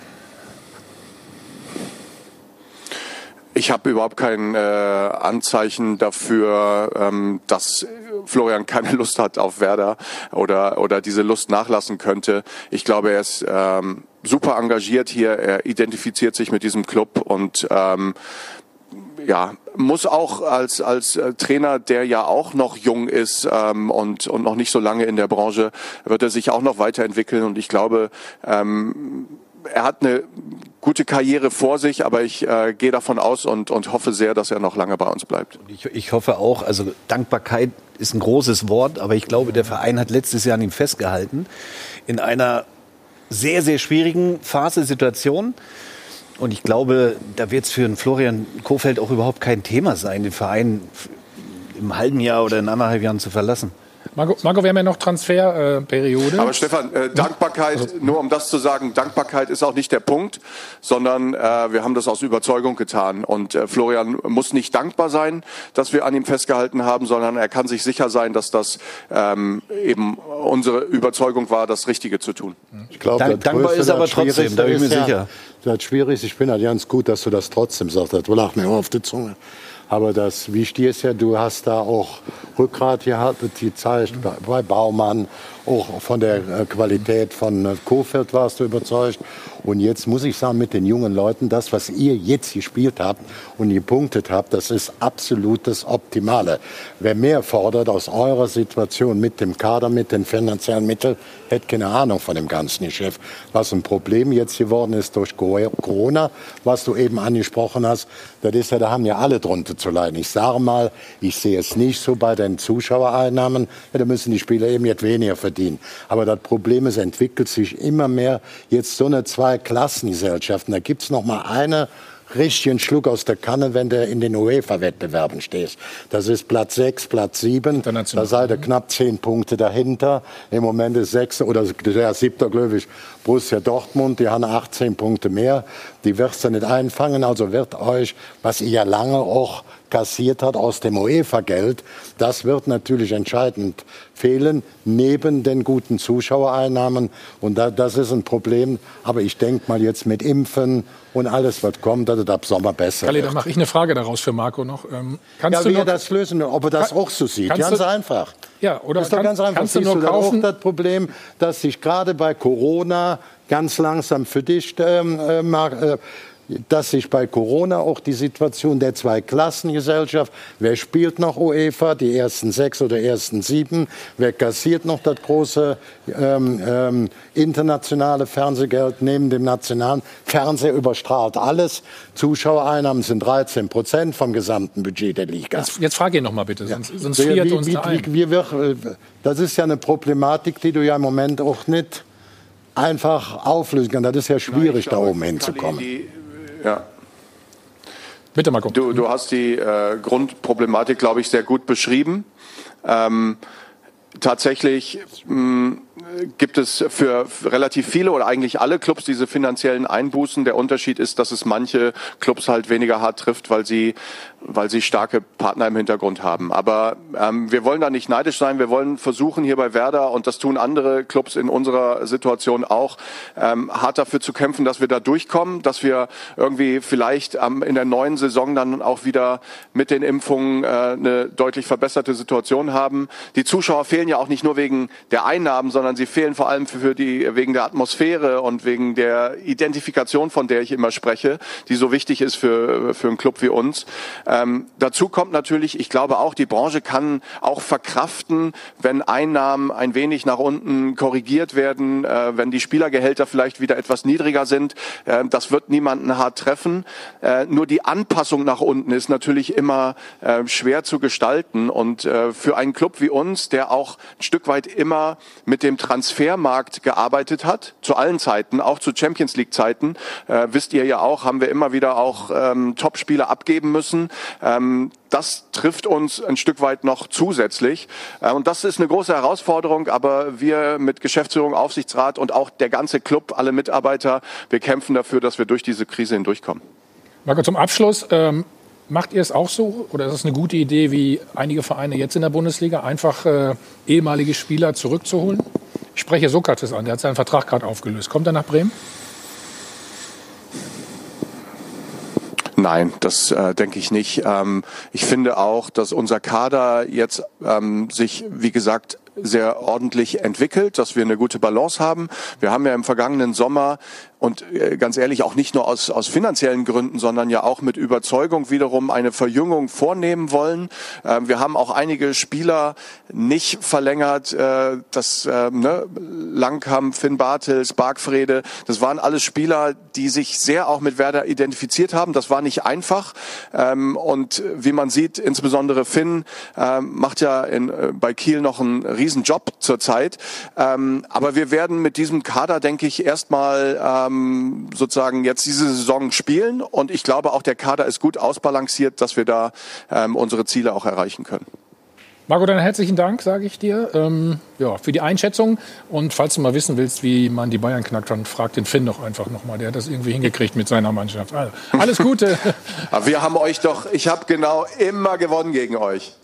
Ich habe überhaupt kein äh, Anzeichen dafür, ähm, dass Florian keine Lust hat auf Werder oder oder diese Lust nachlassen könnte. Ich glaube, er ist ähm, super engagiert hier. Er identifiziert sich mit diesem Club und ähm, ja, muss auch als als äh, Trainer, der ja auch noch jung ist ähm, und und noch nicht so lange in der Branche, wird er sich auch noch weiterentwickeln. Und ich glaube, ähm, er hat eine gute Karriere vor sich, aber ich äh, gehe davon aus und, und hoffe sehr, dass er noch lange bei uns bleibt. Ich, ich hoffe auch, also Dankbarkeit ist ein großes Wort, aber ich glaube, der Verein hat letztes Jahr an ihm festgehalten in einer sehr, sehr schwierigen Phase, Situation. Und ich glaube, da wird es für einen Florian Kohfeldt auch überhaupt kein Thema sein, den Verein im halben Jahr oder in anderthalb Jahren zu verlassen. Marco, Marco, wir haben ja noch Transferperiode. Äh, Aber Stefan, äh, Dankbarkeit, also, nur um das zu sagen, Dankbarkeit ist auch nicht der Punkt, sondern äh, wir haben das aus Überzeugung getan. Und äh, Florian muss nicht dankbar sein, dass wir an ihm festgehalten haben, sondern er kann sich sicher sein, dass das ähm, eben unsere Überzeugung war, das Richtige zu tun. Ich glaube, Dank, dankbar ist aber trotzdem, da bin ich mir sicher. Ja, das schwierig. Ich finde halt ganz gut, dass du das trotzdem sagst. Das lag mir auf die Zunge. Aber das, wie stehst ja, du hast da auch Rückgrat gehabt, die Zeit bei Baumann Auch von der äh, Qualität von äh, Kohfeldt warst du überzeugt. Und jetzt muss ich sagen, mit den jungen Leuten, das, was ihr jetzt gespielt habt und gepunktet habt, das ist absolut das Optimale. Wer mehr fordert aus eurer Situation mit dem Kader, mit den finanziellen Mitteln, hätte keine Ahnung von dem ganzen Geschäft. Was ein Problem jetzt geworden ist durch Corona, was du eben angesprochen hast, das ist ja, da haben ja alle drunter zu leiden. Ich sage mal, ich sehe es nicht so bei den Zuschauereinnahmen, ja, da müssen die Spieler eben jetzt weniger verdienen. Aber das Problem ist, entwickelt sich immer mehr jetzt so eine Zwei-Klassengesellschaft. Da gibt es noch mal eine richtigen Schluck aus der Kanne, wenn du in den UEFA-Wettbewerben stehst. Das ist Platz sechs, Platz sieben. Da seid ihr knapp zehn Punkte dahinter. Im Moment ist sechster oder der siebter, glaube ich, Borussia Dortmund. Die haben achtzehn Punkte mehr. Die wirst du nicht einfangen. Also wird euch, was ihr ja lange auch kassiert hat aus dem UEFA-Geld, das wird natürlich entscheidend fehlen, neben den guten Zuschauereinnahmen. Und da, das ist ein Problem. Aber ich denke mal jetzt mit Impfen und alles, was kommt, dass es ab Sommer besser Kalli, wird. da mache ich eine Frage daraus für Marco noch. Ähm, kannst ja, du wie noch, er das lösen, ob er das kann, auch so sieht. Ganz du, einfach. Ja, oder das ist doch kann, ganz einfach. Kannst du Siehst nur du kaufen? auch das Problem, dass sich gerade bei Corona ganz langsam für dich, ähm, äh, dass sich bei Corona auch die Situation der Zweiklassengesellschaft, wer spielt noch UEFA, die ersten sechs oder ersten sieben, wer kassiert noch das große ähm, ähm, internationale Fernsehgeld neben dem nationalen Fernseher, überstrahlt alles. Zuschauereinnahmen sind dreizehn Prozent vom gesamten Budget der Liga. Jetzt, jetzt frage ich noch mal bitte, sonst, sonst wie, friert wie, uns wie, da ein. Wie, wie, das ist ja eine Problematik, die du ja im Moment auch nicht einfach auflösen kannst. Das ist ja schwierig, da oben hinzukommen. Die, ja. Bitte, Marco. Du, du hast die äh, Grundproblematik, glaube ich, sehr gut beschrieben. Ähm, tatsächlich mh, gibt es für relativ viele oder eigentlich alle Clubs diese finanziellen Einbußen. Der Unterschied ist, dass es manche Clubs halt weniger hart trifft, weil sie, weil sie starke Partner im Hintergrund haben. Aber ähm, wir wollen da nicht neidisch sein. Wir wollen versuchen hier bei Werder, und das tun andere Clubs in unserer Situation auch, ähm, hart dafür zu kämpfen, dass wir da durchkommen, dass wir irgendwie vielleicht ähm, in der neuen Saison dann auch wieder mit den Impfungen äh, eine deutlich verbesserte Situation haben. Die Zuschauer fehlen ja auch nicht nur wegen der Einnahmen, sondern sie fehlen vor allem für die, wegen der Atmosphäre und wegen der Identifikation, von der ich immer spreche, die so wichtig ist für, für einen Club wie uns. Ähm, dazu kommt natürlich, ich glaube auch, die Branche kann auch verkraften, wenn Einnahmen ein wenig nach unten korrigiert werden, äh, wenn die Spielergehälter vielleicht wieder etwas niedriger sind. Äh, das wird niemanden hart treffen. Äh, nur die Anpassung nach unten ist natürlich immer äh, schwer zu gestalten. Und äh, für einen Club wie uns, der auch ein Stück weit immer mit dem Transfermarkt gearbeitet hat, zu allen Zeiten, auch zu Champions League Zeiten, äh, wisst ihr ja auch, haben wir immer wieder auch ähm, Top-Spieler abgeben müssen. Ähm, das trifft uns ein Stück weit noch zusätzlich. Äh, und das ist eine große Herausforderung, aber wir mit Geschäftsführung, Aufsichtsrat und auch der ganze Club, alle Mitarbeiter, wir kämpfen dafür, dass wir durch diese Krise hindurchkommen. Marco, zum Abschluss, ähm, macht ihr es auch so, oder ist es eine gute Idee, wie einige Vereine jetzt in der Bundesliga, einfach äh, ehemalige Spieler zurückzuholen? Ich spreche Sokrates an, der hat seinen Vertrag gerade aufgelöst. Kommt er nach Bremen? Nein, das äh, denke ich nicht. Ähm, ich finde auch, dass unser Kader jetzt ähm, sich, wie gesagt, sehr ordentlich entwickelt, dass wir eine gute Balance haben. Wir haben ja im vergangenen Sommer und äh, ganz ehrlich auch nicht nur aus, aus finanziellen Gründen, sondern ja auch mit Überzeugung wiederum eine Verjüngung vornehmen wollen. Ähm, wir haben auch einige Spieler nicht verlängert, äh, das äh, ne, Langkamp, Finn Bartels, Bargfrede, das waren alles Spieler, die sich sehr auch mit Werder identifiziert haben. Das war nicht einfach. Ähm, und wie man sieht, insbesondere Finn äh, macht ja in, äh, bei Kiel noch einen Riesenjob zurzeit. Ähm, aber wir werden mit diesem Kader, denke ich, erstmal ähm, sozusagen jetzt diese Saison spielen. Und ich glaube auch, der Kader ist gut ausbalanciert, dass wir da ähm, unsere Ziele auch erreichen können. Marco, dann herzlichen Dank, sage ich dir, ähm, ja, für die Einschätzung. Und falls du mal wissen willst, wie man die Bayern knackt, dann frag den Finn doch einfach nochmal. Der hat das irgendwie hingekriegt mit seiner Mannschaft. Also, alles Gute. Aber wir haben euch doch, ich habe genau immer gewonnen gegen euch.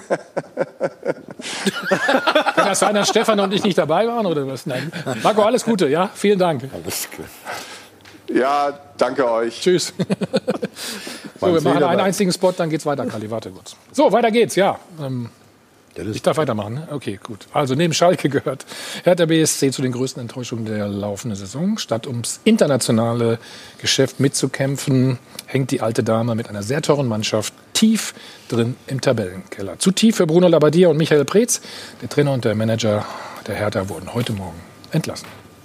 Kann das sein, dass Stefan und ich nicht dabei waren oder was? Nein. Marco, alles Gute, ja? Vielen Dank. Alles gut. Ja, danke euch. Tschüss. So, wir machen einen einzigen Spot, dann geht's weiter, Kalli. Warte kurz. So, weiter geht's, ja. Ähm, Ich darf weitermachen, ne? Okay, gut. Also neben Schalke gehört Hertha B S C zu den größten Enttäuschungen der laufenden Saison. Statt ums internationale Geschäft mitzukämpfen, hängt die alte Dame mit einer sehr teuren Mannschaft tief drin im Tabellenkeller. Zu tief für Bruno Labbadia und Michael Preetz. Der Trainer und der Manager der Hertha wurden heute Morgen entlassen.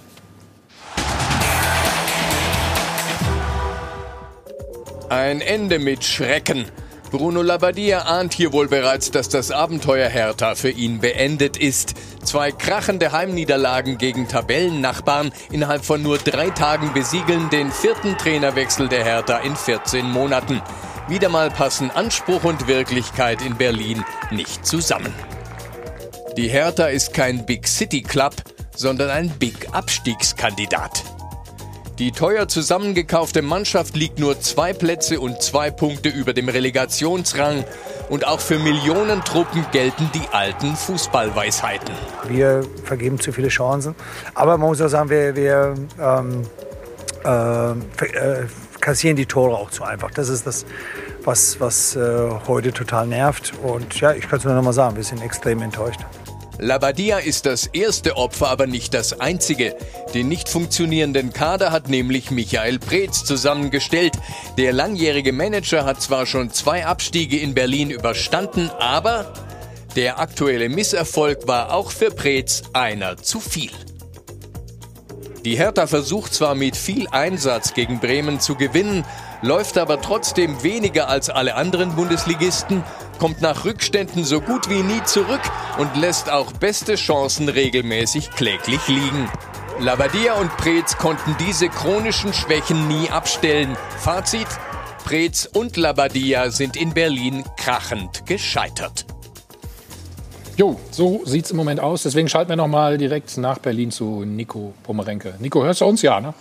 Ein Ende mit Schrecken. Bruno Labbadia ahnt hier wohl bereits, dass das Abenteuer Hertha für ihn beendet ist. Zwei krachende Heimniederlagen gegen Tabellennachbarn innerhalb von nur drei Tagen besiegeln den vierten Trainerwechsel der Hertha in vierzehn Monaten. Wieder mal passen Anspruch und Wirklichkeit in Berlin nicht zusammen. Die Hertha ist kein Big City Club, sondern ein Big Abstiegskandidat. Die teuer zusammengekaufte Mannschaft liegt nur zwei Plätze und zwei Punkte über dem Relegationsrang. Und auch für Millionentruppen gelten die alten Fußballweisheiten. Wir vergeben zu viele Chancen. Aber man muss auch sagen, wir, wir ähm, äh, äh, kassieren die Tore auch zu einfach. Das ist das, was, was äh, heute total nervt. Und ja, ich kann es nur noch mal sagen, wir sind extrem enttäuscht. Labbadia ist das erste Opfer, aber nicht das einzige. Den nicht funktionierenden Kader hat nämlich Michael Preetz zusammengestellt. Der langjährige Manager hat zwar schon zwei Abstiege in Berlin überstanden, aber der aktuelle Misserfolg war auch für Preetz einer zu viel. Die Hertha versucht zwar mit viel Einsatz gegen Bremen zu gewinnen, läuft aber trotzdem weniger als alle anderen Bundesligisten, kommt nach Rückständen so gut wie nie zurück und lässt auch beste Chancen regelmäßig kläglich liegen. Labbadia und Preetz konnten diese chronischen Schwächen nie abstellen. Fazit: Preetz und Labbadia sind in Berlin krachend gescheitert. Jo, so sieht's im Moment aus. Deswegen schalten wir noch mal direkt nach Berlin zu Nico Pomerenke. Nico, hörst du uns? Ja, ne?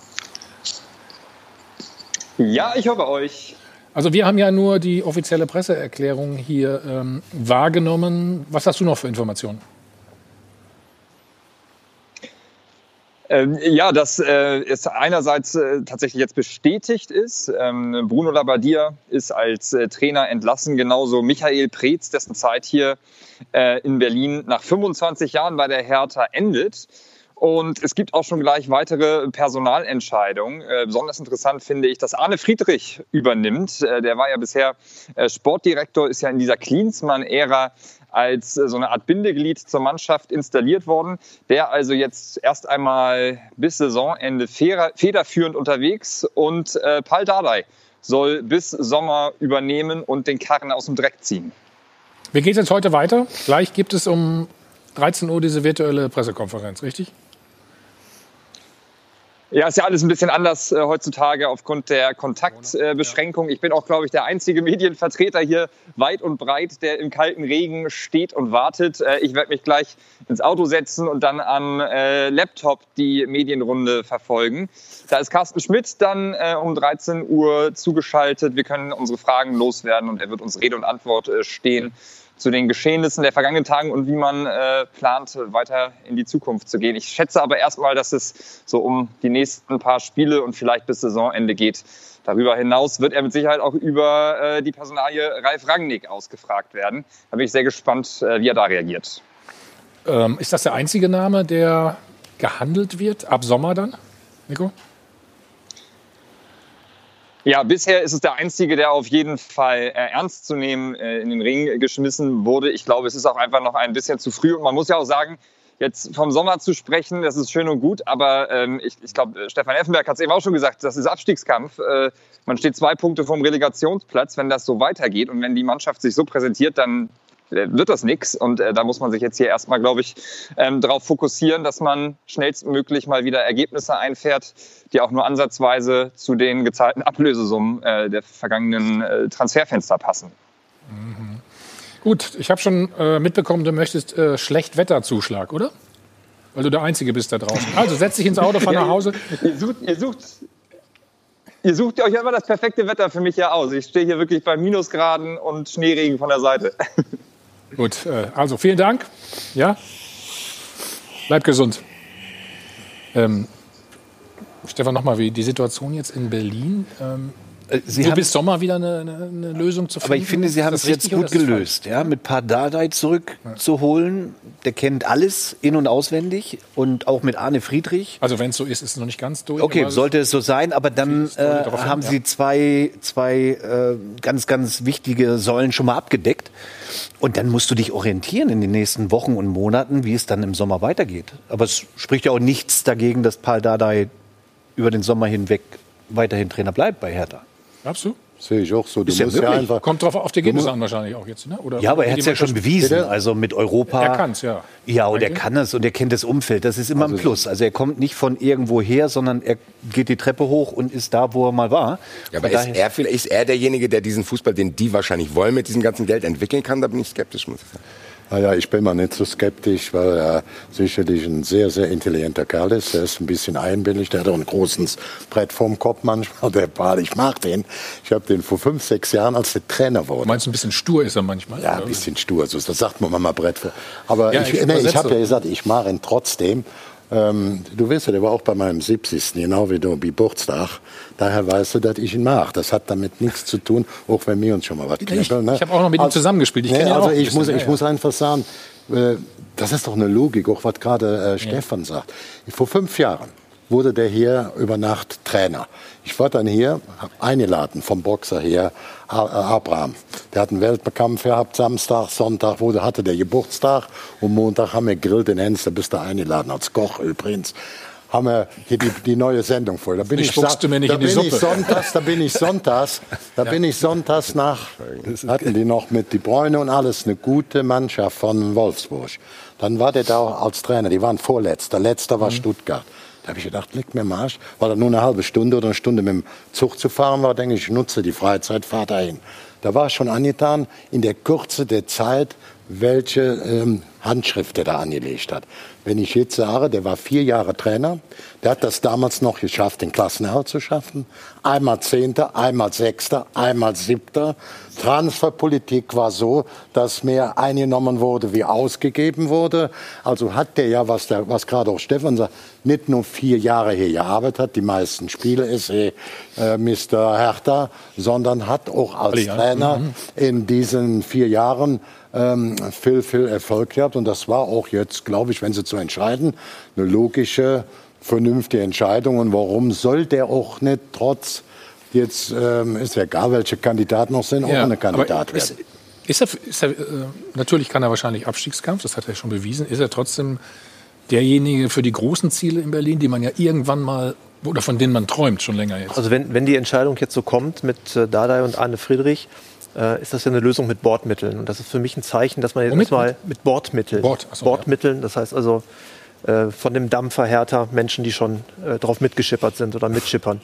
Ja, ich höre euch. Also wir haben ja nur die offizielle Presseerklärung hier ähm, wahrgenommen. Was hast du noch für Informationen? Ähm, ja, dass äh, es einerseits äh, tatsächlich jetzt bestätigt ist. Ähm, Bruno Labbadia ist als äh, Trainer entlassen, genauso Michael Preetz, dessen Zeit hier äh, in Berlin nach fünfundzwanzig Jahren bei der Hertha endet. Und es gibt auch schon gleich weitere Personalentscheidungen. Äh, besonders interessant finde ich, dass Arne Friedrich übernimmt. Äh, der war ja bisher äh, Sportdirektor, ist ja in dieser Klinsmann-Ära als äh, so eine Art Bindeglied zur Mannschaft installiert worden. Der also jetzt erst einmal bis Saisonende federführend unterwegs. Und äh, Pal Dardai soll bis Sommer übernehmen und den Karren aus dem Dreck ziehen. Wie geht es jetzt heute weiter? Gleich gibt es um dreizehn Uhr diese virtuelle Pressekonferenz, richtig? Ja, ist ja alles ein bisschen anders äh, heutzutage aufgrund der Kontaktbeschränkung. Äh, ich bin auch, glaube ich, der einzige Medienvertreter hier weit und breit, der im kalten Regen steht und wartet. Äh, ich werde mich gleich ins Auto setzen und dann am äh, Laptop die Medienrunde verfolgen. Da ist Carsten Schmidt dann äh, um dreizehn Uhr zugeschaltet. Wir können unsere Fragen loswerden und er wird uns Rede und Antwort äh, stehen zu den Geschehnissen der vergangenen Tage und wie man äh, plant, weiter in die Zukunft zu gehen. Ich schätze aber erstmal, dass es so um die nächsten paar Spiele und vielleicht bis Saisonende geht. Darüber hinaus wird er mit Sicherheit auch über äh, die Personalie Ralf Rangnick ausgefragt werden. Da bin ich sehr gespannt, äh, wie er da reagiert. Ähm, ist das der einzige Name, der gehandelt wird, ab Sommer dann, Nico? Ja, bisher ist es der einzige, der auf jeden Fall äh, ernst zu nehmen äh, in den Ring geschmissen wurde. Ich glaube, es ist auch einfach noch ein bisschen zu früh. Und man muss ja auch sagen, jetzt vom Sommer zu sprechen, das ist schön und gut. Aber ähm, ich, ich glaube, Stefan Effenberg hat es eben auch schon gesagt, das ist Abstiegskampf. Äh, man steht zwei Punkte vom Relegationsplatz, wenn das so weitergeht. Und wenn die Mannschaft sich so präsentiert, dann wird das nichts. Und äh, da muss man sich jetzt hier erstmal, glaube ich, ähm, darauf fokussieren, dass man schnellstmöglich mal wieder Ergebnisse einfährt, die auch nur ansatzweise zu den gezahlten Ablösesummen äh, der vergangenen äh, Transferfenster passen. Mhm. Gut, ich habe schon äh, mitbekommen, du möchtest äh, Schlechtwetterzuschlag, oder? Weil du der Einzige bist da draußen. Also setz dich ins Auto, fahr nach Hause. Ihr sucht, ihr sucht Ihr sucht euch immer das perfekte Wetter für mich ja aus. Ich stehe hier wirklich bei Minusgraden und Schneeregen von der Seite. Gut, also vielen Dank. Ja, bleibt gesund. Ähm, Stefan, nochmal, wie die Situation jetzt in Berlin. Ähm, Sie Nur bis Sommer wieder eine, eine, eine Lösung zu finden. Aber ich finde, Sie haben es jetzt gut gelöst, ja, mit Pardadei zurückzuholen. Der kennt alles in- und auswendig und auch mit Arne Friedrich. Also wenn es so ist, ist es noch nicht ganz durch. Okay, sollte es so sein, aber dann äh, haben hin, Sie ja. zwei, zwei äh, ganz, ganz wichtige Säulen schon mal abgedeckt. Und dann musst du dich orientieren in den nächsten Wochen und Monaten, wie es dann im Sommer weitergeht. Aber es spricht ja auch nichts dagegen, dass Pardadei über den Sommer hinweg weiterhin Trainer bleibt bei Hertha. Absolut. Sehe ich auch so. Du ist ja musst ja einfach Kommt drauf auf die Ergebnisse an wahrscheinlich auch jetzt. Ne? Oder ja, aber er hat es ja schon bewiesen. Also mit Europa. Er kann es, ja. Ja, und er kann es und er kennt das Umfeld. Das ist immer also ein Plus. Also er kommt nicht von irgendwo her, sondern er geht die Treppe hoch und ist da, wo er mal war. Ja, aber ist er, ist er derjenige, der diesen Fußball, den die wahrscheinlich wollen, mit diesem ganzen Geld entwickeln kann? Da bin ich skeptisch, muss ich sagen. Naja, ich bin mal nicht so skeptisch, weil er sicherlich ein sehr, sehr intelligenter Kerl ist. Er ist ein bisschen einbildig, der hat auch ein großes Brett vorm Kopf manchmal. Der Ball, ich mag den. Ich habe den vor fünf, sechs Jahren, als der Trainer wurde. Meinst du, ein bisschen stur ist er manchmal? Ja, ein bisschen stur. So, das sagt man mal Brett vor. Aber ja, ich, ich, nee, ich habe ja gesagt, ich mag ihn trotzdem. Ähm, du weißt ja, der war auch bei meinem siebzigsten genau wie du, Geburtstag. Daher weißt du, dass ich ihn mag. Das hat damit nichts zu tun, auch wenn wir uns schon mal was knüppeln. Ne? Ich habe auch noch mit ihm also, zusammengespielt. Ich nee, ihn also auch ich, bisschen, muss, ja, ich ja. muss einfach sagen, äh, das ist doch eine Logik, auch was gerade äh, Stefan ja. sagt. Vor fünf Jahren wurde der hier über Nacht Trainer. Ich war dann hier, habe eingeladen vom Boxer her, Abraham. Der hat einen Weltkampf gehabt, Samstag, Sonntag wurde, hatte der Geburtstag und Montag haben wir gegrillt in Enns, da bist du eingeladen als Koch übrigens. Haben wir hier die, die neue Sendung vor. Da bin ich, ich, du mir nicht da in die bin Suppe. ich sonntags, da bin ich sonntags, da ja. bin ich sonntags nach, hatten die noch mit die Bräune und alles, eine gute Mannschaft von Wolfsburg. Dann war der da als Trainer, die waren Vorletzter, letzter war mhm. Stuttgart. Da habe ich gedacht, leg mir am Arsch, weil da nur eine halbe Stunde oder eine Stunde mit dem Zug zu fahren war, denke ich, ich nutze die Freizeit, fahr dahin. Da war schon angetan, in der Kürze der Zeit, welche ähm, Handschrift er da angelegt hat. Wenn ich jetzt sage, der war vier Jahre Trainer, der hat das damals noch geschafft, den Klassenerhalt zu schaffen. Einmal Zehnter, einmal Sechster, einmal Siebter. Transferpolitik war so, dass mehr eingenommen wurde, wie ausgegeben wurde. Also hat der ja, was, der, was gerade auch Stefan sagt, nicht nur vier Jahre hier gearbeitet hat, die meisten Spiele ist eh äh, Mister Hertha, sondern hat auch als ja. Trainer mhm. in diesen vier Jahren ähm, viel, viel Erfolg gehabt. Und das war auch jetzt, glaube ich, wenn Sie zu entscheiden, eine logische, vernünftige Entscheidung. Und warum soll der auch nicht trotz, jetzt ähm, ist ja egal, welche Kandidaten noch sind, ja, auch eine Kandidat werden? Ist, ist er, ist er, äh, natürlich kann er wahrscheinlich Abstiegskampf, das hat er schon bewiesen. Ist er trotzdem derjenige für die großen Ziele in Berlin, die man ja irgendwann mal, oder von denen man träumt, schon länger jetzt? Also wenn, wenn die Entscheidung jetzt so kommt mit äh, Dardai und Arne Friedrich, äh, ist das ja eine Lösung mit Bordmitteln. Und das ist für mich ein Zeichen, dass man jetzt Womit? mal mit Bordmitteln, Bord, achso, Bordmitteln, das heißt also äh, von dem Dampfer Hertha Menschen, die schon äh, drauf mitgeschippert sind oder mitschippern.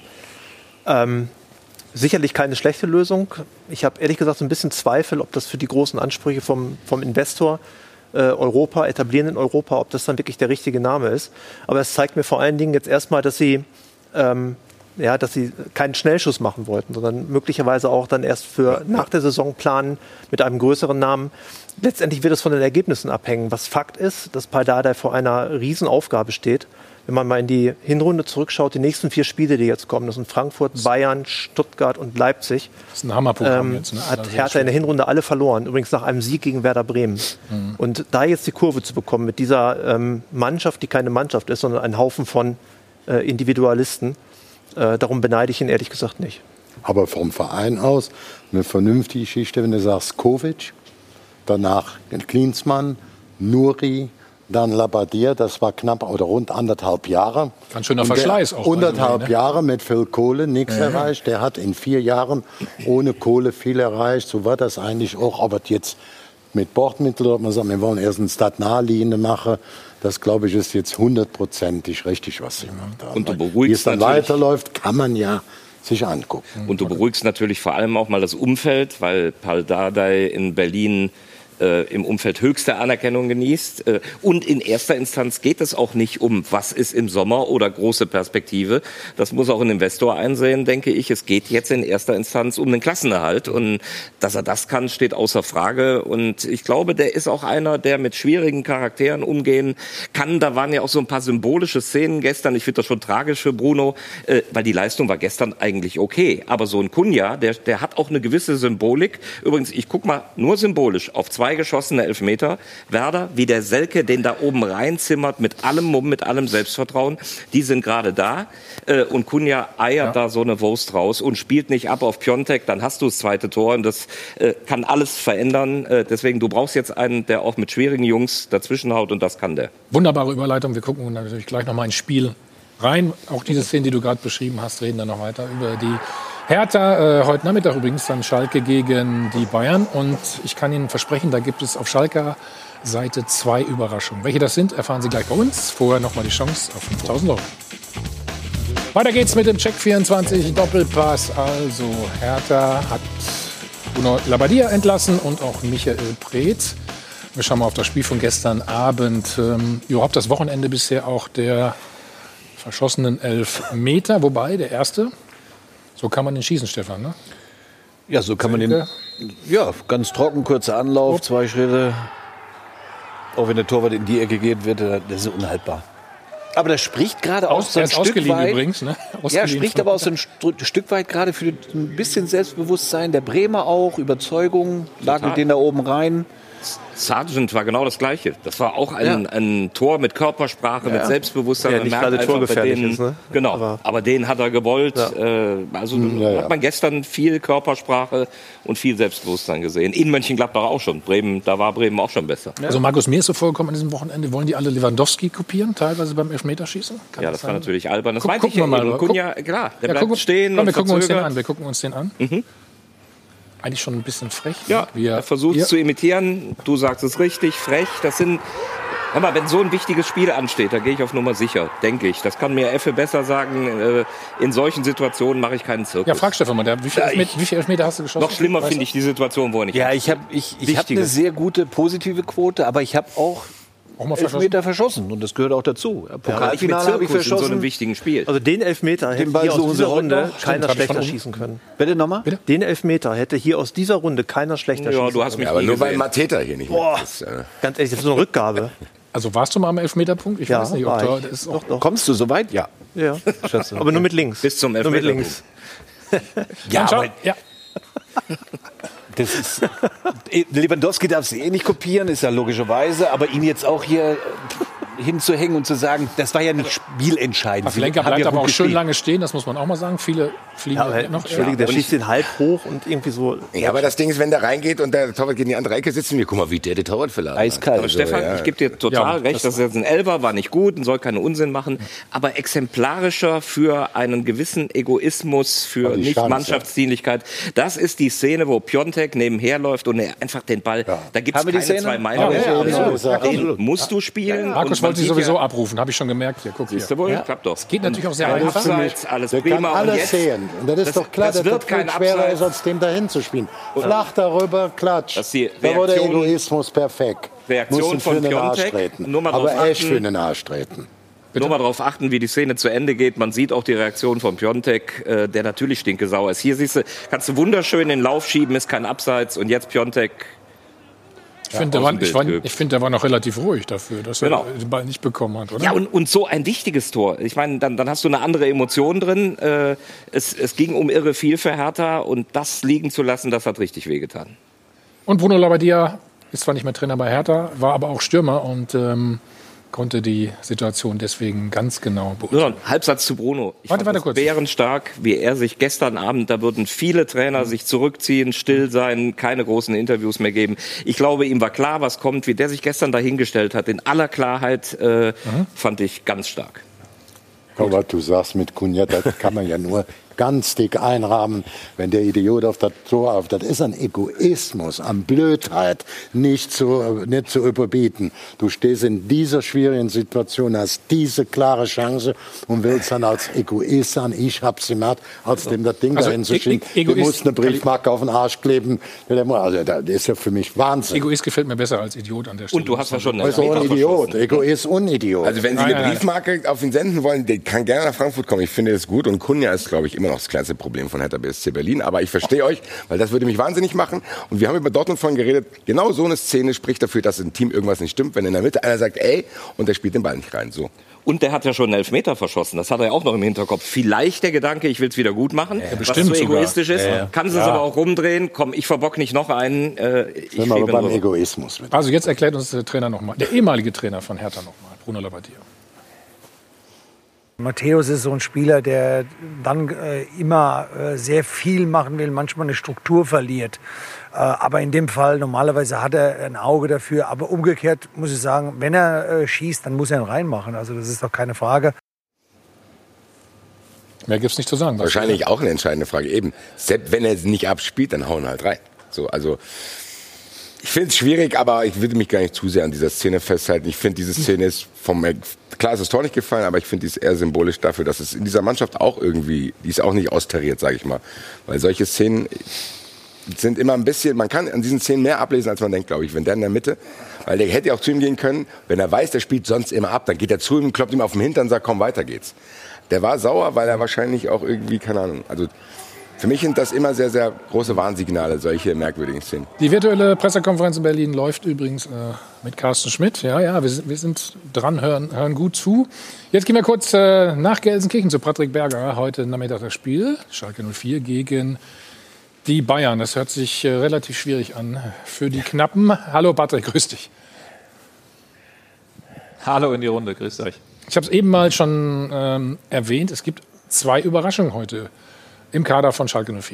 Ähm, sicherlich keine schlechte Lösung. Ich habe ehrlich gesagt so ein bisschen Zweifel, ob das für die großen Ansprüche vom, vom Investor äh, Europa, etablieren in Europa, ob das dann wirklich der richtige Name ist. Aber es zeigt mir vor allen Dingen jetzt erstmal, dass sie ähm, ja, dass sie keinen Schnellschuss machen wollten, sondern möglicherweise auch dann erst für nach der Saison planen mit einem größeren Namen. Letztendlich wird es von den Ergebnissen abhängen. Was Fakt ist, dass Pardadei vor einer Riesenaufgabe steht. Wenn man mal in die Hinrunde zurückschaut, die nächsten vier Spiele, die jetzt kommen, das sind Frankfurt, Bayern, Stuttgart und Leipzig. Das ist ein Hammerprogramm ähm, jetzt. Ne? Hat Hertha in der Hinrunde alle verloren. Übrigens nach einem Sieg gegen Werder Bremen. Mhm. Und da jetzt die Kurve zu bekommen mit dieser ähm, Mannschaft, die keine Mannschaft ist, sondern ein Haufen von äh, Individualisten, Äh, darum beneide ich ihn ehrlich gesagt nicht. Aber vom Verein aus eine vernünftige Geschichte, wenn du sagst Kovic, danach Klinsmann, Nuri, dann Labbadia, das war knapp oder rund anderthalb Jahre. Ganz schöner Verschleiß auch. Anderthalb ne? Jahre mit viel Kohle, nichts ja. erreicht. Der hat in vier Jahren ohne Kohle viel erreicht. So war das eigentlich auch. Aber jetzt mit Bordmitteln, ob man sagt, wir wollen erstens das Naheliegende machen. Das, glaube ich, ist jetzt hundertprozentig richtig, was sie gemacht haben. Und du beruhigst Wie es dann weiterläuft, kann man ja sich angucken. Und du beruhigst natürlich vor allem auch mal das Umfeld, weil Pardadei in Berlin äh, im Umfeld höchste Anerkennung genießt. Äh, und in erster Instanz geht es auch nicht um, was ist im Sommer oder große Perspektive. Das muss auch ein Investor einsehen, denke ich. Es geht jetzt in erster Instanz um den Klassenerhalt. Und dass er das kann, steht außer Frage. Und ich glaube, der ist auch einer, der mit schwierigen Charakteren umgehen kann. Da waren ja auch so ein paar symbolische Szenen gestern. Ich finde das schon tragisch für Bruno, äh, weil die Leistung war gestern eigentlich okay. Aber so ein Kunja, der, der hat auch eine gewisse Symbolik. Übrigens, ich guck mal nur symbolisch auf zwei geschossene Elfmeter. Werder, wie der Selke den da oben reinzimmert mit allem Mumm, mit allem Selbstvertrauen. Die sind gerade da. Äh, und Kunja eiert ja. da so eine Wurst raus und spielt nicht ab auf Piontek. Dann hast du das zweite Tor. Und das äh, kann alles verändern. Äh, deswegen, du brauchst jetzt einen, der auch mit schwierigen Jungs dazwischenhaut. Und das kann der. Wunderbare Überleitung. Wir gucken natürlich gleich noch mal ins Spiel rein. Auch diese Szene, die du gerade beschrieben hast, reden dann noch weiter über die Hertha. Äh, heute Nachmittag übrigens dann Schalke gegen die Bayern. Und ich kann Ihnen versprechen, da gibt es auf Schalker Seite zwei Überraschungen. Welche das sind, erfahren Sie gleich bei uns. Vorher noch mal die Chance auf fünftausend Euro. Weiter geht's mit dem Check vierundzwanzig Doppelpass. Also Hertha hat Bruno Labbadia entlassen und auch Michael Preetz. Wir schauen mal auf das Spiel von gestern Abend. Ähm, überhaupt das Wochenende bisher auch der verschossenen Elfmeter. Wobei, der erste, so kann man den schießen, Stefan, ne? Ja, so kann man den, ja, ganz trocken, kurzer Anlauf, oh. zwei Schritte. Auch wenn der Torwart in die Ecke geht, wird er, das ist unhaltbar. Aber das spricht gerade auch so ein Stück weit. Übrigens, ne? Ja, spricht aber auch so ein St- Stück weit gerade für ein bisschen Selbstbewusstsein. Der Bremer auch, Überzeugung, lag mit denen da oben rein. Sargent war genau das Gleiche. Das war auch ein, ja. ein Tor mit Körpersprache, ja. mit Selbstbewusstsein. Ja, nicht gerade torgefährlich ist, ne? Genau, aber, aber den hat er gewollt. Ja. Äh, also ja, ja. hat man gestern viel Körpersprache und viel Selbstbewusstsein gesehen. In Mönchengladbach auch schon. Bremen, da war Bremen auch schon besser. Ja. Also Markus, mir ist so vorgekommen an diesem Wochenende, wollen die alle Lewandowski kopieren, teilweise beim Elfmeterschießen? Kann ja, das, das war natürlich albern. Das Guck, meinte ich ja mal. Kunja, klar, der ja, bleibt guck, stehen komm, und wir gucken uns den verzögert. an. Wir gucken uns den an. Mhm. Eigentlich schon ein bisschen frech. Ja, Wir, er versucht es zu imitieren. Du sagst es richtig, frech. Das sind, hör mal, wenn so ein wichtiges Spiel ansteht, da gehe ich auf Nummer sicher, denke ich. Das kann mir Effe besser sagen. In solchen Situationen mache ich keinen Zirkus. Ja, frag Stefan mal, der, wie viele Elfmeter, wie viel Elfmeter hast du geschossen? Noch schlimmer finde ich die Situation, wo er nicht. Ja, ich habe ich, ich hab eine sehr gute positive Quote, aber ich habe auch Auch mal Elfmeter verschossen und das gehört auch dazu. Pokalfinale ja, habe ich verschossen. In so einem wichtigen Spiel. Also den Elfmeter hätte hier aus dieser Runde keiner schlechter schießen können. Bitte nochmal? Bitte? Den Elfmeter hätte hier aus dieser Runde keiner schlechter ja, schießen du hast mich können. Aber nur gesehen. weil Mateta hier nicht Boah, mit ist. Äh. Ganz ehrlich, das ist so eine Rückgabe. Also warst du mal am Elfmeterpunkt? Ich ja, weiß nicht, ob da, das ist auch doch, doch. Kommst du so weit? Ja. Ja. Aber nur mit links. Bis zum Elfmeter. Nur mit links. ja, aber, ja. Das ist, Lewandowski darf es eh nicht kopieren, ist ja logischerweise, aber ihn jetzt auch hier hinzuhängen und zu sagen, das war ja nicht spielentscheidend. Lenker bleibt aber auch gespielt. Schön lange stehen, das muss man auch mal sagen. Viele fliegen ja, aber, noch. Entschuldige, der schießt den halb hoch und irgendwie so. Ja, aber das Ding ist, wenn der reingeht und der Torwart geht in die andere Ecke, sitzen wir, guck mal, wie der den Torwart verladen hat. Eiskalt. Aber Stefan, ja. ich gebe dir total ja, recht, das, das ist jetzt ein Elfer, war nicht gut und soll keinen Unsinn machen, aber exemplarischer für einen gewissen Egoismus, für Nicht-Mannschaftsdienlichkeit. Das ist die Szene, wo Piontek nebenher läuft und er einfach den Ball, ja. da gibt es keine Szene? zwei Meinungen. Ja, ja, ja, den musst du spielen. Ja, Markus wollte sie sowieso abrufen, habe ich schon gemerkt. Hier, guck Siehst du wohl? Ja. Klappt doch. Es geht natürlich auch sehr ja, einfach. Abseits, alles der prima. kann alles und jetzt, sehen. Und das ist das, doch klar, das dass wird das kein viel schwerer Abseits. ist, als dem dahin zu spielen. Flach darüber, klatsch. Das ist da war der Egoismus perfekt. Reaktion Muss für von den Arsch Piontek. treten. Nur mal Aber drauf echt achten. für den Arsch treten. Bitte? Nur mal darauf achten, wie die Szene zu Ende geht. Man sieht auch die Reaktion von Piontek, äh, der natürlich stinkesauer ist. Hier siehst du, kannst du wunderschön in den Lauf schieben, ist kein Abseits. Und jetzt Piontek. Ich finde, der, war, ich war, ich find, der war noch relativ ruhig dafür, dass genau. er den Ball nicht bekommen hat, oder? Ja, und, und so ein wichtiges Tor. Ich meine, dann, dann hast du eine andere Emotion drin. Äh, es, es ging um irre viel für Hertha und das liegen zu lassen, das hat richtig wehgetan. Und Bruno Labbadia ist zwar nicht mehr Trainer bei Hertha, war aber auch Stürmer und ähm, konnte die Situation deswegen ganz genau beurteilen. Nur noch ein Halbsatz zu Bruno. Ich warte, fand warte kurz. bärenstark, wie er sich gestern Abend, da würden viele Trainer sich zurückziehen, still sein, keine großen Interviews mehr geben. Ich glaube, ihm war klar, was kommt, wie der sich gestern dahingestellt hat. In aller Klarheit äh, mhm. fand ich ganz stark. Aber du sagst mit Kunja, das kann man ja nur ganz dick einrahmen, wenn der Idiot auf das Tor auf. Das ist ein Egoismus, an Blödheit nicht zu, nicht zu überbieten. Du stehst in dieser schwierigen Situation, hast diese klare Chance und willst dann als Egoist sagen, ich hab's gemacht, als dem das Ding also, dahin zu schicken. E- du musst eine Briefmarke auf den Arsch kleben. Also, das ist ja für mich Wahnsinn. Egoist gefällt mir besser als Idiot an der Stelle. Und du hast ja schon eine also ein Idiot. Egoist und Idiot. Also wenn Sie eine Briefmarke auf ihn senden wollen, der kann gerne nach Frankfurt kommen. Ich finde das gut. Und Kunja ist, glaube ich, immer noch das kleinste Problem von Hertha B S C Berlin. Aber ich verstehe euch, weil das würde mich wahnsinnig machen. Und wir haben über Dortmund vorhin geredet. Genau so eine Szene spricht dafür, dass im Team irgendwas nicht stimmt. Wenn in der Mitte einer sagt, ey, und der spielt den Ball nicht rein. So. Und der hat ja schon einen Elfmeter verschossen. Das hat er ja auch noch im Hinterkopf. Vielleicht der Gedanke, ich will es wieder gut machen, ja, was so egoistisch ist. Ja, ja. Kann sie es ja. aber auch rumdrehen. Komm, ich verbock nicht noch einen. Äh, ich Sind wir beim Egoismus. Mit. Also jetzt erklärt uns der Trainer nochmal, der ehemalige Trainer von Hertha nochmal, Bruno Labbadia. Matthäus ist so ein Spieler, der dann äh, immer äh, sehr viel machen will, manchmal eine Struktur verliert. Äh, aber in dem Fall, normalerweise hat er ein Auge dafür. Aber umgekehrt muss ich sagen, wenn er äh, schießt, dann muss er ihn reinmachen. Also das ist doch keine Frage. Mehr gibt's nicht zu sagen. Wahrscheinlich auch eine entscheidende Frage. Eben, selbst wenn er es nicht abspielt, dann hauen halt rein. So, also ich finde es schwierig, aber ich würde mich gar nicht zu sehr an dieser Szene festhalten. Ich finde, diese Szene ist vom, klar ist das Tor nicht gefallen, aber ich finde, die ist eher symbolisch dafür, dass es in dieser Mannschaft auch irgendwie, die ist auch nicht austariert, sage ich mal. Weil solche Szenen sind immer ein bisschen, man kann an diesen Szenen mehr ablesen, als man denkt, glaube ich. Wenn der in der Mitte, weil der hätte ja auch zu ihm gehen können, wenn er weiß, der spielt sonst immer ab, dann geht er zu ihm, klopft ihm auf den Hintern und sagt, komm, weiter geht's. Der war sauer, weil er wahrscheinlich auch irgendwie, keine Ahnung, also für mich sind das immer sehr, sehr große Warnsignale, solche merkwürdigen Szenen. Die virtuelle Pressekonferenz in Berlin läuft übrigens äh, mit Carsten Schmidt. Ja, ja, wir sind, wir sind dran, hören, hören gut zu. Jetzt gehen wir kurz äh, nach Gelsenkirchen zu Patrick Berger. Heute Nachmittag das Spiel. Schalke null vier gegen die Bayern. Das hört sich äh, relativ schwierig an für die Knappen. Hallo Patrick, grüß dich. Hallo in die Runde, grüß euch. Ich habe es eben mal schon ähm, erwähnt. Es gibt zwei Überraschungen heute im Kader von Schalke null vier.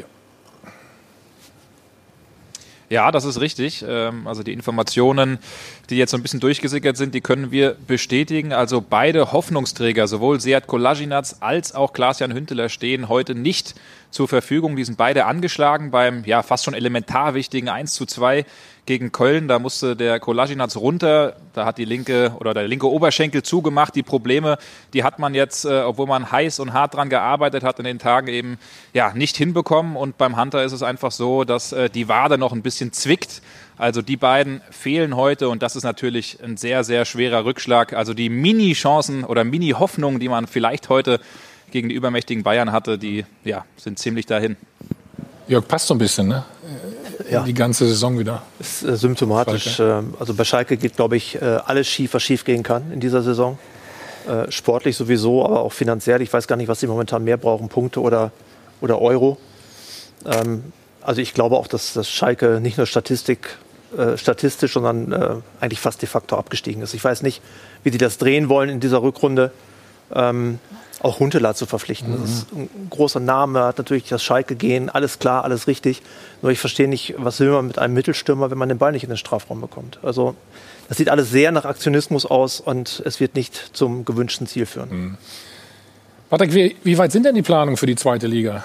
Ja, das ist richtig. Also die Informationen, die jetzt so ein bisschen durchgesickert sind, die können wir bestätigen. Also beide Hoffnungsträger, sowohl Sead Kolasinac als auch Klaas-Jan Hünteler, stehen heute nicht zur Verfügung. Die sind beide angeschlagen beim ja fast schon elementar wichtigen eins zu zwei gegen Köln. Da musste der Kolasinac runter. Da hat die linke oder der linke Oberschenkel zugemacht. Die Probleme, die hat man jetzt, äh, obwohl man heiß und hart dran gearbeitet hat, in den Tagen eben ja nicht hinbekommen. Und beim Hunter ist es einfach so, dass äh, die Wade noch ein bisschen zwickt. Also die beiden fehlen heute und das ist natürlich ein sehr, sehr schwerer Rückschlag. Also die Mini-Chancen oder Mini-Hoffnungen, die man vielleicht heute gegen die übermächtigen Bayern hatte, die ja, sind ziemlich dahin. Jörg, passt so ein bisschen, ne? Ja. Die ganze Saison wieder. Ist äh, symptomatisch. Schalke. Also bei Schalke geht, glaube ich, äh, alles schief, was schief gehen kann in dieser Saison. Äh, sportlich sowieso, aber auch finanziell. Ich weiß gar nicht, was sie momentan mehr brauchen, Punkte oder, oder Euro. Ähm, also ich glaube auch, dass, dass Schalke nicht nur Statistik, äh, statistisch, sondern äh, eigentlich fast de facto abgestiegen ist. Ich weiß nicht, wie die das drehen wollen in dieser Rückrunde. Ähm, auch Huntelaar zu verpflichten. Mhm. Das ist ein großer Name, hat natürlich das Schalke-Gehen, alles klar, alles richtig. Nur ich verstehe nicht, was will man mit einem Mittelstürmer, wenn man den Ball nicht in den Strafraum bekommt. Also das sieht alles sehr nach Aktionismus aus und es wird nicht zum gewünschten Ziel führen. Mhm. Patrick, wie, wie weit sind denn die Planungen für die zweite Liga?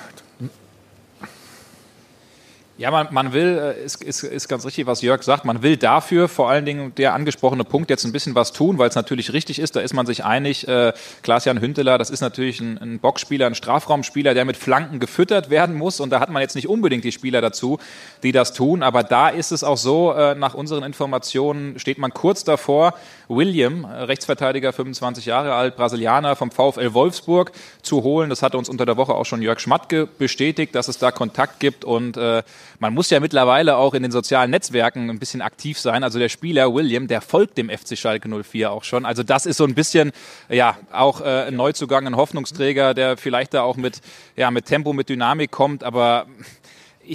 Ja, man, man will, ist, ist, ist ganz richtig, was Jörg sagt, man will dafür vor allen Dingen der angesprochene Punkt jetzt ein bisschen was tun, weil es natürlich richtig ist, da ist man sich einig, äh, Klaas-Jan Hünteler, das ist natürlich ein, ein Boxspieler, ein Strafraumspieler, der mit Flanken gefüttert werden muss und da hat man jetzt nicht unbedingt die Spieler dazu, die das tun, aber da ist es auch so, äh, nach unseren Informationen steht man kurz davor, William, Rechtsverteidiger, fünfundzwanzig Jahre alt, Brasilianer vom VfL Wolfsburg zu holen, das hatte uns unter der Woche auch schon Jörg Schmatke bestätigt, dass es da Kontakt gibt und äh, man muss ja mittlerweile auch in den sozialen Netzwerken ein bisschen aktiv sein. Also der Spieler William, der folgt dem F C Schalke null vier auch schon. Also das ist so ein bisschen, ja, auch äh, ein Neuzugang, ein Hoffnungsträger, der vielleicht da auch mit, ja, mit Tempo, mit Dynamik kommt. Aber ich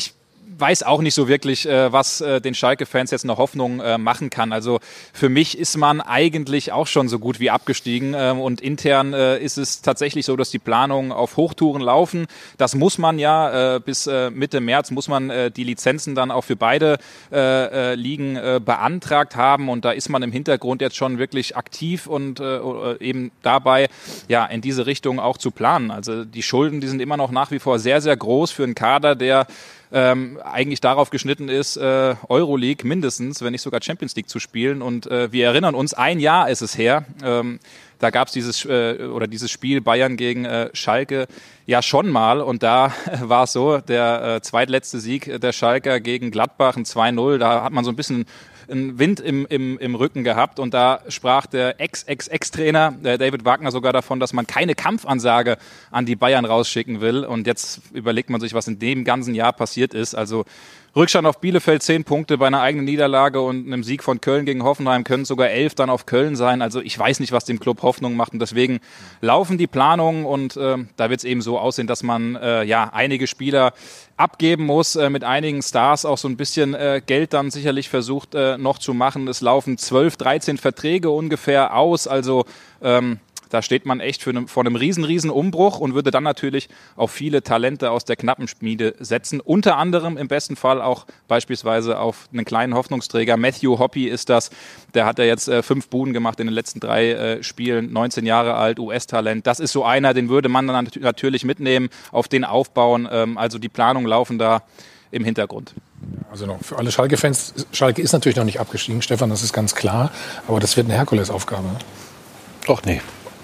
weiß auch nicht so wirklich, äh, was äh, den Schalke-Fans jetzt noch Hoffnung äh, machen kann. Also für mich ist man eigentlich auch schon so gut wie abgestiegen äh, und intern äh, ist es tatsächlich so, dass die Planungen auf Hochtouren laufen. Das muss man ja, äh, bis äh, Mitte März muss man äh, die Lizenzen dann auch für beide äh, äh, Ligen äh, beantragt haben und da ist man im Hintergrund jetzt schon wirklich aktiv und äh, eben dabei, ja, in diese Richtung auch zu planen. Also die Schulden, die sind immer noch nach wie vor sehr, sehr groß für einen Kader, der Ähm, eigentlich darauf geschnitten ist, äh, Euroleague mindestens, wenn nicht sogar Champions League zu spielen. Und äh, wir erinnern uns, ein Jahr ist es her, ähm, da gab es dieses äh, oder dieses Spiel Bayern gegen äh, Schalke ja schon mal. Und da äh, war es so, der äh, zweitletzte Sieg der Schalker gegen Gladbach, ein zwei null, da hat man so ein bisschen einen Wind im, im, im Rücken gehabt und da sprach der Ex-Ex-Ex-Trainer äh, David Wagner sogar davon, dass man keine Kampfansage an die Bayern rausschicken will und jetzt überlegt man sich, was in dem ganzen Jahr passiert ist. Also Rückstand auf Bielefeld, zehn Punkte bei einer eigenen Niederlage und einem Sieg von Köln gegen Hoffenheim können sogar elf dann auf Köln sein. Also ich weiß nicht, was dem Club Hoffnung macht und deswegen laufen die Planungen und äh, da wird es eben so aussehen, dass man äh, ja einige Spieler abgeben muss, äh, mit einigen Stars auch so ein bisschen äh, Geld dann sicherlich versucht äh, noch zu machen. Es laufen zwölf, dreizehn Verträge ungefähr aus, also ähm, da steht man echt für einem, vor einem riesen, riesen Umbruch und würde dann natürlich auf viele Talente aus der knappen Schmiede setzen. Unter anderem im besten Fall auch beispielsweise auf einen kleinen Hoffnungsträger. Matthew Hoppe ist das. Der hat ja jetzt äh, fünf Buden gemacht in den letzten drei äh, Spielen. neunzehn Jahre alt, U S-Talent. Das ist so einer, den würde man dann natürlich mitnehmen, auf den aufbauen. Ähm, also die Planungen laufen da im Hintergrund. Also noch für alle Schalke-Fans, Schalke ist natürlich noch nicht abgestiegen, Stefan, das ist ganz klar. Aber das wird eine Herkulesaufgabe. Doch, nee.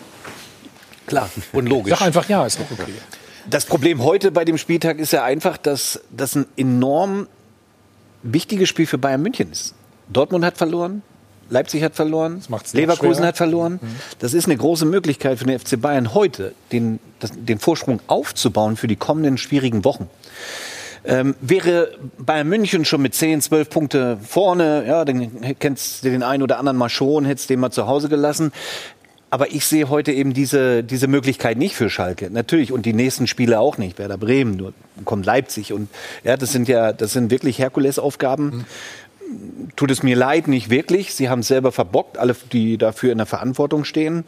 Klar und logisch. Sag einfach ja, ist doch okay. Das Problem heute bei dem Spieltag ist ja einfach, dass das ein enorm wichtiges Spiel für Bayern München ist. Dortmund hat verloren, Leipzig hat verloren, Leverkusen schwerer. hat verloren. Mhm. Das ist eine große Möglichkeit für den F C Bayern heute, den, das, den Vorsprung aufzubauen für die kommenden schwierigen Wochen. Ähm, wäre Bayern München schon mit zehn, zwölf Punkte vorne, ja, dann kennst du den einen oder anderen mal schon, hättest den mal zu Hause gelassen. Aber ich sehe heute eben diese, diese Möglichkeit nicht für Schalke. Natürlich. Und die nächsten Spiele auch nicht. Werder Bremen, nur kommt Leipzig. Und ja, das sind ja, das sind wirklich Herkulesaufgaben. Mhm. Tut es mir leid, nicht wirklich. Sie haben es selber verbockt. Alle, die dafür in der Verantwortung stehen.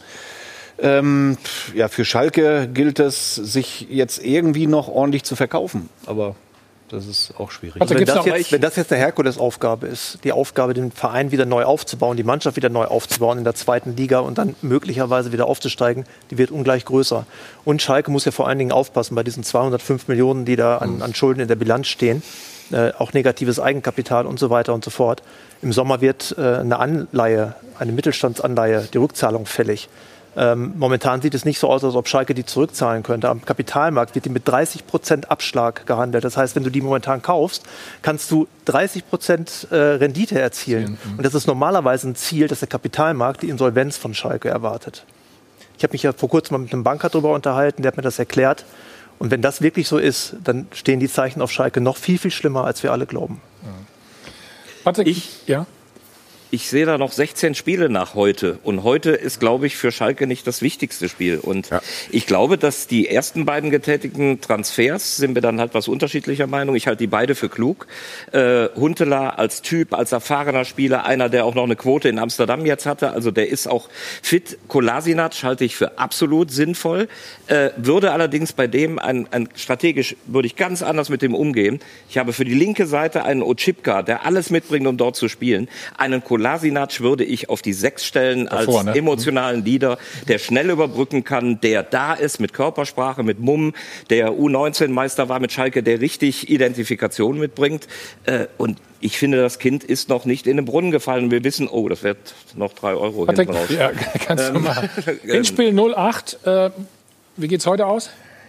Ähm, ja, für Schalke gilt es, sich jetzt irgendwie noch ordentlich zu verkaufen. Aber das ist auch schwierig. Also wenn, das jetzt, wenn das jetzt eine Herkulesaufgabe ist, die Aufgabe, den Verein wieder neu aufzubauen, die Mannschaft wieder neu aufzubauen in der zweiten Liga und dann möglicherweise wieder aufzusteigen, die wird ungleich größer. Und Schalke muss ja vor allen Dingen aufpassen bei diesen zweihundertfünf Millionen, die da an, an Schulden in der Bilanz stehen, äh, auch negatives Eigenkapital und so weiter und so fort. Im Sommer wird äh, eine Anleihe, eine Mittelstandsanleihe, die Rückzahlung fällig. Ähm, momentan sieht es nicht so aus, als ob Schalke die zurückzahlen könnte. Am Kapitalmarkt wird die mit dreißig Prozent Abschlag gehandelt. Das heißt, wenn du die momentan kaufst, kannst du dreißig Prozent äh, Rendite erzielen. Mhm. Und das ist normalerweise ein Ziel, dass der Kapitalmarkt die Insolvenz von Schalke erwartet. Ich habe mich ja vor kurzem mal mit einem Banker darüber unterhalten, der hat mir das erklärt. Und wenn das wirklich so ist, dann stehen die Zeichen auf Schalke noch viel, viel schlimmer, als wir alle glauben. Ja. Patrick, ich, ja? Ich sehe da noch sechzehn Spiele nach heute. Und heute ist, glaube ich, für Schalke nicht das wichtigste Spiel. Und ja. ich glaube, dass die ersten beiden getätigten Transfers, sind wir dann halt was unterschiedlicher Meinung. Ich halte die beide für klug. Äh, Huntelaar als Typ, als erfahrener Spieler, einer, der auch noch eine Quote in Amsterdam jetzt hatte. Also der ist auch fit. Kolasinac halte ich für absolut sinnvoll. Äh, würde allerdings bei dem, ein, ein strategisch, würde ich ganz anders mit dem umgehen. Ich habe für die linke Seite einen Otschipka, der alles mitbringt, um dort zu spielen. Einen Kolasinac würde ich auf die Sechs stellen als Davor, ne? emotionalen Leader, der schnell überbrücken kann, der da ist mit Körpersprache, mit Mumm, der U neunzehn Meister war mit Schalke, der richtig Identifikation mitbringt. Äh, und ich finde, das Kind ist noch nicht in den Brunnen gefallen. Wir wissen, oh, das wird noch drei Euro Patrick, hinten raus. Ja, kannst du machen. Hinspiel null acht. Äh, wie geht's heute aus?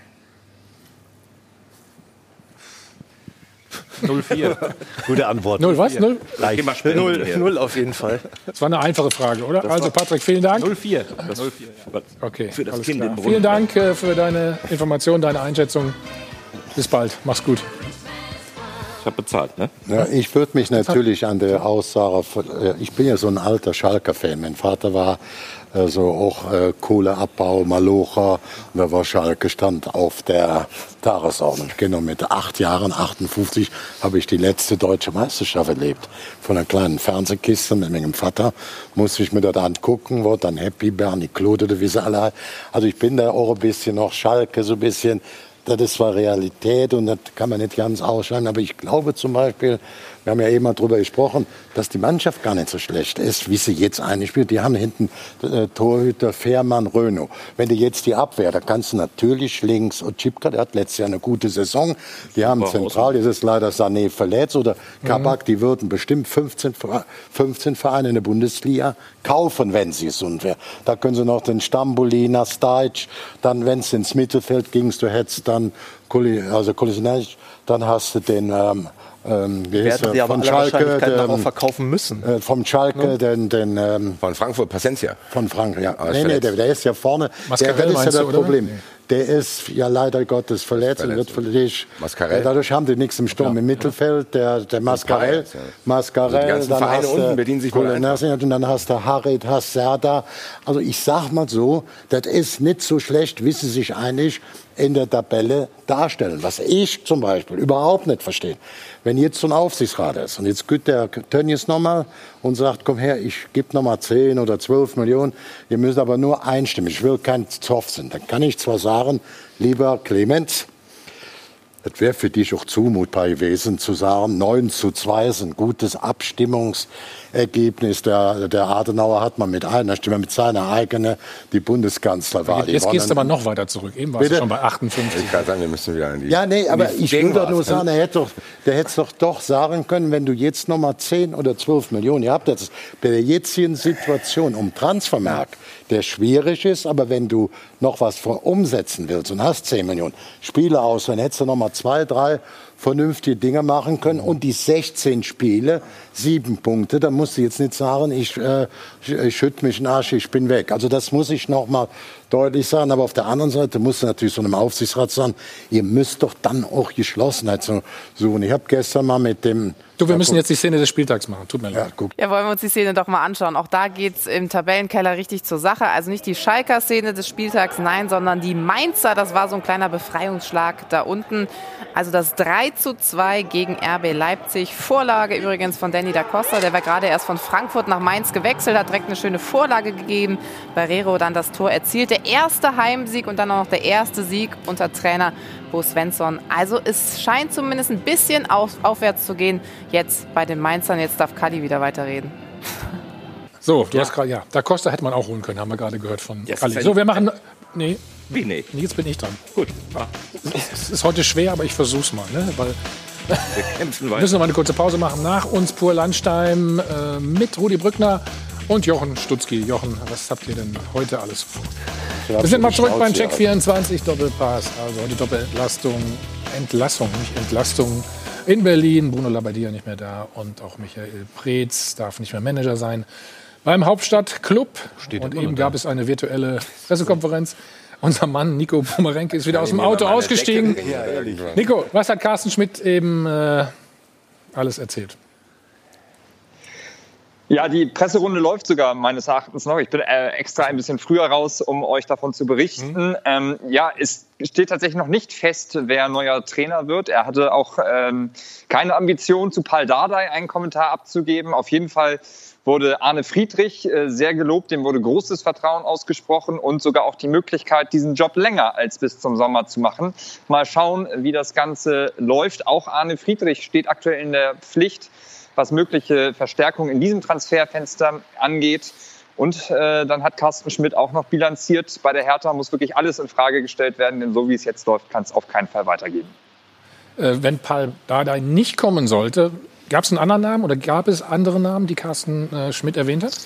null vier. Gute Antwort. null was? null null auf jeden Fall. Das war eine einfache Frage, oder? Das also Patrick, vielen Dank. null vier. null vier, ja. Okay, für das alles Kind klar. Vielen Dank äh, für deine Information, deine Einschätzung. Bis bald. Mach's gut. Ich habe bezahlt, ne? Ja, ich würde mich natürlich an der Aussage, ich bin ja so ein alter Schalker-Fan. Mein Vater war also auch äh, Kohleabbau, Malocha. Und da war Schalke stand auf der Tagesordnung. Genau, mit acht Jahren, achtundfünfzig, habe ich die letzte deutsche Meisterschaft erlebt. Von einer kleinen Fernsehkiste mit meinem Vater musste ich mir das angucken, wurde dann Happy, Bernie Klode, wie sie alle. Also ich bin da auch ein bisschen noch Schalke, so ein bisschen. Das ist zwar Realität und das kann man nicht ganz ausschreiben, aber ich glaube zum Beispiel, wir haben ja eben mal drüber gesprochen, dass die Mannschaft gar nicht so schlecht ist, wie sie jetzt eigentlich spielt. Die haben hinten äh, Torhüter Fährmann, Röno. Wenn du jetzt die Abwehr, da kannst du natürlich links, und Chipka, der hat letztes Jahr eine gute Saison, die haben War zentral, jetzt ist leider Sané verletzt, oder Kabak, mhm. die würden bestimmt fünfzehn, fünfzehn Vereine in der Bundesliga kaufen, wenn sie gesund wären. Da können sie noch den Stamboli, Nastajic, dann, wenn es ins Mittelfeld ging, du hättest dann, also Kolisinajic, dann hast du den, ähm, ähm, wie werden sie aber von aller Schalke, Wahrscheinlichkeit den, nach auch verkaufen müssen. Äh, vom Schalke, Ne? den, den ähm, von Frankfurt, Pacencia. Von Frankfurt, ja. Ah, nee, nee, der, der ist ja vorne. Mascarell der, das ist ja das meinst du, Problem. oder? Nee. Der ist ja leider Gottes verletzt und wird vielleicht. Mascarell. Dadurch haben die nichts im Sturm. Ja. Im Mittelfeld der, der Mascarell. Ja. Mascarell, Also die ganzen dann Vereine hast unten du bedienen sich wohl Kulinarien und dann hast du Harit, hast Serda. Also ich sag mal so, das ist nicht so schlecht, wie sie sich eigentlich in der Tabelle darstellen. Was ich zum Beispiel überhaupt nicht verstehe. Wenn jetzt so ein Aufsichtsrat ist und jetzt geht der Tönnies nochmal und sagt, komm her, ich gebe nochmal zehn oder zwölf Millionen, ihr müsst aber nur einstimmen, ich will kein Zoff sein. Dann kann ich zwar sagen, lieber Clemens, es wäre für dich auch zumutbar gewesen, zu sagen, neun zu zwei ist ein gutes Abstimmungsergebnis. Der, der Adenauer hat man mit einer Stimme, mit seiner eigenen, die Bundeskanzlerwahl. Jetzt, jetzt gehst du aber noch weiter zurück. Eben warst du schon bei achtundfünfzig. Ich kann sagen, wir müssen wieder an die. Ja, nee, aber die ich will doch nur sagen, er hätte doch, der hätte doch doch sagen können, wenn du jetzt noch mal zehn oder zwölf Millionen, ihr habt jetzt bei der jetzigen Situation um Transfermarkt, der schwierig ist, aber wenn du noch was von umsetzen willst und hast zehn Millionen Spiele aus, dann hättest du noch mal zwei, drei vernünftige Dinge machen können und die sechzehn Spiele, sieben Punkte, da musst du jetzt nicht sagen, ich, äh, ich schütte mich in den Arsch, ich bin weg. Also das muss ich noch mal deutlich sagen, aber auf der anderen Seite musst du natürlich so einem Aufsichtsrat sagen, ihr müsst doch dann auch Geschlossenheit suchen. Ich habe gestern mal mit dem... Du, wir müssen jetzt die Szene des Spieltags machen, tut mir leid. Ja, guck. Ja, wollen wir uns die Szene doch mal anschauen. Auch da geht es im Tabellenkeller richtig zur Sache. Also nicht die Schalker Szene des Spieltags, nein, sondern die Mainzer. Das war so ein kleiner Befreiungsschlag da unten. Also das drei zu zwei gegen R B Leipzig. Vorlage übrigens von Danny da Costa. Der war gerade erst von Frankfurt nach Mainz gewechselt, hat direkt eine schöne Vorlage gegeben. Barreiro dann das Tor erzielt. Der erste Heimsieg und dann auch noch der erste Sieg unter Trainer Bo Svensson. Also es scheint zumindest ein bisschen auf, aufwärts zu gehen. Jetzt bei den Mainzern, jetzt darf Kali wieder weiterreden. So, du ja. hast gerade, ja, da Costa hätte man auch holen können, haben wir gerade gehört von Yes, Kali. So, wir machen, nee. Wie nee? Jetzt bin ich dran. Gut. Ja. Es ist heute schwer, aber ich versuch's mal, ne? Weil wir kämpfen weiter. Wir müssen noch mal eine kurze Pause machen. Nach uns Pur Landstein äh, mit Rudi Brückner und Jochen Stutzki. Jochen, was habt ihr denn heute alles vor? Wir sind mal zurück beim Check vierundzwanzig Doppelpass. Also heute Doppelentlastung, Entlassung, nicht Entlastung in Berlin. Bruno Labbadia nicht mehr da und auch Michael Preetz darf nicht mehr Manager sein beim Hauptstadtclub. Steht und eben gab es eine virtuelle Pressekonferenz. Unser Mann Nico Pomerenke ist wieder aus dem Auto ausgestiegen. Nico, was hat Carsten Schmidt eben äh, alles erzählt? Ja, die Presserunde läuft sogar meines Erachtens noch. Ich bin äh, extra ein bisschen früher raus, um euch davon zu berichten. Mhm. Ähm, ja, es steht tatsächlich noch nicht fest, wer neuer Trainer wird. Er hatte auch ähm, keine Ambition, zu Pal Dardai einen Kommentar abzugeben. Auf jeden Fall wurde Arne Friedrich äh, sehr gelobt, dem wurde großes Vertrauen ausgesprochen und sogar auch die Möglichkeit, diesen Job länger als bis zum Sommer zu machen. Mal schauen, wie das Ganze läuft. Auch Arne Friedrich steht aktuell in der Pflicht, was mögliche Verstärkung in diesem Transferfenster angeht. Und äh, dann hat Carsten Schmidt auch noch bilanziert, bei der Hertha muss wirklich alles in Frage gestellt werden, denn so wie es jetzt läuft, kann es auf keinen Fall weitergehen. Äh, wenn Pal Dardai nicht kommen sollte, gab es einen anderen Namen oder gab es andere Namen, die Carsten äh, Schmidt erwähnt hat?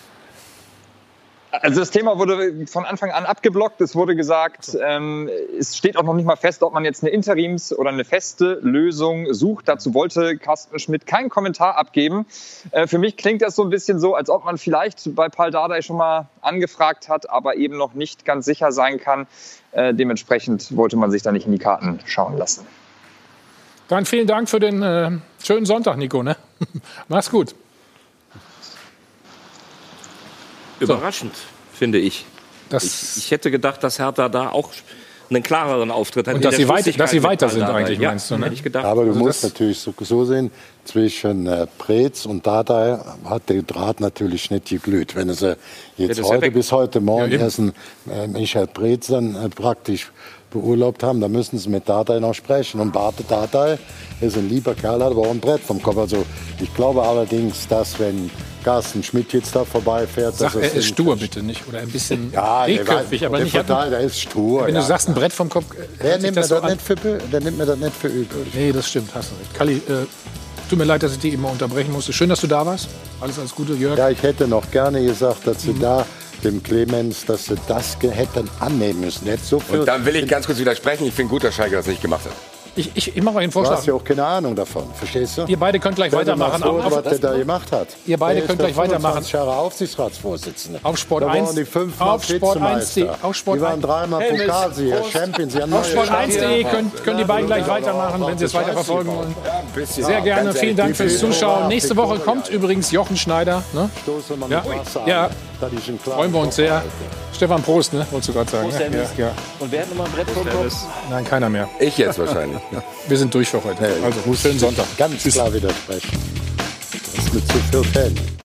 Also das Thema wurde von Anfang an abgeblockt. Es wurde gesagt, ähm, es steht auch noch nicht mal fest, ob man jetzt eine Interims- oder eine feste Lösung sucht. Dazu wollte Carsten Schmidt keinen Kommentar abgeben. Äh, für mich klingt das so ein bisschen so, als ob man vielleicht bei Pal Dardai schon mal angefragt hat, aber eben noch nicht ganz sicher sein kann. Äh, dementsprechend wollte man sich da nicht in die Karten schauen lassen. Dann vielen Dank für den äh, schönen Sonntag, Nico. Ne? Mach's gut. Überraschend. finde ich. Das ich. Ich hätte gedacht, dass Hertha da auch einen klareren Auftritt hat. Und dass sie, weit, dass sie weiter sind eigentlich, ja, meinst du? Ne? Hätte ich gedacht. Aber du also musst natürlich so, so sehen, zwischen äh, Preetz und Dardai hat der Draht natürlich nicht geglüht. Wenn sie jetzt Ja, heute ja bis heute Morgen Ja, erst einen, äh, Michael Preetz dann äh, praktisch beurlaubt haben, dann müssen sie mit Dardai noch sprechen. Und Barte Dardai ist ein lieber Kerl, hat aber auch ein Brett vom Kopf. Also ich glaube allerdings, dass wenn Carsten Schmidt jetzt da vorbeifährt... Sag, dass er ist stur, bitte, nicht? Oder ein bisschen ja, dickköpfig, aber nicht... Total, der ist stur. Wenn du ja. sagst, ein Brett vom Kopf... Der nimmt, mir das so das an? nicht für, der nimmt mir das nicht für übel. Nee, das stimmt, hast du recht. Kalli, äh, tut mir leid, dass ich dich immer unterbrechen musste. Schön, dass du da warst. Alles, alles Gute, Jörg. Ja, ich hätte noch gerne gesagt, dass sie Mhm. da dem Clemens, dass sie das ge- hätten annehmen müssen. Jetzt so viel Und dann will ich ganz kurz widersprechen. Ich finde gut, dass Schalke das nicht gemacht hat. Ich, ich, ich mache euch einen Du Vorschlag. hast ja auch keine Ahnung davon, verstehst du? Ihr beide könnt gleich Stell dir mal weitermachen. vor, Auf- was der da gemacht hat. Ihr beide Der könnt ist gleich doch weitermachen. fünfundzwanzig Jahre Aufsichtsratsvorsitzender. Auf Sport Da eins. waren die fünfmal Auf Sport eins punkt de. Vizemeister. Auf Sport Die waren eins. dreimal Helmut, Pokalsieger, Prost. Champions. Sie haben Auf neue Sport eins punkt de Stadien. könnt, können die beiden gleich weitermachen, wenn sie es weiterverfolgen wollen. Sehr gerne, vielen Dank fürs Zuschauen. Nächste Woche kommt übrigens Jochen Schneider. Ne? Stoße man Ja, mit Wasser an. ja. Das ist ein klarer Freuen wir uns sehr. Stefan Prost, ne? Wolltest du gerade sagen. Prost, Ja, Dennis. ja, ja. Und wer hat nochmal ein Brett vom Kopf? Nein, keiner mehr. Ich jetzt wahrscheinlich. Wir sind durch für heute. Also, schönen Sonntag. Ganz klar widersprechen. Das ist mit zu viel Fan.